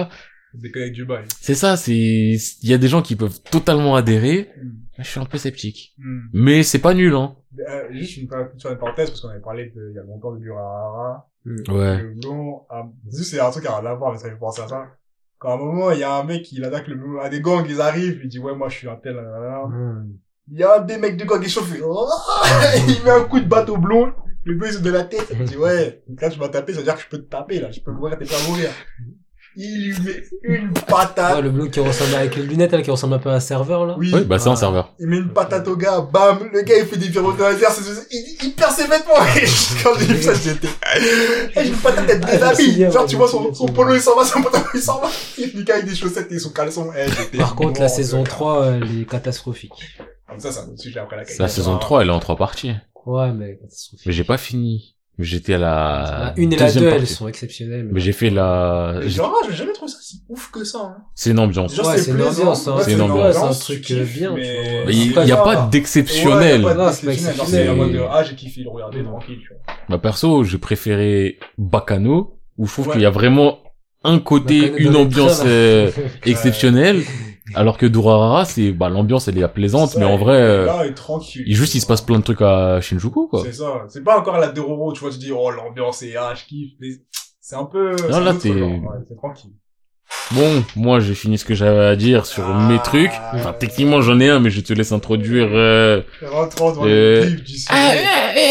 S2: Déconnecte du bail.
S1: C'est ça, c'est, il y a des gens qui peuvent totalement adhérer.
S2: Mm.
S1: Je suis un peu sceptique.
S2: Mm.
S1: Mais c'est pas nul, hein.
S2: Euh, juste une, sur une parenthèse, parce qu'on avait parlé de, il y a longtemps de Durara.
S1: Ouais.
S2: Le blond, ah, juste, c'est un truc à rien à voir, mais ça fait penser à ça. Quand à un moment, il y a un mec, il attaque le blond, à des gangs, ils arrivent, il dit, ouais, moi, je suis un tel, là, là, là.
S3: Mm.
S2: Il y a un des mecs de gang qui chauffe, il met un coup de batte au blond, le blond, il se de la tête, il dit, ouais, là, tu m'as tapé, ça veut dire que je peux te taper, là, je peux mourir, t'es pas à mourir. Il lui met une patate.
S3: Ouais, le blond qui ressemble avec les lunettes, là, qui ressemble un peu à un serveur, là.
S2: Oui.
S1: Oui, bah, c'est un
S3: Ah.
S1: serveur.
S2: Il met une patate au gars, bam, le gars il fait des virements dans les airs, il, il perd ses vêtements. Et quand j'ai vu ça, j'étais, et j'ai une patate tête
S3: Ah,
S2: déshabillée. Genre, tu vois, son,
S3: merci,
S2: son
S3: merci.
S2: polo il s'en va, son pantalon il s'en va. Il fait avec des chaussettes et son caleçon. Eh, j'étais
S3: Par contre, la
S2: mort,
S3: saison
S2: ce gars.
S3: trois, elle est catastrophique.
S2: Comme ça, c'est un autre sujet après la
S1: La saison trois, elle est en trois parties.
S3: Ouais, mais catastrophique.
S1: Mais j'ai pas fini. J'étais à la
S3: La une et la
S1: deuxième
S3: deux,
S1: partie.
S3: elles sont exceptionnelles.
S1: Mais j'ai fait la, j'ai-
S2: Genre, j'ai jamais trouvé ça si ouf que ça, hein.
S1: c'est une ambiance.
S2: Genre,
S3: Ouais, c'est une
S2: plaisant.
S3: ambiance, hein.
S2: Ouais,
S1: C'est une ambiance.
S3: C'est un
S2: tu
S3: truc,
S2: kiffes,
S3: euh, bien,
S2: mais
S3: tu vois.
S1: Mais il
S2: c'est
S1: y a pas
S2: Ouais,
S1: d'exceptionnel.
S2: y a pas
S3: Non, c'est pas
S2: d'exceptionnel. Genre,
S3: exceptionnel.
S2: c'est la mode
S1: Mais-
S2: de, ah, j'ai kiffé le regarder tranquille, tu vois.
S1: Bah, perso, j'ai préféré Bacano, où je trouve
S2: Ouais.
S1: qu'il y a vraiment un côté,
S3: Bacano
S1: une
S3: dans les
S1: ambiance
S3: trains, là.
S1: euh, exceptionnelle, alors que Durarara, c'est, bah, l'ambiance, elle est plaisante,
S2: Ça,
S1: mais en
S2: et-
S1: vrai,
S2: et
S1: euh,
S2: là, il est tranquille.
S1: il juste, il se passe plein de trucs à Shinjuku, quoi.
S2: C'est ça. C'est pas encore la Dororo, tu vois, tu dis, oh, l'ambiance est, ah, je kiffe. Mais c'est un peu, c'est un
S1: là,
S2: autre
S1: t'es-
S2: genre, ouais, c'est tranquille.
S1: Bon, moi, j'ai fini ce que j'avais à dire sur
S2: Ah.
S1: mes trucs. Enfin, techniquement, j'en ai un, mais je te laisse introduire, euh...
S2: Rentrons dans
S1: Euh.
S2: le vif du sujet.
S1: Ah,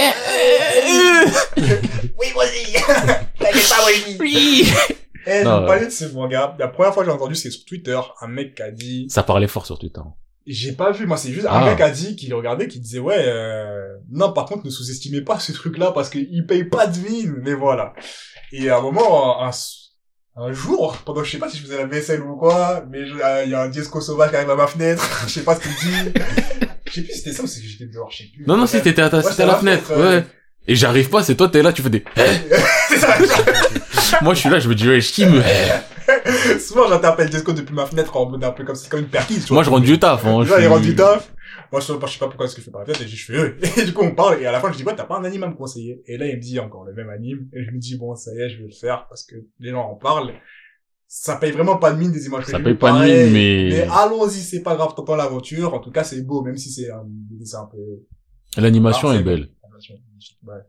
S2: Oui, vas-y. T'inquiète pas, vas-y.
S1: oui.
S2: Eh,
S1: Non,
S2: vous
S1: ouais.
S2: parlez de ce manga. La première fois que j'ai entendu, c'est sur Twitter. Un mec qui a dit,
S1: Ça parlait fort sur Twitter.
S2: j'ai pas vu, moi, c'est juste
S1: Ah.
S2: un mec a dit qu'il regardait, qui disait, ouais, euh, non, par contre, ne sous-estimez pas ce truc-là parce qu'il paye pas de mine, mais voilà. Et à un moment, un, un jour, pendant, je sais pas si je faisais la vaisselle ou quoi, mais il euh, y a un Diesco sauvage qui arrive à ma fenêtre, je sais pas ce qu'il dit. Je sais plus si c'était ça ou c'est que j'étais dehors, je sais plus.
S1: Non, non,
S2: Ouais,
S1: si t'étais à, ta-
S2: ouais,
S1: c'était
S2: c'est
S1: à la
S2: la
S1: fenêtre,
S2: fenêtre,
S1: ouais.
S2: ouais.
S1: Et j'arrive pas, c'est toi, t'es là, tu fais des...
S2: c'est ça.
S1: Moi, je suis là, je me dis, ouais, je qui me...
S2: Souvent, j'interpelle Diesco depuis ma fenêtre en mode un peu comme, c'est comme une perquise, tu
S1: Moi,
S2: vois.
S1: je rends du taf, hein.
S2: Déjà,
S1: je
S2: il rend
S1: suis-
S2: du taf. Moi, je sais pas, je sais pas pourquoi est-ce que je fais par la tête, et je fais, euh. Et du coup, on parle, et à la fin, je dis, ouais, t'as pas un anime à me conseiller? Et là, il me dit encore le même anime, et je me dis, bon, ça y est, je vais le faire, parce que les gens en parlent. Ça paye vraiment pas de mine des images que
S1: Ça
S2: j'ai
S1: paye
S2: vues,
S1: pas de
S2: pareil.
S1: mine, mais-
S2: Mais allons-y, c'est pas grave, t'entends l'aventure. En tout cas, c'est beau, même si c'est un, c'est un peu,
S1: L'animation
S2: Ah,
S1: est
S2: c'est
S1: belle.
S2: bon. Animation magnifique, ouais.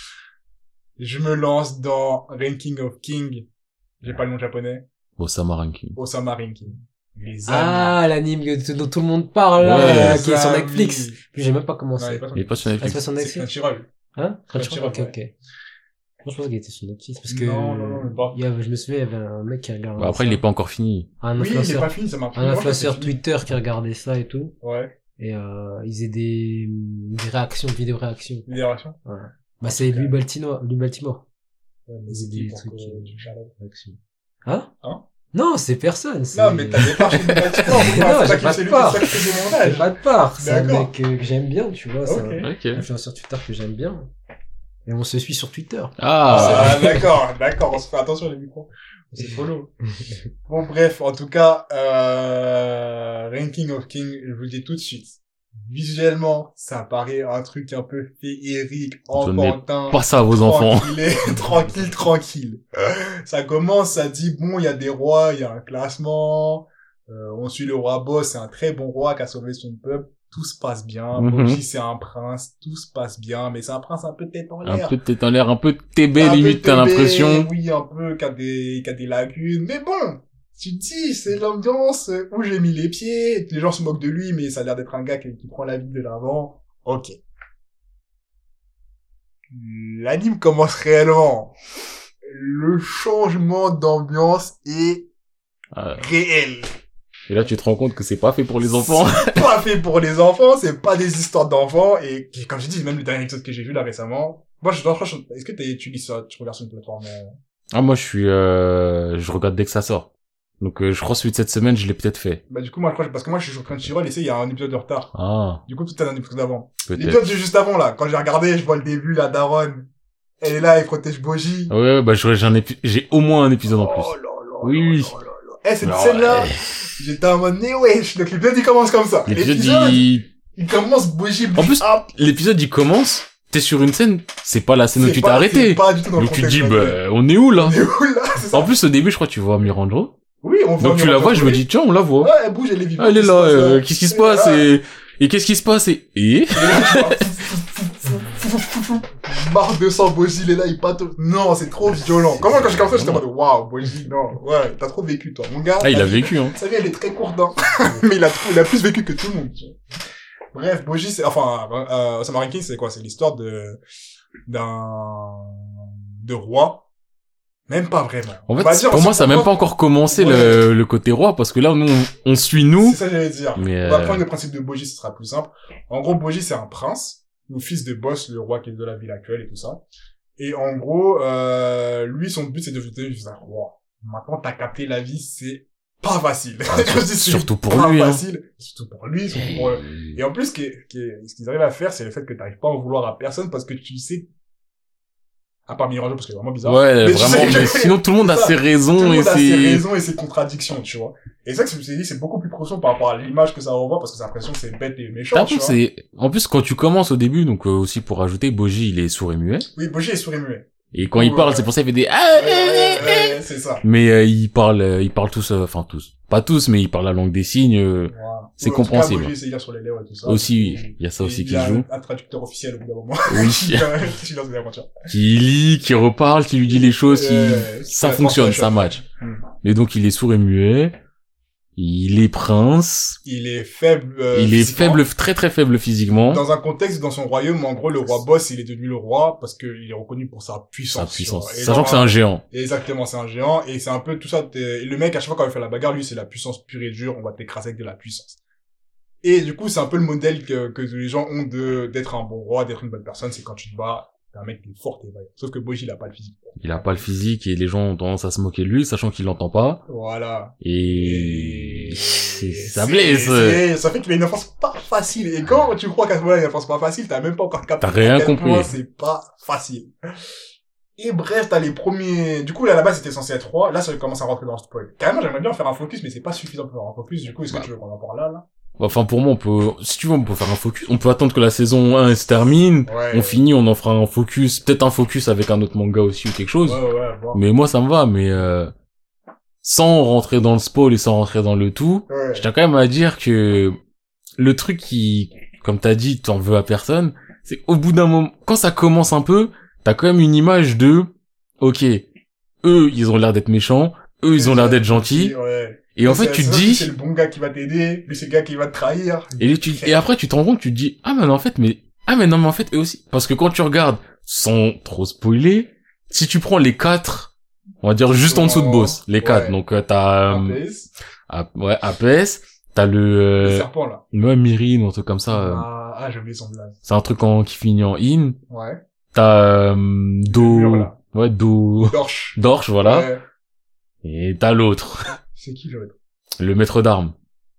S2: Je me lance dans Ranking of King. J'ai pas le nom japonais.
S1: Osama Ranking.
S2: Osama Ranking. Les amis.
S3: Ah, l'anime que- dont tout le monde parle, là,
S1: Ouais.
S3: euh,
S2: Les
S3: qui est sur
S2: amis.
S3: Netflix. Puis j'ai même pas
S2: Non,
S3: commencé.
S2: il est pas sur
S1: Il est pas sur
S3: Ah, c'est
S1: Netflix.
S3: pas sur
S2: C'est
S3: Netflix?
S2: Crunchyroll.
S3: Hein? Crunchyroll, ok,
S2: Crunchyroll,
S3: ok. Moi, je pensais qu'il était sur Netflix, parce que,
S2: Non, non, non, même pas.
S3: il y avait, je me souviens, il y avait un mec qui regardait
S1: Bah, après,
S3: ça.
S1: il est pas encore fini.
S3: Un
S2: Oui, il est
S3: influenceur,
S2: pas fini, ça m'a pris.
S3: un
S2: longtemps,
S3: influenceur
S2: c'est fini.
S3: Twitter qui regardait ça et tout.
S2: Ouais.
S3: Et, euh, il faisait des, des réactions, vidéo réactions.
S2: Libération.
S3: Bah, c'est lui Baltimore, lui Baltimore.
S2: Ouais, mais
S3: Ils
S2: c'est
S3: faisaient
S2: qui
S3: des
S2: pour
S3: trucs,
S2: que
S3: euh,
S2: tu charlottes?
S3: réactions. Hein?
S2: Hein?
S3: Non, c'est personne, c'est...
S2: Non, mais t'as des parts chez Libération.
S3: Non,
S2: C'est
S3: j'ai
S2: ça
S3: pas
S2: qui
S3: de
S2: c'est
S3: part.
S2: lui, c'est ça qui fait des
S3: J'ai
S2: montages.
S3: pas de part, c'est un
S2: D'accord.
S3: mec euh, que j'aime bien, tu vois, c'est
S2: Ok.
S3: un
S1: Ok.
S3: influenceur Twitter que j'aime bien. Et on se suit sur Twitter.
S1: Ah,
S2: Ah, d'accord, d'accord, on se fait attention les micros. C'est follow. Bon, bref, en tout cas, euh, Ranking of King, je vous le dis tout de suite. Visuellement, ça paraît un truc un peu féerique,
S1: Donnez
S2: enfantin.
S1: pas ça à vos enfants.
S2: Tranquille, tranquille, tranquille. Ça commence, ça dit, bon, il y a des rois, il y a un classement, euh, on suit le roi boss, c'est un très bon roi qui a sauvé son peuple, tout se passe bien.
S1: Mhm.
S2: Boji, c'est un prince, tout se passe bien, mais c'est un prince un peu tête en
S1: Un
S2: l'air.
S1: peu peut-être en l'air, un peu T B
S2: Un peu
S1: limite, t'as
S2: T B,
S1: l'impression.
S2: Oui, un peu, qui a des, qui a des lacunes. Mais bon, tu te dis, c'est l'ambiance où j'ai mis les pieds. Les gens se moquent de lui, mais ça a l'air d'être un gars qui, qui prend la vie de l'avant. Ok. L'anime commence réellement. Le changement d'ambiance est
S1: Euh,
S2: réel.
S1: Et là, tu te rends compte que c'est pas fait pour les enfants.
S2: C'est pas fait pour les enfants, c'est pas des histoires d'enfants, et qui- comme je dis, même le dernier épisode que j'ai vu là récemment, moi je dois, franchement, est-ce que t'es, tu lis ça, tu regardes sur une plateforme, euh...
S1: Ah, moi, je suis, euh, je regarde dès que ça sort. Donc, euh, je crois celui de cette semaine, je l'ai peut-être fait.
S2: bah du coup moi je crois, parce que moi je suis sur Crunchyroll et c'est, il y a un épisode de retard.
S1: Ah,
S2: Du coup tout est un épisode d'avant.
S1: peut-être.
S2: L'épisode de juste avant là, quand j'ai regardé, je vois le début, la daronne, elle est là, elle protège Boji.
S1: Ouais, ouais, bah, j'aurais- j'ai un épi- j'ai au moins un épisode en plus.
S2: Oh là là
S1: Oui,
S2: là
S1: oui.
S2: là là là. Eh, cette
S1: Ah
S2: scène-là,
S1: ouais.
S2: j'étais en mode, mais wesh, donc l'épisode il commence comme ça.
S1: L'épisode,
S2: L'épisode,
S1: il...
S2: il commence Boji,
S1: En plus,
S2: hop,
S1: l'épisode, il commence, t'es sur une scène, c'est pas la scène où
S2: c'est
S1: tu
S2: pas-
S1: t'es arrêté.
S2: c'est pas du tout dans le
S1: Donc, tu te
S2: contexte
S1: dis,
S2: de la scène.
S1: bah, on est où, là?
S2: On est où là, c'est ça?
S1: En plus, au début, je crois que tu vois Mirandro.
S2: Oui, on voit.
S1: Donc tu la vois, je me dis, tiens, on la voit.
S2: Ouais, elle bouge, elle est vivante.
S1: Ah, elle est là, euh, qu'est-ce qui se passe, et, et qu'est-ce qui se passe, et, et?
S2: Marre de sang, Boji, il est là, il pâte. Non, c'est trop violent. Comment, quand j'ai comme ça, j'étais en mode, waouh, Boji, non, ouais, t'as trop vécu, toi. Mon gars.
S1: Ah, il a
S2: vie-
S1: vécu, hein.
S2: Sa vie, elle est très courte, hein. Mais il a, trop- il a plus vécu que tout le monde, tu vois. Bref, Boji, c'est, enfin, euh, Osama Rankin, c'est quoi? C'est l'histoire de, d'un, de roi. Même pas vraiment.
S1: En
S2: On
S1: fait,
S2: va dire,
S1: pour
S2: on
S1: moi,
S2: se
S1: ça a même
S2: comprend-
S1: pas encore commencé
S2: Ouais.
S1: le, le côté roi, parce que là, nous, on, on suit nous.
S2: C'est ça que j'allais dire.
S1: Mais,
S2: On va
S1: euh,
S2: prendre le principe de Boji, ce sera plus simple. En gros, Boji, c'est un prince, le fils de Boss, le roi qui est de la ville actuelle et tout ça. Et en gros, euh, lui, son but, c'est de devenir un roi. Maintenant, t'as capté la vie, c'est pas facile. Je dis, c'est
S1: surtout pour
S2: pas
S1: lui, hein.
S2: facile. Surtout pour lui, surtout pour eux. Et en plus, ce qui est- qui est- ce qu'ils arrivent à faire, c'est le fait que t'arrives pas à en vouloir à personne parce que tu sais, à part Miranjo, parce qu'il est vraiment bizarre.
S1: Ouais,
S2: Mais tu
S1: vraiment,
S2: sais que-
S1: mais sinon, tout le monde a
S2: c'est ça.
S1: ses
S2: Tout
S1: raisons,
S2: le
S1: et
S2: monde a ses
S1: ses...
S2: raisons et ses contradictions, tu vois. Et ça que je me suis dit, c'est beaucoup plus profond par rapport à l'image que ça renvoie, parce que c'est l'impression que c'est bête et méchant,
S1: T'as
S2: tu
S1: vu,
S2: vois.
S1: c'est, en plus, quand tu commences au début, donc, euh, aussi pour rajouter, Boji, il est sourd et muet.
S2: Oui, Boji est sourd et muet.
S1: Et quand il
S2: Ouais,
S1: parle,
S2: ouais.
S1: c'est pour ça qu'il fait des, ah,
S2: Ouais, ouais, ouais, ouais, c'est ça.
S1: mais, euh, il parle, euh, il parle tous, euh, enfin, tous. Pas tous, mais il parle la langue des signes, euh,
S2: Voilà.
S1: c'est
S2: Ouais, en tout cas,
S1: compréhensible.
S2: Boji, c'est lire sur les lèvres et tout ça.
S1: aussi,
S2: Et-
S1: il y a ça aussi
S2: et
S1: qui
S2: il y a
S1: se joue.
S2: un, un traducteur officiel au bout d'un moment.
S1: Oui.
S2: qui qui lance des aventures.
S1: Qui lit, qui reparle, qui lui dit les choses, qui,
S2: Ouais,
S1: ça
S2: ouais,
S1: fonctionne,
S2: translation.
S1: ça match.
S2: Hmm.
S1: Mais donc, il est sourd et muet. Il est prince.
S2: Il est faible, euh,
S1: il est
S2: physiquement.
S1: faible, très très faible physiquement.
S2: Dans un contexte, dans son royaume, en gros, le roi Boss, il est devenu le roi parce qu'il est reconnu pour sa
S1: Sa
S2: puissance.
S1: puissance.
S2: tu vois. Et
S1: Sachant
S2: genre,
S1: que c'est un géant.
S2: Exactement, c'est un géant, et c'est un peu tout ça, t'es- le mec, à chaque fois quand il fait la bagarre, lui, c'est la puissance pure et dure, on va t'écraser avec de la puissance. Et du coup, c'est un peu le modèle que, que les gens ont de, d'être un bon roi, d'être une bonne personne, c'est quand tu te bats, t'es un mec qui est fort et vaillant. Sauf que Boji, il a pas le physique.
S1: Il a pas le physique et les gens ont tendance à se moquer de lui, sachant qu'il l'entend pas.
S2: Voilà.
S1: Et, c'est- ça
S2: c'est-
S1: blesse.
S2: c'est- Ça fait qu'il a une enfance pas facile. Et quand tu crois qu'à ce moment-là, il a une enfance pas facile, t'as même pas encore capté.
S1: T'as rien
S2: à quel
S1: compris.
S2: point c'est pas facile. Et bref, t'as les premiers, du coup, là, là-bas, c'était censé être roi. Là, ça commence à rentrer dans le spoil. Carrément, j'aimerais bien faire un focus, mais c'est pas suffisant pour faire un focus. Du coup, est-ce que
S1: Bah.
S2: tu veux qu'on en parle là, là?
S1: Enfin, pour moi, on peut, si tu veux, on peut faire un focus. On peut attendre que la saison un se termine.
S2: Ouais.
S1: On finit, on en fera un focus. Peut-être un focus avec un autre manga aussi ou quelque chose.
S2: Ouais, ouais, bon.
S1: Mais moi, ça me va, mais, euh, sans rentrer dans le spoil et sans rentrer dans le tout,
S2: Ouais.
S1: je tiens quand même à dire que le truc qui, comme t'as dit, t'en veux à personne, c'est qu'au bout d'un moment, quand ça commence un peu, t'as quand même une image de, ok, eux, ils ont l'air d'être méchants, eux, ils ont l'air d'être gentils,
S2: Ouais.
S1: et en
S2: C'est-
S1: fait, tu
S2: c'est
S1: te
S2: vrai que
S1: dis,
S2: c'est le bon gars qui va t'aider, lui, c'est le gars qui va te trahir.
S1: et, tu, et après, tu te rends compte, tu te dis, ah, mais non, en fait, mais, ah, mais non, mais en fait, eux aussi. Parce que quand tu regardes, sans trop spoiler, si tu prends les quatre, on va dire juste en dessous de Boss, les quatre,
S2: Ouais.
S1: donc, euh, t'as, euh,
S2: Apace,
S1: Ap- ouais, Apes, t'as le,
S2: le
S1: euh,
S2: serpent, là.
S1: même Myrine, ou un truc comme ça, euh,
S2: Ah, ah, j'ai oublié son blaze.
S1: c'est un truc en, qui finit en in.
S2: Ouais.
S1: T'as, euh,
S2: mur,
S1: Do,
S2: là.
S1: ouais, Do,
S2: Dorche.
S1: Dorche, voilà.
S2: Ouais.
S1: Et t'as l'autre,
S2: C'est qui, l'autre?
S1: le maître d'armes.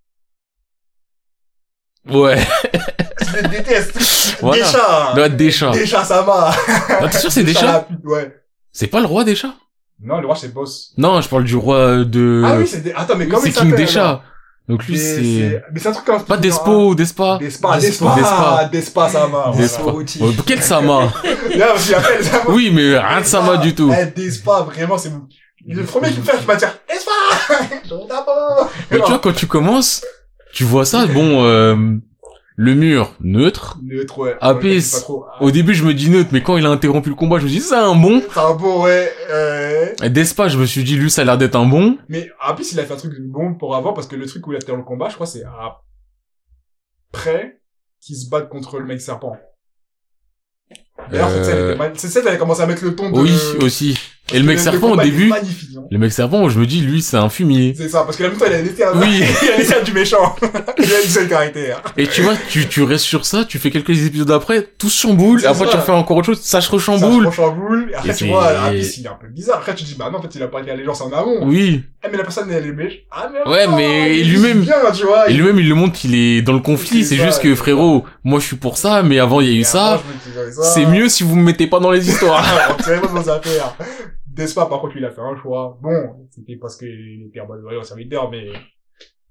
S1: Ouais.
S2: Je le déteste.
S1: Voilà.
S2: Des chats.
S1: Ouais, des chats.
S2: Des chats, ça va.
S1: Ah, t'es sûr c'est des
S2: la
S1: chats?
S2: pute, ouais.
S1: C'est pas le roi des chats?
S2: Non, le roi, c'est Boss.
S1: Non, je parle du roi de...
S2: Ah oui, c'est des... Attends, mais comment
S1: c'est
S2: il
S1: King
S2: s'appelle,
S1: des
S2: alors
S1: chats. Donc lui,
S2: Mais
S1: c'est...
S2: Mais c'est un truc comme...
S1: Pas Despo, Despa.
S2: Despa,
S3: Despa.
S2: Despa. Despa, ça va.
S1: Despa.
S2: voilà.
S3: Outil.
S1: Ouais, quel Sama?
S2: Là, parce qu'il appelle ça.
S1: Oui, mais rien de Sama du tout.
S2: Eh, Despa, vraiment, c'est... Le premier qui me fait, qui va dire, Despa! Je t'apprends!
S1: Mais tu vois, quand tu commences, tu vois ça, bon, euh, le mur, neutre.
S2: Neutre, ouais.
S1: Apis.
S2: Ouais, c'est pas trop.
S1: Au début, je me dis neutre, mais quand il a interrompu le combat, je me dis, c'est un bon.
S2: C'est un bon, ouais. Euh...
S1: Et Despa, je me suis dit, lui, ça a l'air d'être un bon.
S2: Mais Apis, il a fait un truc bon pour avant, parce que le truc où il a fait le combat, je crois, c'est après qu'ils se battent contre le mec serpent. D'ailleurs, cette scène,
S1: Euh,
S2: était mal- cette scène, elle a commencé à mettre le ton de...
S1: Oui, aussi. Et le mec serpent, au
S2: combat, il est
S1: début,
S2: magnifique, hein.
S1: le mec serpent, je me dis, lui, c'est un fumier.
S2: C'est ça, parce que la même temps, il a laissé un,
S1: Oui.
S2: il a laissé un du méchant. Il a laissé le caractère.
S1: Et tu vois, tu, tu restes sur ça, tu fais quelques épisodes après, tout se chamboule,
S2: C'est
S1: après
S2: ça.
S1: tu refais encore autre chose, ça se
S2: Ça
S1: rechamboule.
S2: se chamboule. Et après,
S1: Et
S2: tu
S1: c'est-
S2: vois, Apis, il est un peu bizarre. Après, tu te dis, bah non, en fait, il a pas été allégeance en amont.
S1: Oui.
S2: Eh, mais la personne, elle est méchante. Ah, mais
S1: Ouais,
S2: non,
S1: mais
S2: il est
S1: lui-même-
S2: bien, tu vois.
S1: Et lui-même, il le montre qu'il est dans le conflit,
S2: C'est
S1: c'est
S2: ça,
S1: juste que
S2: c'est
S1: frérot, moi je suis pour ça, mais avant il y a eu
S2: Et
S1: ça,
S2: avant, je me disais ça.
S1: c'est mieux si vous me mettez pas dans les histoires.
S2: On sait pas de nos affaires. Despa, par contre, lui, il a fait un choix. Bon, c'était parce qu'il était en mode, ouais, serviteur, mais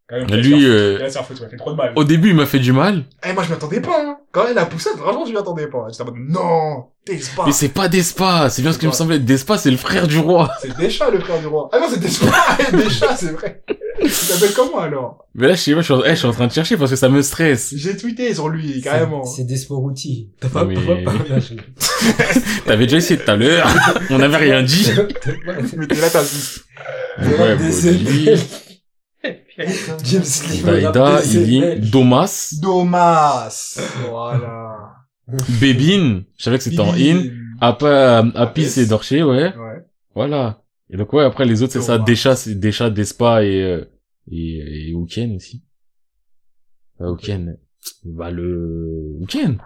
S2: Quand même,
S1: Lui,
S2: il a
S1: euh,
S2: il a fait, il fait trop de mal.
S1: au début, il m'a fait du mal.
S2: Eh, moi, je m'attendais pas, hein. Quand elle a poussé, franchement, je m'y attendais pas. J'étais en mode, non, Despa.
S1: Mais c'est pas Despa, c'est bien ce qui me
S2: Ouais.
S1: semblait. Despa, c'est le frère du roi.
S2: C'est Deschat, le frère du roi. Ah non, c'est Despa. Deschat, c'est vrai. Il s'appelle comment, alors?
S1: Mais là, je sais pas, je suis, en... eh, je suis en train de chercher parce que ça me stresse.
S2: J'ai tweeté sur lui, carrément.
S3: C'est Desporuti. T'as
S1: pas-
S3: pas,
S1: mais-
S3: pas,
S1: T'avais déjà essayé tout à l'heure. On n'avait rien dit.
S2: Mais t'es là, t'as vu.
S1: Ouais, Bodhi,
S3: James Lee.
S1: Daïda, Ili, Domas,
S2: Domas. Voilà.
S1: Bébine. Je savais que c'était en in. Après, euh, Apis et Dorché, ouais.
S2: Ouais.
S1: Voilà. Et donc, ouais, après, les autres, c'est ça.
S2: Dommage.
S1: Deschat, c'est Deschat, Despa et, euh, et, et Ouken aussi. Euh, Ouken. Bah, le, Ouken.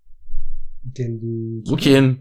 S1: Ouken.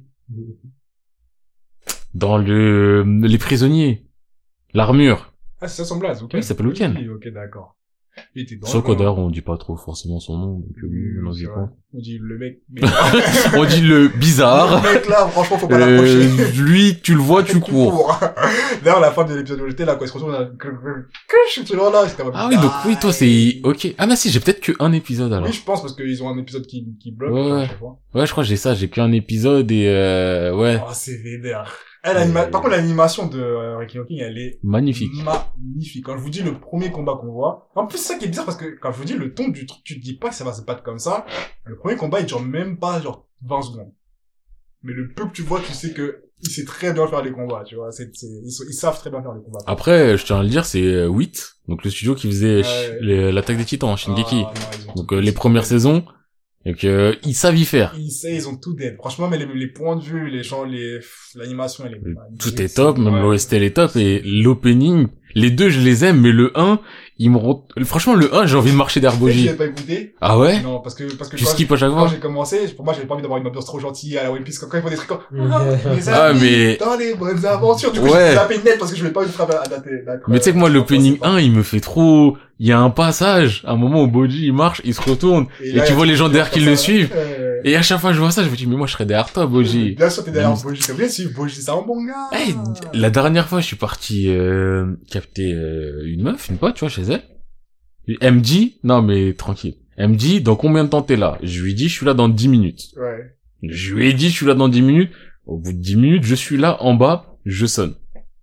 S1: Dans le, les prisonniers. L'armure.
S2: Ah, c'est ça son blaze, ok.
S1: Oui, il s'appelle Ouken.
S2: Oui, ok, d'accord. Il était
S1: Sur le
S2: dangereux,
S1: codeur,
S2: hein.
S1: on dit pas trop forcément son nom, donc euh, oui, on en
S2: c'est
S1: dit
S2: vrai.
S1: pas.
S2: On dit le mec, mais...
S1: On dit le bizarre.
S2: Le mec là, franchement, faut pas l'approcher.
S1: Euh, lui, tu le vois, tu cours.
S2: D'ailleurs, la fin de l'épisode où j'étais là, quand il se retrouve dans que je suis toujours là, c'était en mode,
S1: Ah oui, donc oui, toi, c'est, ok. Ah, bah si, j'ai peut-être que un épisode, alors.
S2: Oui, je pense, parce qu'ils ont un épisode qui, qui bloque,
S1: Ouais,
S2: à
S1: ouais.
S2: chaque fois.
S1: Ouais, je crois que j'ai ça, j'ai qu'un épisode et euh, ouais.
S2: Oh, c'est vénère. Eh, l'anima- Par contre, l'animation de euh, Ricky King, elle est
S1: Magnifique.
S2: magnifique. Quand je vous dis le premier combat qu'on voit, en plus, c'est ça qui est bizarre parce que quand je vous dis le ton du truc, tu te dis pas que ça va se battre comme ça. Le premier combat, il dure même pas genre vingt secondes. Mais le peu que tu vois, tu sais que il sait très bien faire les combats, tu vois. C'est, c'est, ils, sont- ils savent très bien faire les combats.
S1: Après, je tiens à le dire, c'est euh, huit, donc le studio qui faisait
S2: Ouais.
S1: Sh- les- l'attaque des Titans, Shingeki.
S2: Ah, non, ils ont
S1: Donc
S2: tout-
S1: euh, les premières saisons, et que ils savent y faire.
S2: Ils savent, ils ont tout d'aide. Franchement, mais les, les points de vue, les gens, les, l'animation, elle est magnifique.
S1: Tout est top, même
S2: Ouais.
S1: l'O S T elle est top, et l'opening, les deux je les aime, mais le un, il me rend... Franchement, le un, j'ai envie de marcher
S2: Tu sais que
S1: d'Herbogie.
S2: j'ai pas écouté.
S1: Ah ouais?
S2: Non, parce que, parce que
S1: Tu
S2: quand,
S1: skips à chaque
S2: quand
S1: fois?
S2: j'ai commencé, pour moi, j'avais pas envie d'avoir une ambiance trop gentille à la One Piece. Quand, quand ils font des trucs comme,
S3: Mhm.
S2: ah, les
S1: Ah,
S2: amis,
S1: mais-
S2: dans les bonnes aventures. Du coup,
S1: Ouais.
S2: j'ai zappé net parce que je voulais pas une frappe à dater.
S1: Mais tu sais que moi, l'opening un, il me fait trop... Il y a un passage, à un moment où Boji, il marche, il se retourne, et tu vois les gens derrière qui le suivent.
S2: Euh,
S1: et à chaque fois que je vois ça, je me dis, mais moi, je serais derrière toi, Boji.
S2: Bien sûr, t'es derrière
S1: Même-
S2: Boji. T'as oublié de suivre Boji, c'est un bon gars.
S1: Hey, la dernière fois, je suis parti euh, capter euh, une meuf, une pote, tu vois, chez elle. Elle me dit, non mais tranquille. Elle me dit, dans combien de temps t'es là? Je lui dis, je suis là dans dix minutes.
S2: Ouais.
S1: Je lui ai dit, je suis là dans dix minutes. Au bout de dix minutes, je suis là en bas, je sonne.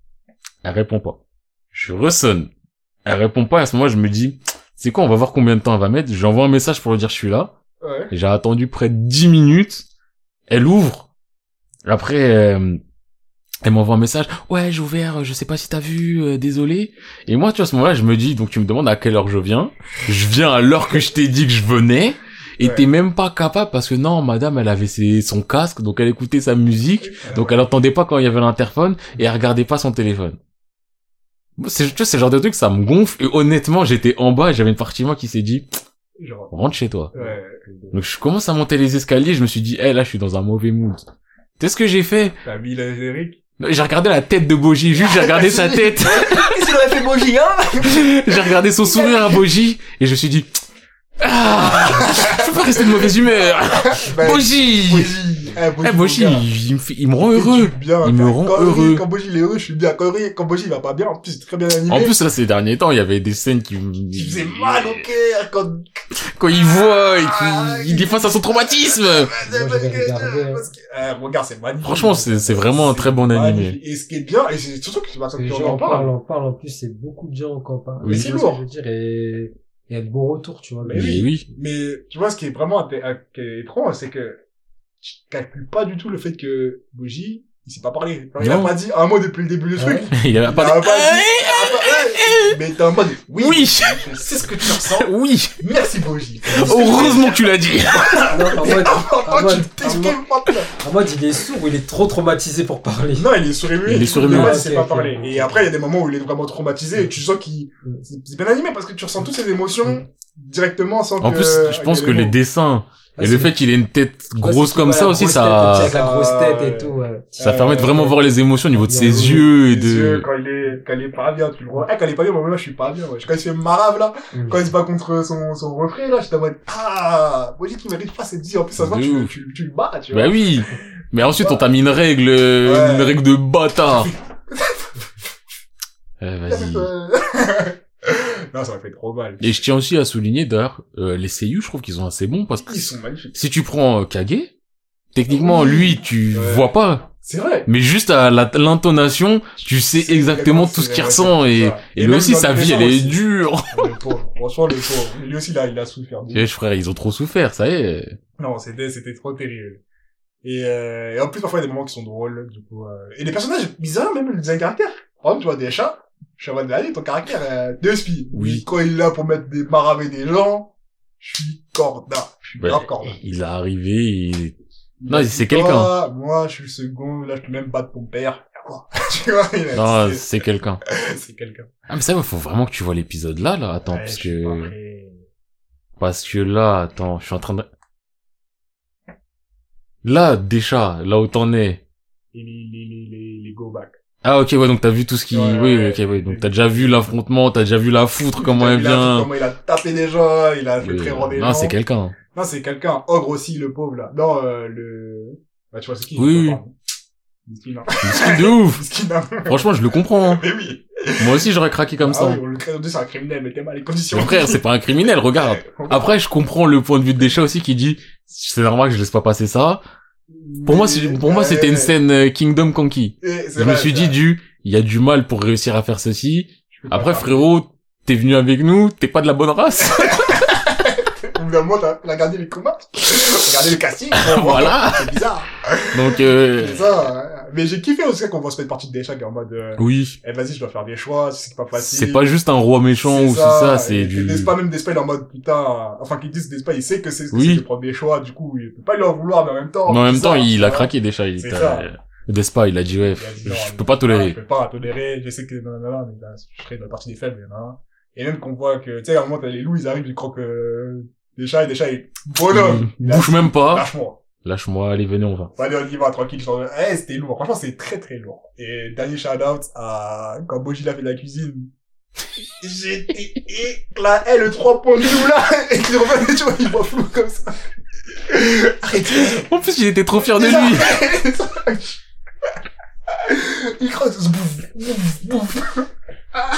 S1: Elle répond pas. Je ressonne. Elle répond pas, et à ce moment, je me dis, c'est quoi, on va voir combien de temps elle va mettre. J'envoie un message pour lui dire, je suis là.
S2: Ouais.
S1: Et j'ai attendu près de dix minutes. Elle ouvre. Après, euh, elle m'envoie un message. Ouais, j'ai ouvert, je sais pas si t'as vu, euh, désolé. Et moi, tu vois, à ce moment-là, je me dis, donc tu me demandes à quelle heure je viens. Je viens à l'heure que je t'ai dit que je venais. Et
S2: Ouais.
S1: t'es même pas capable parce que non, madame, elle avait ses, son casque, donc elle écoutait sa musique. Donc elle entendait pas quand il y avait l'interphone et elle regardait pas son téléphone. Moi, c'est, tu vois, c'est le genre de truc, ça me gonfle. Et honnêtement, j'étais en bas et j'avais une partie de moi qui s'est dit,
S2: Genre,
S1: rentre chez toi.
S2: ouais.
S1: Donc je commence à monter les escaliers, je me suis dit, eh là je suis dans un mauvais mood. Tu sais ce que j'ai fait?
S2: T'as mis le générique.
S1: J'ai regardé la tête de Boji, juste j'ai regardé sa tête.
S2: Qu'est-ce qu'il aurait fait Boji, hein?
S1: J'ai regardé son sourire à Boji et je me suis dit, ah, je peux pas rester de mauvaise humeur.
S2: Bah,
S1: Boji!
S2: Boji. Eh, Boji,
S1: Eh Boji,
S2: mon gars.
S1: il, il me fait, il me rend
S2: Il
S1: heureux.
S2: fait du bien.
S1: Il me
S2: Quand-
S1: rend
S2: quand,
S1: heureux.
S2: Quand Boji il est heureux, je suis bien. Quand, quand Boji il va pas bien, en plus c'est très bien animé.
S1: En plus là ces derniers temps, il y avait des scènes qui me...
S2: qui faisait mal au cœur quand...
S1: Quand il voit et
S2: Ah,
S1: qu'il il dit face à son traumatisme.
S3: j'avais regardé,
S2: Parce que, euh, regarde, c'est magnifique.
S1: Franchement, c'est, c'est vraiment un très bon animé.
S2: Magnifique. Et ce qui est bien, et c'est surtout que tu vas
S3: Les
S2: on
S3: gens
S2: en
S3: en parlent,
S2: parle.
S3: en parlent, en plus, c'est beaucoup de gens qui en parlent.
S1: Oui.
S3: Et
S2: C'est
S3: ce que
S2: lourd.
S3: je veux dire, et il y a de bons retours, tu vois.
S2: Mais
S1: Mais
S2: oui.
S1: oui.
S2: Mais tu vois, ce qui est vraiment inté- euh, qui est étrange, c'est que tu calcules pas du tout le fait que Boji, il sait pas parler. Genre, il a
S1: Non.
S2: pas dit un mot depuis le début du truc.
S3: Ouais.
S1: Il avait
S2: Il
S1: pas
S2: a
S1: dit,
S2: pas dit, il a pas- ouais. Mais t'es en mode, oui,
S1: Oui.
S2: je sais ce que tu ressens.
S1: oui.
S2: Merci Boji.
S1: Heureusement que tu l'as dit.
S3: Non, en mode,
S2: Oh,
S3: en
S2: tu
S3: mode,
S2: t'exprimes pas là.
S3: en mode, il est sourd ou il est trop traumatisé pour parler.
S2: Non, il est souris-muet.
S1: Il est souris-muet.
S2: Il
S3: Ah,
S2: sait
S3: ok,
S2: pas
S3: ok,
S2: parler.
S3: ok.
S2: Et après, il y a des moments où il est vraiment traumatisé et tu sens qu'il,
S3: Mm.
S2: c'est c'est bien animé parce que tu ressens toutes ces émotions directement sans que...
S1: En plus, je pense
S2: il y
S1: que
S2: a des
S1: les
S2: mots.
S1: dessins
S3: Ah,
S1: et
S3: c'est
S1: le
S3: le-
S1: fait qu'il ait une tête
S3: Ouais,
S1: grosse
S3: c'est
S1: comme
S3: pas
S1: ça
S3: la
S1: aussi,
S3: grosse
S1: ça,
S3: tête, avec la grosse
S2: Ah,
S3: tête
S2: ouais.
S3: et tout, ouais.
S1: ça
S2: Euh,
S1: permet de vraiment voir les émotions au niveau de
S3: bien,
S1: ses
S3: oui.
S1: yeux et
S2: Les yeux,
S1: de...
S2: quand il est, quand il est pas bien, tu le vois. Eh, quand il est pas bien, moi, moi, je suis pas bien, ouais. Quand il se fait marave, là,
S3: Mm.
S2: quand il se bat contre son, son refrain, là, j'étais en mode, ah, Boji qui mérite pas cette dit, en plus, ça se voit,
S1: De
S2: tu,
S1: ouf.
S2: tu, tu le bats, tu vois.
S1: Bah oui. Mais ensuite, on t'a mis une règle,
S2: Ouais.
S1: une règle de bâtard. Eh, vas-y.
S2: Euh, Non, ça m'a fait trop mal.
S1: Et je tiens aussi à souligner, d'ailleurs, euh, les seiyuu, je trouve qu'ils sont assez bons, parce que
S2: Ils sont magnifiques.
S1: si tu prends euh, Kage, techniquement,
S2: Oui.
S1: lui, tu
S2: Ouais.
S1: vois pas.
S2: C'est vrai.
S1: Mais juste à la- l'intonation, tu sais
S2: C'est
S1: exactement
S2: exactement
S1: tout ce
S2: c'est-
S1: qu'il
S2: ouais,
S1: ressent,
S2: c'est
S1: et,
S2: ça.
S1: et
S2: Et
S1: lui
S2: même
S1: aussi,
S2: dans
S1: sa
S2: le
S1: vie, elle
S2: présent
S1: est
S2: aussi.
S1: dure.
S2: Le pauvre. Franchement, le pauvre. Lui aussi, là, il a souffert.
S1: Et je frère, ils ont trop souffert, ça y est.
S2: Non, c'était, c'était trop terrible. Et, euh, et en plus, parfois, il y a des moments qui sont drôles, du coup, euh... et les personnages bizarres, même, le design caractère. Par exemple, tu vois, des chats. Je suis en mode, allez, ton caractère, euh, deux spies.
S1: Oui.
S2: Quand il est là pour mettre des maraver des gens, je suis corda. Je suis
S1: Bah,
S2: grave corda.
S1: il est arrivé, il...
S2: Il
S1: Non,
S2: a dit,
S1: c'est quelqu'un.
S2: toi, moi, je suis le second, là, je peux même battre ton père. Quoi tu vois, il a
S1: Non,
S2: dit,
S1: c'est quelqu'un.
S2: c'est quelqu'un.
S1: Ah, mais ça, il faut vraiment que tu vois l'épisode là, là. Attends,
S2: Ouais,
S1: parce
S2: je suis pas
S1: que...
S2: prêt.
S1: Parce que là, attends, je suis en train de... Là, déjà, là où t'en es.
S2: Et les, les, les, les, les go back.
S1: Ah, ok, ouais, donc t'as vu tout ce qui...
S2: Ouais,
S1: oui,
S2: ouais,
S1: ok, ouais,
S2: ouais.
S1: donc t'as déjà vu l'affrontement, t'as déjà vu la foutre, comment
S2: T'as
S1: elle
S2: vu la-
S1: vient.
S2: Comment il a tapé des gens, il a fait
S1: Oui,
S2: très rond des gens.
S1: non, c'est quelqu'un.
S2: Non, c'est quelqu'un. Ogre aussi, le pauvre, là. Non, euh, le... Bah, tu vois, c'est qui?
S1: Oui.
S2: Pardon. Miskin, hein.
S1: Miskin de ouf.
S2: Miskin, hein.
S1: Franchement, je le comprends. Hein.
S2: Mais oui.
S1: Moi aussi, j'aurais craqué comme
S2: Ah
S1: ça.
S2: oui, on le crée, c'est un criminel, mais t'es mal les conditions.
S1: Mon frère, c'est pas un criminel, regarde. Après, je comprends le point de vue de Deschamps aussi qui dit, c'est normal que je laisse pas passer ça. Pour moi, c'est, pour moi, c'était une scène euh, Kingdom Conquis. Je me suis dit du, il y a du mal pour réussir à faire ceci. Après, frérot, t'es venu avec nous, t'es pas de la bonne race.
S2: Au bout d'un moment, t'as t'as regardé les combats, regardé le casting. Bon,
S1: Voilà.
S2: C'est bizarre.
S1: Donc, euh...
S2: C'est ça. hein. Mais j'ai kiffé aussi qu'on voit se mettre partie de Deschamps, en mode, euh,
S1: oui.
S2: eh, vas-y, je dois faire des choix, c'est pas facile.
S1: C'est pas juste un roi méchant ou c'est ça, c'est
S2: et,
S1: du...
S2: et Despa, même Despa, il est en mode, putain, enfin, qu'il dise Despa, il sait que c'est, que
S1: Oui.
S2: c'est de prendre des choix, du coup, il peut pas lui en vouloir, mais en même temps.
S1: Mais en même
S2: c'est
S1: temps,
S2: ça,
S1: il
S2: tu
S1: a
S2: vois.
S1: craqué déjà, il
S2: C'est
S1: t'a...
S2: ça.
S1: Despa, il a dit, ouais,
S2: Il a dit, non,
S1: je
S2: mais
S1: peux pas
S2: Je
S1: tolérer.
S2: peux pas tolérer, je sais que, non, non, non, mais là, je serai de la partie des faibles, il y en a un. Et même qu'on voit que, tu sais, à un moment, t'as les loups, ils arrivent, ils croient que, des chats, et des chats, ils, bonhomme!
S1: Il bouge même pas.
S2: Lâche-moi.
S1: Lâche-moi, allez, venez, on va.
S2: Allez, on y va, tranquille. Genre, eh, c'était lourd. Franchement, c'est très, très lourd. Et dernier shout-out à, quand Boji l'a fait de la cuisine. J'étais éclaté. Eh, le trois points de loup, là. Et qu'il revient, tu vois, il voit flou comme ça. Arrêtez.
S1: En plus, il était trop fier de lui.
S2: Il croise, bouf, bouf, bouf. Ah.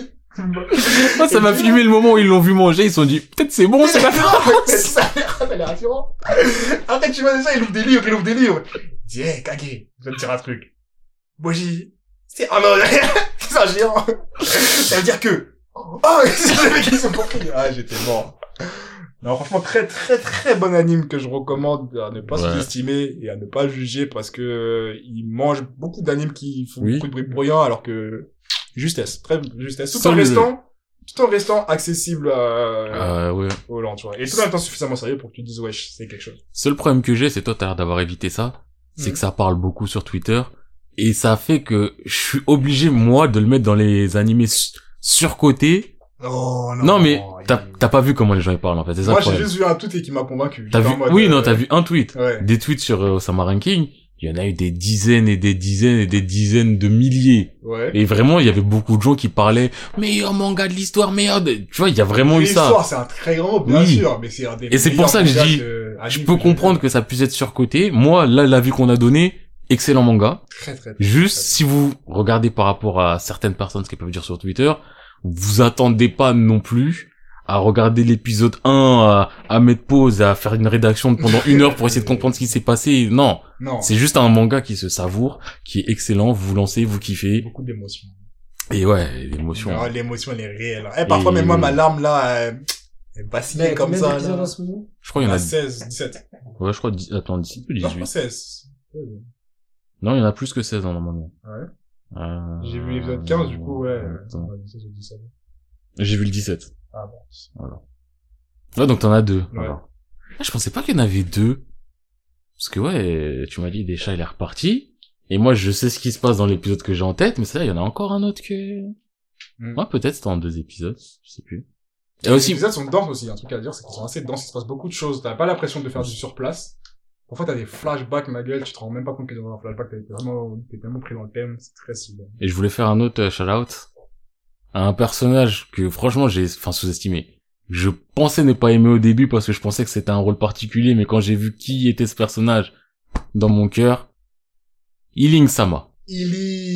S1: Moi, ça m'a filmé le moment où ils l'ont vu manger, ils se sont dit, peut-être c'est bon, c'est la fin.
S2: Ça a l'air, ça a l'air rassurant. Après, tu vois ça, il ouvre des livres, il ouvre des livres. Il dit, eh, Kage, je vais te dire un truc. Boji, c'est, oh non, c'est un géant. Ça veut dire que, oh, c'est le mec qui s'est compris. Ah, j'étais mort. Non, franchement, très, très, très bon anime que je recommande à ne pas
S1: Ouais.
S2: sous-estimer et à ne pas juger parce que euh, il mange beaucoup d'animes qui font
S1: Oui.
S2: beaucoup de bruit bruyant alors que justesse, très justesse, tout en
S1: Solide.
S2: restant, tout en restant accessible à,
S1: Euh, ouais.
S2: au lent, tu vois. Et tout en étant suffisamment sérieux pour que tu te dises, wesh, c'est quelque chose.
S1: Seul problème que j'ai, c'est toi, t'as l'air d'avoir évité ça. C'est
S2: Mhm.
S1: que ça parle beaucoup sur Twitter. Et ça fait que je suis obligé, moi, de le mettre dans les animés su- surcotés.
S2: Oh, non.
S1: Non, mais t'as,
S2: il-
S1: t'as pas vu comment les gens y parlent, en fait. C'est ça
S2: Moi,
S1: le
S2: j'ai
S1: problème.
S2: juste vu un tweet et qui m'a convaincu.
S1: T'as
S2: J'étais
S1: vu,
S2: en mode,
S1: oui, non,
S2: euh,
S1: t'as vu un tweet.
S2: Ouais.
S1: Des tweets sur euh, Osama Ranking. Il y en a eu des dizaines et des dizaines et des dizaines de milliers.
S2: Ouais.
S1: Et vraiment, il y avait beaucoup de gens qui parlaient, meilleur manga de l'histoire, meilleur de... Tu vois, il y a vraiment eu ça.
S2: L'histoire, c'est un très grand mot, bien
S1: Oui.
S2: sûr, mais c'est un des
S1: Et c'est pour
S2: meilleurs
S1: ça que je
S2: mangas
S1: dis,
S2: que-
S1: Je
S2: anime
S1: peux
S2: que j'ai
S1: comprendre
S2: vu.
S1: que ça puisse être surcoté. Moi, là, l'avis qu'on a donné, excellent manga.
S2: Très, très, très,
S1: Juste,
S2: très,
S1: si vous regardez par rapport à certaines personnes, ce qu'elles peuvent dire sur Twitter, vous attendez pas non plus à regarder l'épisode un, à, à mettre pause, à faire une rédaction pendant une heure pour essayer de comprendre ce qui s'est passé. Non.
S2: Non.
S1: C'est juste un manga qui se savoure, qui est excellent, vous vous lancez, vous kiffez.
S2: Beaucoup d'émotions.
S1: Et ouais, l'émotion.
S2: Ah, l'émotion, elle est réelle. Eh, parfois,
S1: Et-
S2: même moi, ma larme, là, elle, elle vacillait
S3: Mais
S2: comme
S3: combien
S2: ça,
S3: d'épisodes
S2: là.
S3: en ce moment?
S1: Je crois qu'il y en a,
S2: seize, dix-sept.
S1: ouais, je crois, dix- attends, dix-sept ou
S2: Non, je crois
S1: dix-huit.
S2: seize.
S1: Non, il y en a plus que seize, hein, normalement.
S2: Ouais.
S1: Euh...
S2: J'ai vu l'épisode quinze, du coup, ouais.
S1: Attends.
S2: Ouais, dix-sept ou dix-sept.
S1: J'ai vu le dix-sept.
S2: Ah bon.
S1: Ouais, donc t'en as deux.
S2: Ouais.
S1: Voilà. Ah, je pensais pas qu'il y en avait deux. Parce que ouais, tu m'as dit des chats, il est reparti. Et moi, je sais ce qui se passe dans l'épisode que j'ai en tête, mais c'est là, il y en a encore un autre que...
S2: Mm.
S1: Ouais, peut-être c'était en deux épisodes, je sais plus. Et
S2: Les
S1: aussi,
S2: épisodes sont denses aussi. Un truc à dire, c'est qu'ils sont assez denses. Il se passe beaucoup de choses. T'as pas l'impression de faire du surplace. Parfois, t'as des flashbacks, ma gueule. Tu te rends même pas compte que t'es dans un flashback. T'es vraiment, t'es tellement pris dans le thème. C'est très stylé.
S1: et je voulais faire un autre euh, shout-out à un personnage que franchement j'ai, enfin, sous-estimé. Je pensais ne pas aimer au début parce que je pensais que c'était un rôle particulier, mais quand j'ai vu qui était ce personnage dans mon cœur, Healing Sama.
S2: Illig.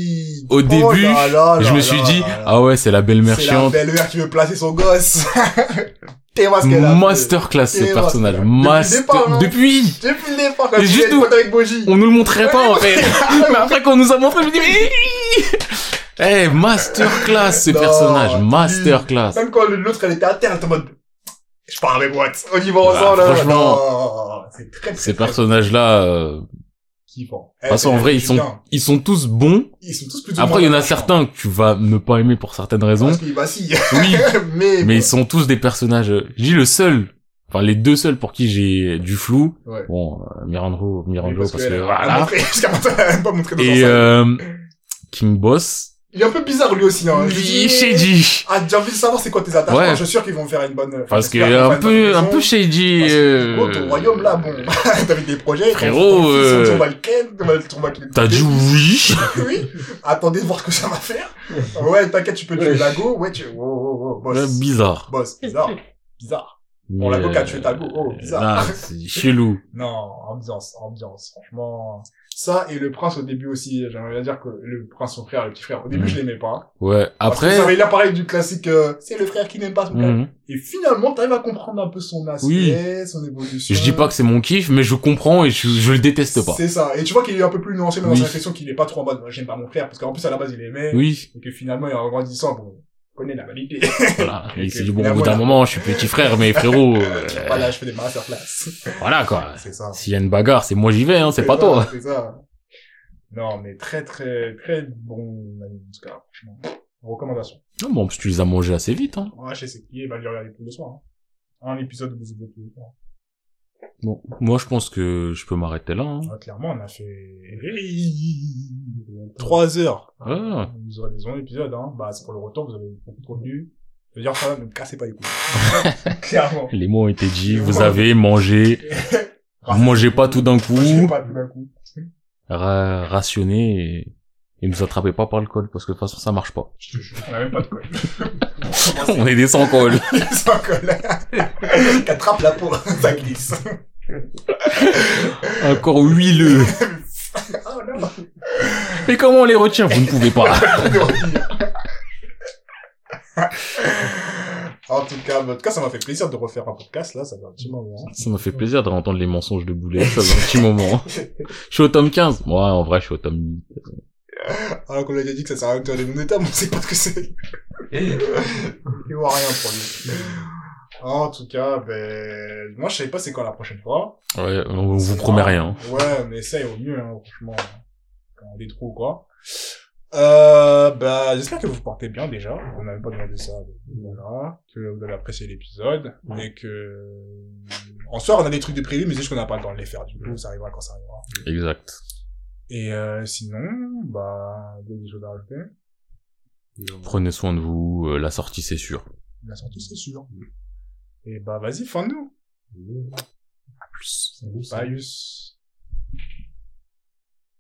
S1: au début,
S2: Oh là là
S1: je
S2: là
S1: me suis
S2: là
S1: dit,
S2: là là.
S1: ah ouais, c'est la belle-mère
S2: C'est la
S1: chiante.
S2: belle-mère qui veut placer son gosse. T'es moi ce qu'elle a fait.
S1: Masterclass, ce
S2: Et
S1: personnage.
S2: voilà. Depuis le
S1: Master...
S2: départ, hein.
S1: Depuis,
S2: Depuis le départ, quand
S1: Et
S2: tu
S1: juste
S2: fais
S1: nous-
S2: une photo avec Boji.
S1: on nous le montrait pas, en fait. Mais après qu'on nous a montré, je me dis, mais... Eh, masterclass, ce
S2: Non,
S1: personnage.
S2: lui.
S1: Masterclass.
S2: Même quand l'autre, elle était à terre, elle était en mode, je pars avec boîte. On y va
S1: Bah,
S2: ensemble, là.
S1: franchement,
S2: Non, c'est très, très,
S1: Ces
S2: très
S1: personnages-là, euh...
S2: kiffant.
S1: de toute façon, en vrai, ils sont, ils sont tous bons.
S2: Ils sont tous plus ou
S1: Après, il y en
S2: moins
S1: a certains que tu vas ne pas aimer pour certaines raisons.
S2: Parce qu'ils vacillent.
S1: Oui.
S2: mais,
S1: Mais ils sont tous des personnages. J'ai le seul, enfin les deux seuls pour qui j'ai du flou.
S2: Ouais.
S1: Bon, euh, Mirandro, Mirandro
S2: parce
S1: parce que
S2: qu'elle a
S1: voilà.
S2: montré- Jusqu'à maintenant, elle a même pas montré dans son
S1: Et
S2: sac.
S1: euh, King Boss.
S2: Il est un peu bizarre, lui aussi, hein. Je dis-
S1: Shady.
S2: Ah, j'ai envie de savoir c'est quoi tes attaches.
S1: Ouais.
S2: Je suis sûr qu'ils vont faire une bonne,
S1: Parce que
S2: j'espère qu'ils vont
S1: un
S2: faire une
S1: peu,
S2: bonne
S1: un
S2: maison.
S1: peu shady.
S2: Parce que,
S1: euh,
S2: gros, ton royaume, là, bon. T'avais des projets. ton-
S1: Frérot,
S2: ton fils,
S1: euh,
S2: on va le ken, on va le, on va le
S1: T'as dit oui.
S2: Oui. Attendez de voir ce que ça va faire. Ouais, t'inquiète, tu peux tuer
S3: Ouais.
S2: Lago. Ouais, tu, oh, oh, oh, boss.
S1: Ouais, bizarre.
S2: Boss, bizarre. Bizarre. Bon,
S1: Mais,
S2: Lago qui a tué Tago. Oh, bizarre.
S1: Là, c'est chelou.
S2: Non, ambiance, ambiance, franchement. Ça, et le prince au début aussi, j'aimerais bien dire que le prince, son frère, le petit frère, au début,
S1: Mhm.
S2: je l'aimais pas.
S1: Ouais.
S2: Parce que
S1: Après.
S2: ça avait l'appareil du classique, euh, c'est le frère qui n'aime pas son frère.
S1: Mhm.
S2: Et finalement, t'arrives à comprendre un peu son aspect,
S1: Oui.
S2: son évolution.
S1: Je dis pas que c'est mon kiff, mais je comprends et je, je le déteste pas.
S2: C'est ça. Et tu vois qu'il est un peu plus nuancé, mais dans
S1: Oui.
S2: sa réflexion qu'il est pas trop en mode, moi, j'aime pas mon frère, parce qu'en plus, à la base, il aimait.
S1: Oui.
S2: Et que finalement, en grandissant, bon, on connaît la réalité.
S1: Voilà.
S2: Et
S1: Il
S2: que
S1: s'est dit bon, au
S2: finalement,
S1: bout d'un
S2: il a-
S1: moment, je suis petit frère, mais frérot. euh,
S2: Voilà, je fais des masterclass.
S1: Voilà quoi.
S2: C'est ça.
S1: S'il y a une bagarre, c'est moi j'y vais, hein, c'est pas
S2: ça,
S1: toi.
S2: C'est ça. Non, mais très, très, très bon anime, en tout cas, franchement. Recommandation.
S1: Non, bon, parce que tu les as mangés assez vite, hein.
S2: Ouais, je sais c'est qui, bah, le regarder tous les soirs, hein. Un épisode, vous avez tous les soirs.
S1: Bon, moi je pense que je peux m'arrêter là. Hein.
S2: Ouais, clairement, on a fait trois heures.
S1: Ah.
S2: Vous aurez des longs épisodes, hein. Bah, c'est pour le retour, vous avez beaucoup de contenu. Je veux dire, ça, ne me cassez pas les couilles. Clairement.
S1: Les mots ont été dits, vous avez mangé, vous mangez pas tout d'un
S2: Mangez
S1: coup,
S2: pas tout d'un coup.
S1: ra rationnez et, et nous attrapez pas par le col parce que de toute façon ça marche pas.
S2: Je te jure, on a même pas de colle.
S1: On est des sans col.
S2: Sans colle. Qu'attrape la peau, ça glisse.
S1: Encore huileux.
S2: Oh non.
S1: Mais comment on les retient? Vous ne pouvez pas.
S2: En tout cas, en tout cas, ça m'a fait plaisir de refaire un podcast, là, ça fait un petit moment.
S1: Ça m'a fait plaisir de entendre les mensonges de Boulet, ça fait un petit moment. Je suis au tome quinze. Ouais, en vrai, je suis au tome huit.
S2: Alors qu'on lui a déjà dit que ça sert à rien de faire des non-états, mais on sait pas ce que c'est. Il voit rien pour lui. En tout cas, ben, moi, je savais pas c'est quand la prochaine fois.
S1: Ouais, on vous promet rien.
S2: Ouais, on essaye au mieux, hein, franchement. Quand on a des trous, quoi. Euh, bah, j'espère que vous vous portez bien, déjà. On n'avait pas demandé ça. Voilà. Que vous avez apprécié l'épisode. Et que, en soir, on a des trucs de prévu, mais c'est juste qu'on n'a pas le temps de les faire. Du coup, ça arrivera quand ça arrivera.
S1: Exact.
S2: Et, euh, sinon, bah, il y a des choses à rajouter.
S1: Prenez soin de vous, euh, la sortie c'est sûr.
S2: La sortie, c'est sûr. Et bah, vas-y, fin de nous.
S3: Salut, salut.
S2: Bye.